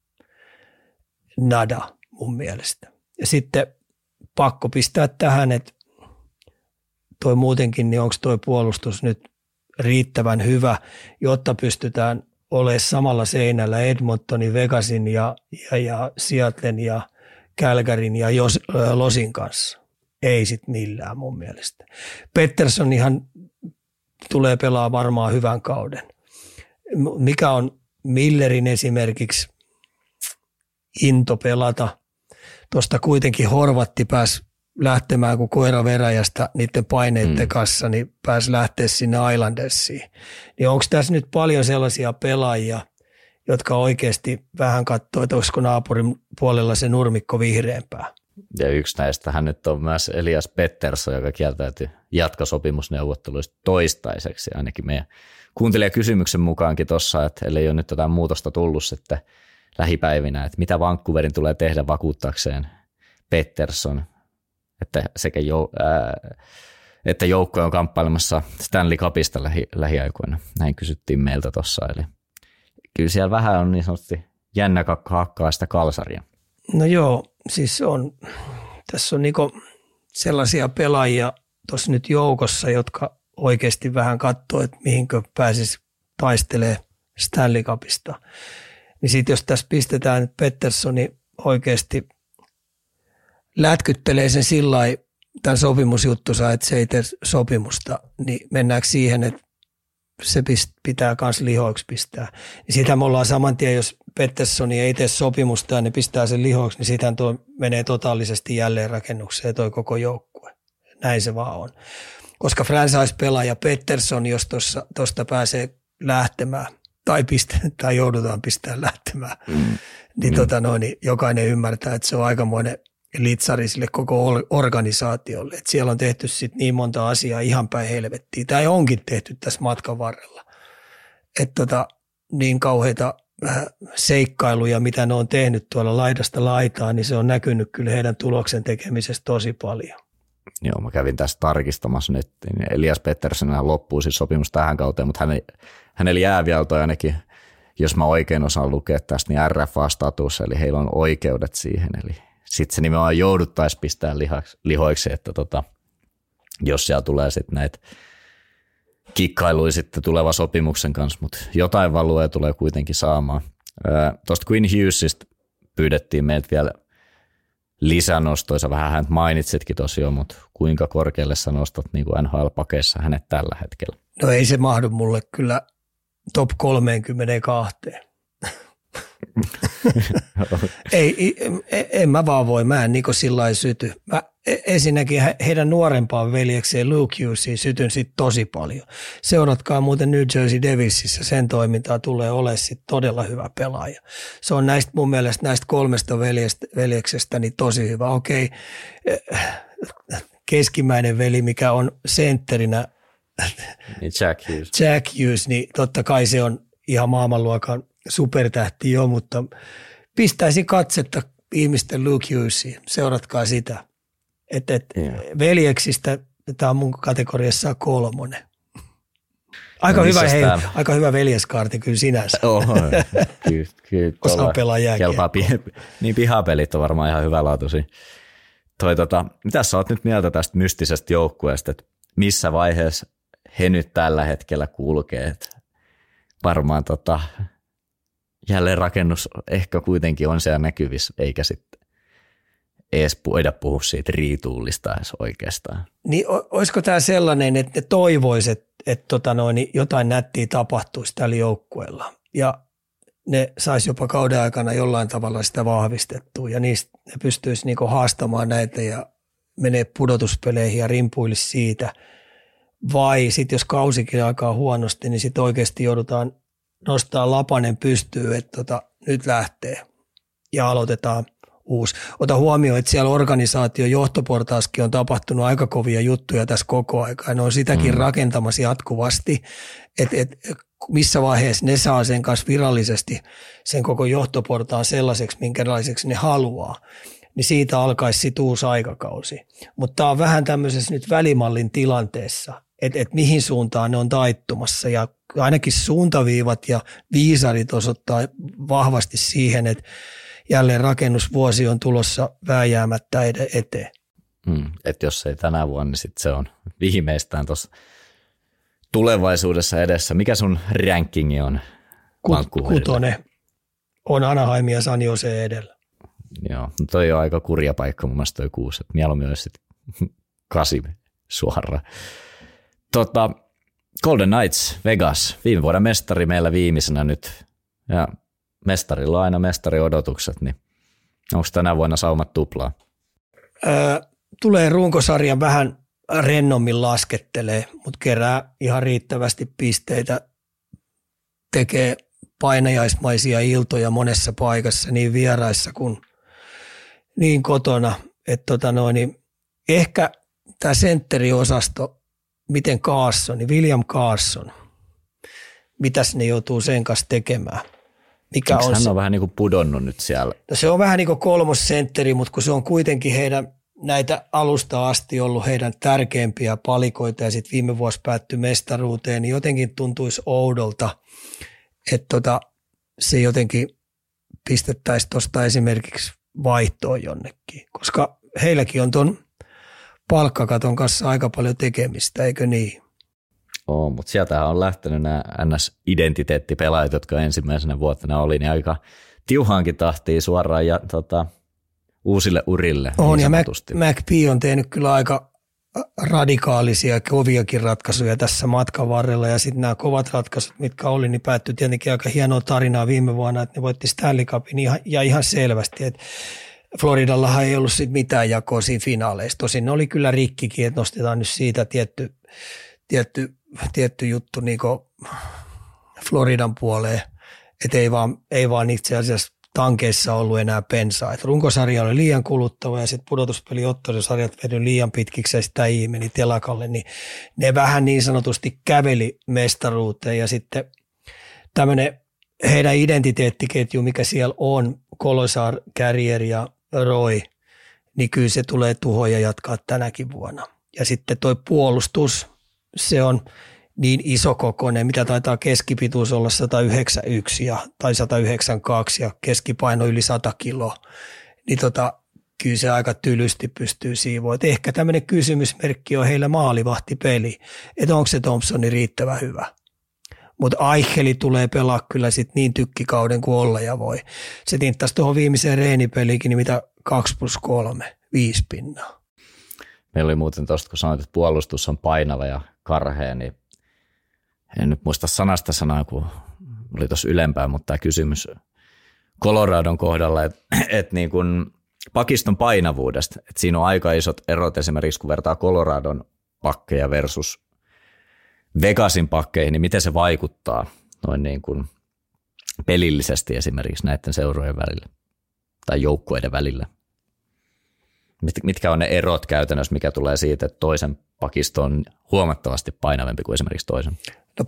Nada mun mielestä. Ja sitten pakko pistää tähän, että toi muutenkin, niin onko toi puolustus nyt riittävän hyvä, jotta pystytään olemaan samalla seinällä Edmontonin, Vegasin ja Seattlen ja Calgaryn ja Losin kanssa. Ei sit millään mun mielestä. Pettersson ihan tulee pelaa varmaan hyvän kauden. Mikä on Millerin esimerkiksi into pelata? Tuosta kuitenkin Horvatti pääsi lähtemään kuin koira veräjästä niiden paineiden kanssa, niin pääsi lähteä sinne Islandersiin. Niin onko tässä nyt paljon sellaisia pelaajia, jotka oikeasti vähän katsoo, että olisiko naapurin puolella se nurmikko vihreämpää? Ja yksi näistähän nyt on myös Elias Pettersson, joka kieltäytyi jatkosopimusneuvotteluista toistaiseksi, ainakin meidän kuuntelijakysymyksen mukaankin tuossa, että ellei ole nyt jotain muutosta tullut sitten lähipäivinä, että mitä Vancouverin tulee tehdä vakuuttaakseen Pettersson, että joukkue on kamppailemassa Stanley Cupista lähiaikoina. Näin kysyttiin meiltä tuossa. Eli kyllä siellä vähän on niin sanotusti jännä hakkaa sitä kalsaria. No joo, siis tässä on niinku sellaisia pelaajia tuossa nyt joukossa, jotka oikeasti vähän katsoo, että mihinkö pääsisi taistelemaan Stanley Cupista. Niin sitten jos tässä pistetään Petterssoni oikeasti lätkyttelee sen sillai tämän sopimusjuttusa, että se ei tee sopimusta, niin mennäänkö siihen, että se pitää myös lihoiksi pistää. Ja sitä me ollaan saman tien, jos Petterssoni ei tee sopimusta ja ne pistää sen lihoiksi, niin sitähän tuo menee totaalisesti jälleenrakennukseen toi koko joukkue. Näin se vaan on. Koska franchise-pelaaja Pettersson, jos tuosta pääsee lähtemään tai joudutaan pistämään lähtemään, niin jokainen ymmärtää, että se on aikamoinen litsari sille koko organisaatiolle. Et siellä on tehty sit niin monta asiaa ihan päin helvettiä. Tai onkin tehty tässä matkan varrella. Että niin kauheita seikkailuja, mitä ne on tehnyt tuolla laidasta laitaan, niin se on näkynyt kyllä heidän tuloksen tekemisestä tosi paljon. Joo, mä kävin tässä tarkistamassa nyt. Elias Pettersson loppuu siis sopimus tähän kauteen, mutta hänellä jää vielä toi ainakin, jos mä oikein osaan lukea tästä, niin RFA-status, eli heillä on oikeudet siihen, eli sitten se nimenomaan jouduttaisiin pistää lihoiksi, että jos siellä tulee sitten näitä kikkailuja sitten tulevan sopimuksen kanssa, mutta jotain valuea tulee kuitenkin saamaan. Tuosta Quinn Hughesista pyydettiin meiltä vielä lisänostoja, sä vähän häntä mainitsitkin tosiaan, mutta kuinka korkealle sä nostat niin kuin NHL-pakeissa hänet tällä hetkellä? No ei se mahdu mulle kyllä top 32. En mä vaan voi, mä en niin sillä lailla syty. Mä ensinnäkin heidän nuorempaan veljekseen Luke Hughesiin sytyn sit tosi paljon. Seuratkaa muuten New Jersey Devilsissä, sen toimintaa tulee olemaan sit todella hyvä pelaaja. Se on näistä mun mielestä näistä 3 veljeksestä niin tosi hyvä. Okei, keskimmäinen veli, mikä on sentterinä niin Jack Hughes, niin totta kai se on ihan maailmanluokan supertähti jo, mutta pistäisi katsetta ihmisten Luke Hughesiin. Seuratkaa sitä. Veljeksistä, tämä on mun kategoriassa 3. Aika hyvä veljeskaarti kyllä sinänsä. Kyllä osaa pelaa jääkiekkoa. Niin pihapelit on varmaan ihan hyvälaatuisia. Mitä sä oot nyt mieltä tästä mystisestä joukkueesta, että missä vaiheessa he nyt tällä hetkellä kulkee? Varmaan jälleenrakennus ehkä kuitenkin on siellä näkyvissä, eikä sitten edes voida puhua siitä riituullista edes oikeastaan. Niin olisiko tämä sellainen, että ne toivoisivat, että jotain nättiä tapahtuisi tällä joukkueella ja ne saisi jopa kauden aikana jollain tavalla sitä vahvistettua ja niistä ne pystyisi niinku haastamaan näitä ja menee pudotuspeleihin ja rimpuilisi siitä. Vai sitten jos kausikin alkaa huonosti, niin sitten oikeasti joudutaan nostaa lapanen pystyyn, että nyt lähtee ja aloitetaan uusi. Ota huomioon, että siellä organisaation johtoportaaskin on tapahtunut aika kovia juttuja tässä koko aika. Ne on sitäkin rakentamassa jatkuvasti, että missä vaiheessa ne saa sen kanssa virallisesti sen koko johtoportaan sellaiseksi, minkälaiseksi ne haluaa. Niin siitä alkaisi sitten uusi aikakausi. Mutta tämä on vähän tämmöisessä nyt välimallin tilanteessa, että mihin suuntaan ne on taittumassa ja ainakin suuntaviivat ja viisarit osoittaa vahvasti siihen, että jälleen rakennusvuosi on tulossa vääjäämättä eteen. Että jos ei tänä vuonna, niin sitten se on viimeistään tuossa tulevaisuudessa edessä. Mikä sun rankingi on? 6 on Anaheim ja San Jose edellä. Joo, toi on aika kurja paikka mun mielestä toi 6. Mieluummin olisi sitten 8 suoraan. Golden Knights, Vegas, viime vuoden mestari meillä viimeisenä nyt. Ja mestarilla on aina mestariodotukset, niin onko tänä vuonna saumat tuplaa? Tulee runkosarjan vähän rennommin laskettelee, mutta kerää ihan riittävästi pisteitä, tekee painajaismaisia iltoja monessa paikassa, niin vieraissa kuin niin kotona. Että ehkä tämä sentteriosasto, miten William Carson, mitäs ne joutuu sen kanssa tekemään? Mikä on hän on vähän niin kuin pudonnut nyt siellä? No se on vähän niin kuin 3. sentteri, mutta kun se on kuitenkin heidän näitä alusta asti ollut heidän tärkeimpiä palikoita ja sitten viime vuosi päättyi mestaruuteen, niin jotenkin tuntuisi oudolta, että se jotenkin pistettäisiin tuosta esimerkiksi vaihtoon jonnekin, koska heilläkin on tuon palkkakaton kanssa aika paljon tekemistä, eikö niin? Mutta sieltähän on lähtenyt nämä NS-identiteettipelaajat, jotka ensimmäisenä vuotena oli, niin aika tiuhaankin tahtiin suoraan ja uusille urille. On, ja McPhee on tehnyt kyllä aika radikaalisia, koviakin ratkaisuja tässä matkan varrella, ja sitten nämä kovat ratkaisut, mitkä oli, niin päättyi tietenkin aika hienoa tarinaa viime vuonna, että ne voitti Stanley Cupin ihan selvästi, että Floridallahan ei ollut sit mitään jakoa siinä finaaleissa. Tosin ne oli kyllä rikkikin, että nostetaan nyt siitä tietty juttu niin Floridan puoleen, että ei vaan itse asiassa tankeissa ollut enää pensaa. Et runkosarja oli liian kuluttava ja sitten pudotuspeliottelusarjat vedy liian pitkiksi ja sitä ei meni telakalle, niin ne vähän niin sanotusti käveli mestaruuteen ja sitten tämmöinen heidän identiteettiketju, mikä siellä on, Kolosar, Carrier ja Roy, niin kyllä se tulee tuhoja jatkaa tänäkin vuonna. Ja sitten toi puolustus, se on niin isokokoinen, mitä taitaa keskipituus olla 191 tai 192 ja keskipaino yli 100 kiloa, niin kyllä se aika tylysti pystyy siivoamaan. Ehkä tämmöinen kysymysmerkki on heillä maalivahtipeli, että onko se Thompsoni riittävän hyvä. Mutta Eicheli tulee pelaa kyllä sit niin tykkikauden kuin olla ja voi. Se tinttasi tuohon viimeiseen reenipeliinkin, niin mitä 2+3, 5 pinnaa. Meillä oli muuten tuosta, kun sanoit, että puolustus on painava ja karhea, niin en nyt muista sanasta sanaa, kun oli tuossa ylempää, mutta tämä kysymys Coloradon kohdalla, että niin kuin pakiston painavuudesta, että siinä on aika isot erot esimerkiksi, kun vertaa Coloradon pakkeja versus Vegasin pakkeihin, niin miten se vaikuttaa noin niin kuin pelillisesti esimerkiksi näiden seurojen välillä tai joukkueiden välillä. Mitkä on ne erot käytännössä, mikä tulee siitä, että toisen pakisto on huomattavasti painavampi kuin esimerkiksi toisen? No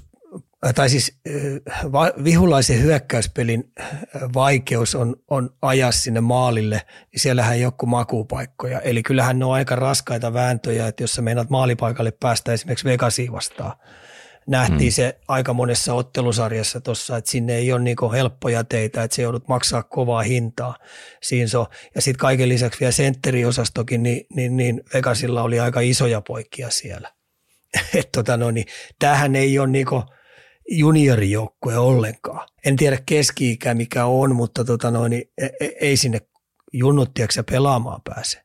vihulaisen hyökkäyspelin vaikeus on ajaa sinne maalille, niin siellähän ei ole kuin makuupaikkoja. Eli kyllähän ne on aika raskaita vääntöjä, että jos sä meinaat maalipaikalle päästä esimerkiksi Vegasiin vastaan. Nähtiin se aika monessa ottelusarjassa tuossa, että sinne ei ole niinku helppoja teitä, että se joudut maksaa kovaa hintaa. Siinä se on. Ja sitten kaiken lisäksi vielä sentteriosastokin, niin Vegasilla oli aika isoja poikkia siellä. Tämähän ei ole niinku juniorijoukkue ollenkaan. En tiedä keski-ikä mikä on, mutta ei sinne junnuttiaksi pelaamaan pääse.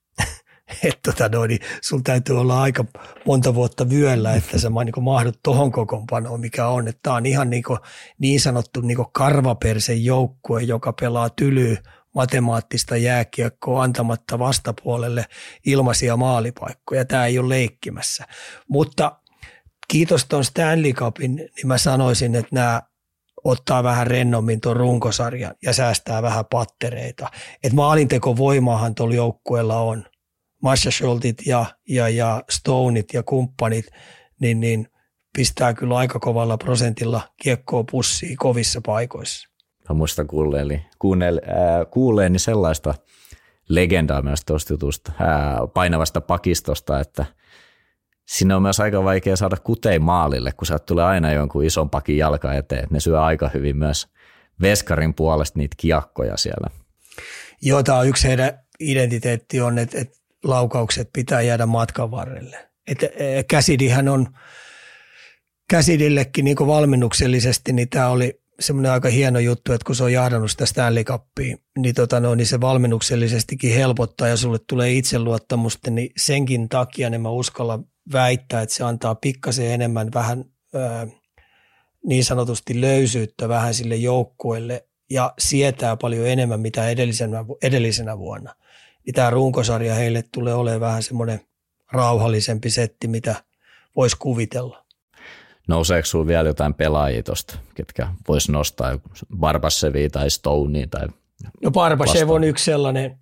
Sun täytyy olla aika monta vuotta vyöllä, että sä mahdut tohon kokoonpanoon, mikä on. Tämä on ihan niin sanottu karvapersen joukkue, joka pelaa tylyä matemaattista jääkiekkoa antamatta vastapuolelle ilmaisia maalipaikkoja. Tämä ei ole leikkimässä. Mutta kiitos tuon Stanley Cupin, niin mä sanoisin, että nämä ottaa vähän rennommin tuon runkosarjan ja säästää vähän pattereita. Että maalintekovoimaahan tuolla joukkueella on. Massachusettit ja Stoneit ja kumppanit, niin pistää kyllä aika kovalla prosentilla kiekkoa pussiin kovissa paikoissa. Mä muistan kuulleeni sellaista legendaa myös tuosta jutusta, painavasta pakistosta, että sinne on myös aika vaikea saada kutein maalille, kun sieltä tulee aina jonkun ison pakin jalka eteen. Että ne syö aika hyvin myös veskarin puolesta niitä kiekkoja siellä. Joo, tämä on yksi heidän identiteetti on, että laukaukset pitää jäädä matkan varrelle. Cassidyhän on Cassidyllekin niin valmennuksellisesti, niin tämä oli semmoinen aika hieno juttu, että kun se on jahdannut sitä Stanley Cupia, niin se valmennuksellisestikin helpottaa ja sulle tulee itseluottamusta, niin senkin takia niin mä uskallan väittää, että se antaa pikkasen enemmän vähän niin sanotusti löysyyttä vähän sille joukkueelle ja sietää paljon enemmän mitä edellisenä vuonna. Niin tämä runkosarja heille tulee olemaan vähän semmoinen rauhallisempi setti, mitä voisi kuvitella. Nouseeko sinulla vielä jotain pelaajia tuosta, ketkä voisi nostaa, Barbashevia tai Stonea? Tai no Barbashev on yksi sellainen,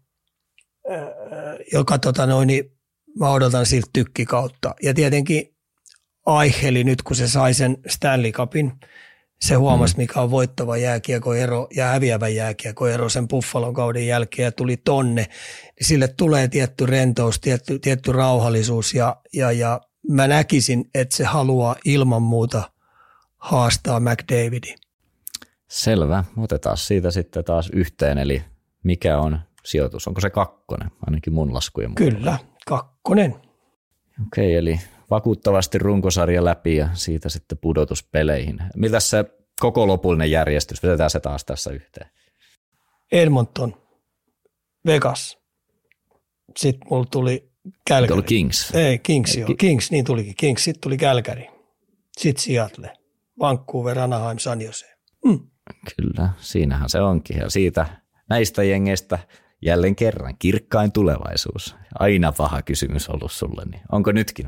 joka mä odotan siltä tykkikautta. Ja tietenkin Aicheli nyt, kun se sai sen Stanley Cupin, se huomasi, mikä on voittava jääkiekoero ja häviävä jääkiekoero sen Buffalon kauden jälkeen ja tuli tonne. Niin sille tulee tietty rentous, tietty rauhallisuus ja mä näkisin, että se haluaa ilman muuta haastaa McDavidin. Selvä. Otetaan siitä sitten taas yhteen, eli mikä on sijoitus? Onko se 2? Ainakin mun laskujen mukaan. Kyllä, 2. Okei, eli vakuuttavasti runkosarja läpi ja siitä sitten pudotuspeleihin. Miltä se koko lopullinen järjestys? Vedetään se taas tässä yhteen. Edmonton, Vegas. Sitten mulla tuli Calgary. Tuo Kings. Ei, Kings, joo. Kings, niin tulikin. Kings, sitten tuli Calgary. Sitten Seattle, Vancouver, Anaheim, San Jose. Kyllä, siinähän se onkin. Ja siitä näistä jengeistä jälleen kerran kirkkain tulevaisuus. Aina paha kysymys ollut sulle, niin onko nytkin?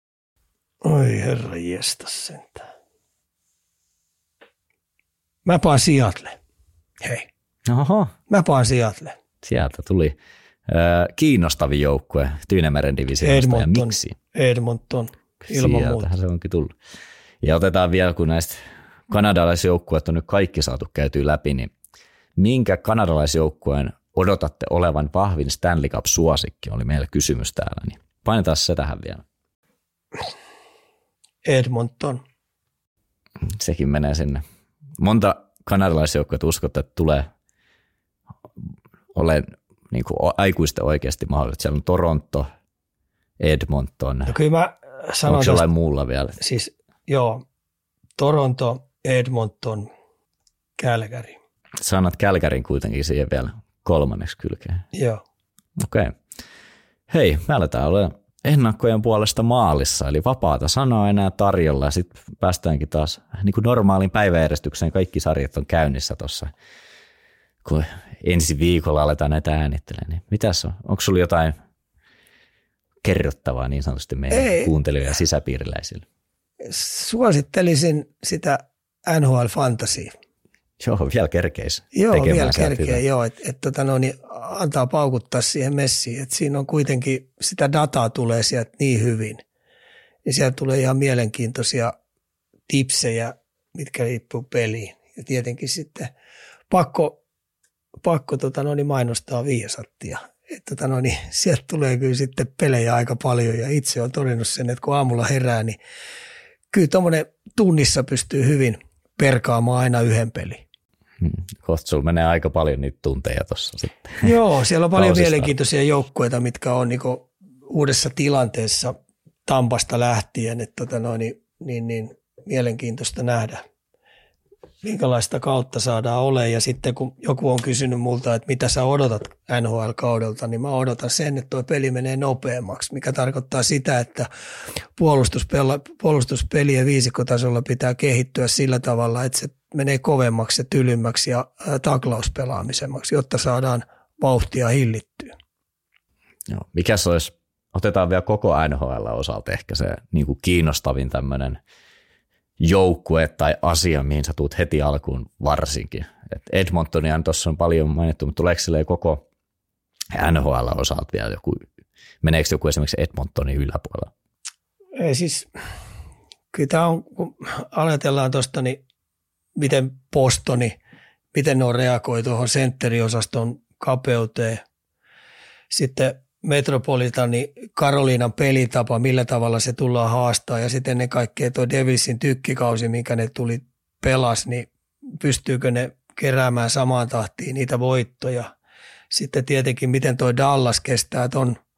Oi herra jestas sentään. Mä paan Seattle. Hei. Oho. Mä paan Seattle. Sieltä tuli kiinnostavin joukkue Tyynemeren divisioonasta ja miksi? Edmonton, ilman muuta. Sieltähän se onkin tullut. Ja otetaan vielä, kun näistä kanadalaisjoukkueet on nyt kaikki saatu käytyä läpi, niin minkä kanadalaisjoukkueen odotatte olevan vahvin Stanley Cup-suosikki, oli meillä kysymys täällä, niin painetaan se tähän vielä. Edmonton. Sekin menee sinne. Monta kanadalaisjoukkuetta uskotte, että tulee olemaan niin kuin aikuisten oikeasti mahdollista. Siellä on Toronto, Edmonton. No kyllä mä sanon onko jollain muulla vielä? Siis joo, Toronto, Edmonton, Calgary. Sanat Calgaryn kuitenkin siihen vielä 3. kylkeen. Joo. Okei. Hei, me aletaan olla ennakkojen puolesta maalissa, eli vapaata sanaa enää tarjolla ja sitten päästäänkin taas niin kuin normaaliin päiväjärjestykseen. Kaikki sarjat on käynnissä tuossa kun ensi viikolla aletaan näitä äänittelemään, niin mitäs on? Onko sulla jotain kerrottavaa niin sanotusti meidän kuuntelijoille ja sisäpiiriläisille? Suosittelisin sitä NHL Fantasia. Joo, vielä kerkeis. Joo, vielä kerkeä, joo. Niin antaa paukuttaa siihen messiin. Et siinä on kuitenkin, sitä dataa tulee sieltä niin hyvin. Ja sieltä tulee ihan mielenkiintoisia tipsejä, mitkä liippuu peliin. Ja tietenkin sitten pakko mainostaa Viasattia. Sieltä tulee kyllä sitten pelejä aika paljon. Ja itse olen todennut sen, että kun aamulla herää, niin kyllä tuommoinen tunnissa pystyy hyvin perkaamaan aina yhden pelin. Kohta sulla menee aika paljon niitä tunteja tuossa sitten. Joo, siellä on paljon mielenkiintoisia joukkueita, mitkä on niinku uudessa tilanteessa Tampasta lähtien, että niin mielenkiintoista nähdä, minkälaista kautta saadaan olemaan. Ja sitten kun joku on kysynyt multa, että mitä sä odotat NHL-kaudelta, niin mä odotan sen, että tuo peli menee nopeammaksi, mikä tarkoittaa sitä, että puolustuspelien viisikkotasolla pitää kehittyä sillä tavalla, että se menee kovemmaksi ja tylymmäksi ja taklauspelaamisemmaksi, jotta saadaan vauhtia hillittyä. Joo. Mikäs olisi, otetaan vielä koko NHL-osalta ehkä se niin kuin kiinnostavin tämmöinen joukkue tai asia, mihin sä tuut heti alkuun varsinkin. Et Edmontonian tuossa on paljon mainittu, mutta tuleeko silleen koko NHL-osalta vielä joku, meneekö joku esimerkiksi Edmontonin yläpuolella? Ei siis, kyllä tämä on, kun ajatellaan tuosta, niin miten Bostoni, miten ne on reagoi tuohon sentteriosaston kapeuteen. Sitten Metropolitani, Karoliinan pelitapa, millä tavalla se tullaan haastaa ja sitten ennen kaikkea tuo Devilsin tykkikausi, minkä ne tuli pelas, niin pystyykö ne keräämään samaan tahtiin niitä voittoja. Sitten tietenkin, miten tuo Dallas kestää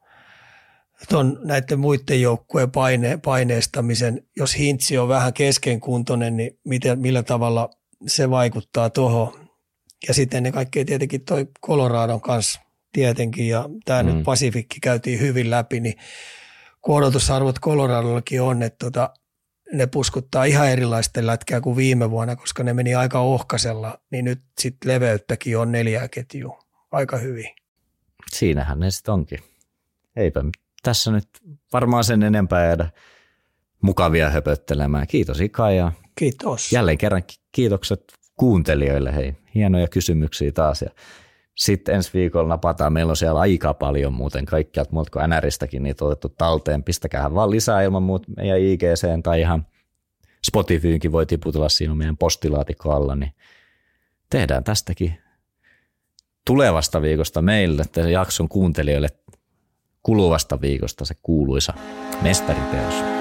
ton näiden muiden joukkueen paineistamisen. Jos Hintsi on vähän keskenkuntoinen, niin millä tavalla se vaikuttaa tuohon. Ja sitten ennen kaikkea tietenkin toi Coloradon kanssa tietenkin, ja tämä nyt Pasifikki käytiin hyvin läpi, niin kun odotusarvot Coloradollakin on, että ne puskuttaa ihan erilaista lätkää kuin viime vuonna, koska ne meni aika ohkaisella, niin nyt sitten leveyttäkin on 4 ketjua aika hyvin. Siinähän ne sitten onkin. Eipä tässä nyt varmaan sen enempää jäädä mukavia höpöttelemään. Kiitos Ika ja kiitos. Jälleen kerran kiitokset kuuntelijoille. Hei, hienoja kysymyksiä taas. Ja sitten ensi viikolla napataan. Meillä on siellä aika paljon muuten kaikkialta muuta kuin NRistäkin niitä otettu talteen. Pistäkäähän vaan lisää ilman muuta meidän IGC:n tai ihan Spotifyynkin voi tiputella siinä meidän postilaatikko alla. Niin tehdään tästäkin tulevasta viikosta meille, että jakson kuuntelijoille kuluvasta viikosta se kuuluisa mestariteos.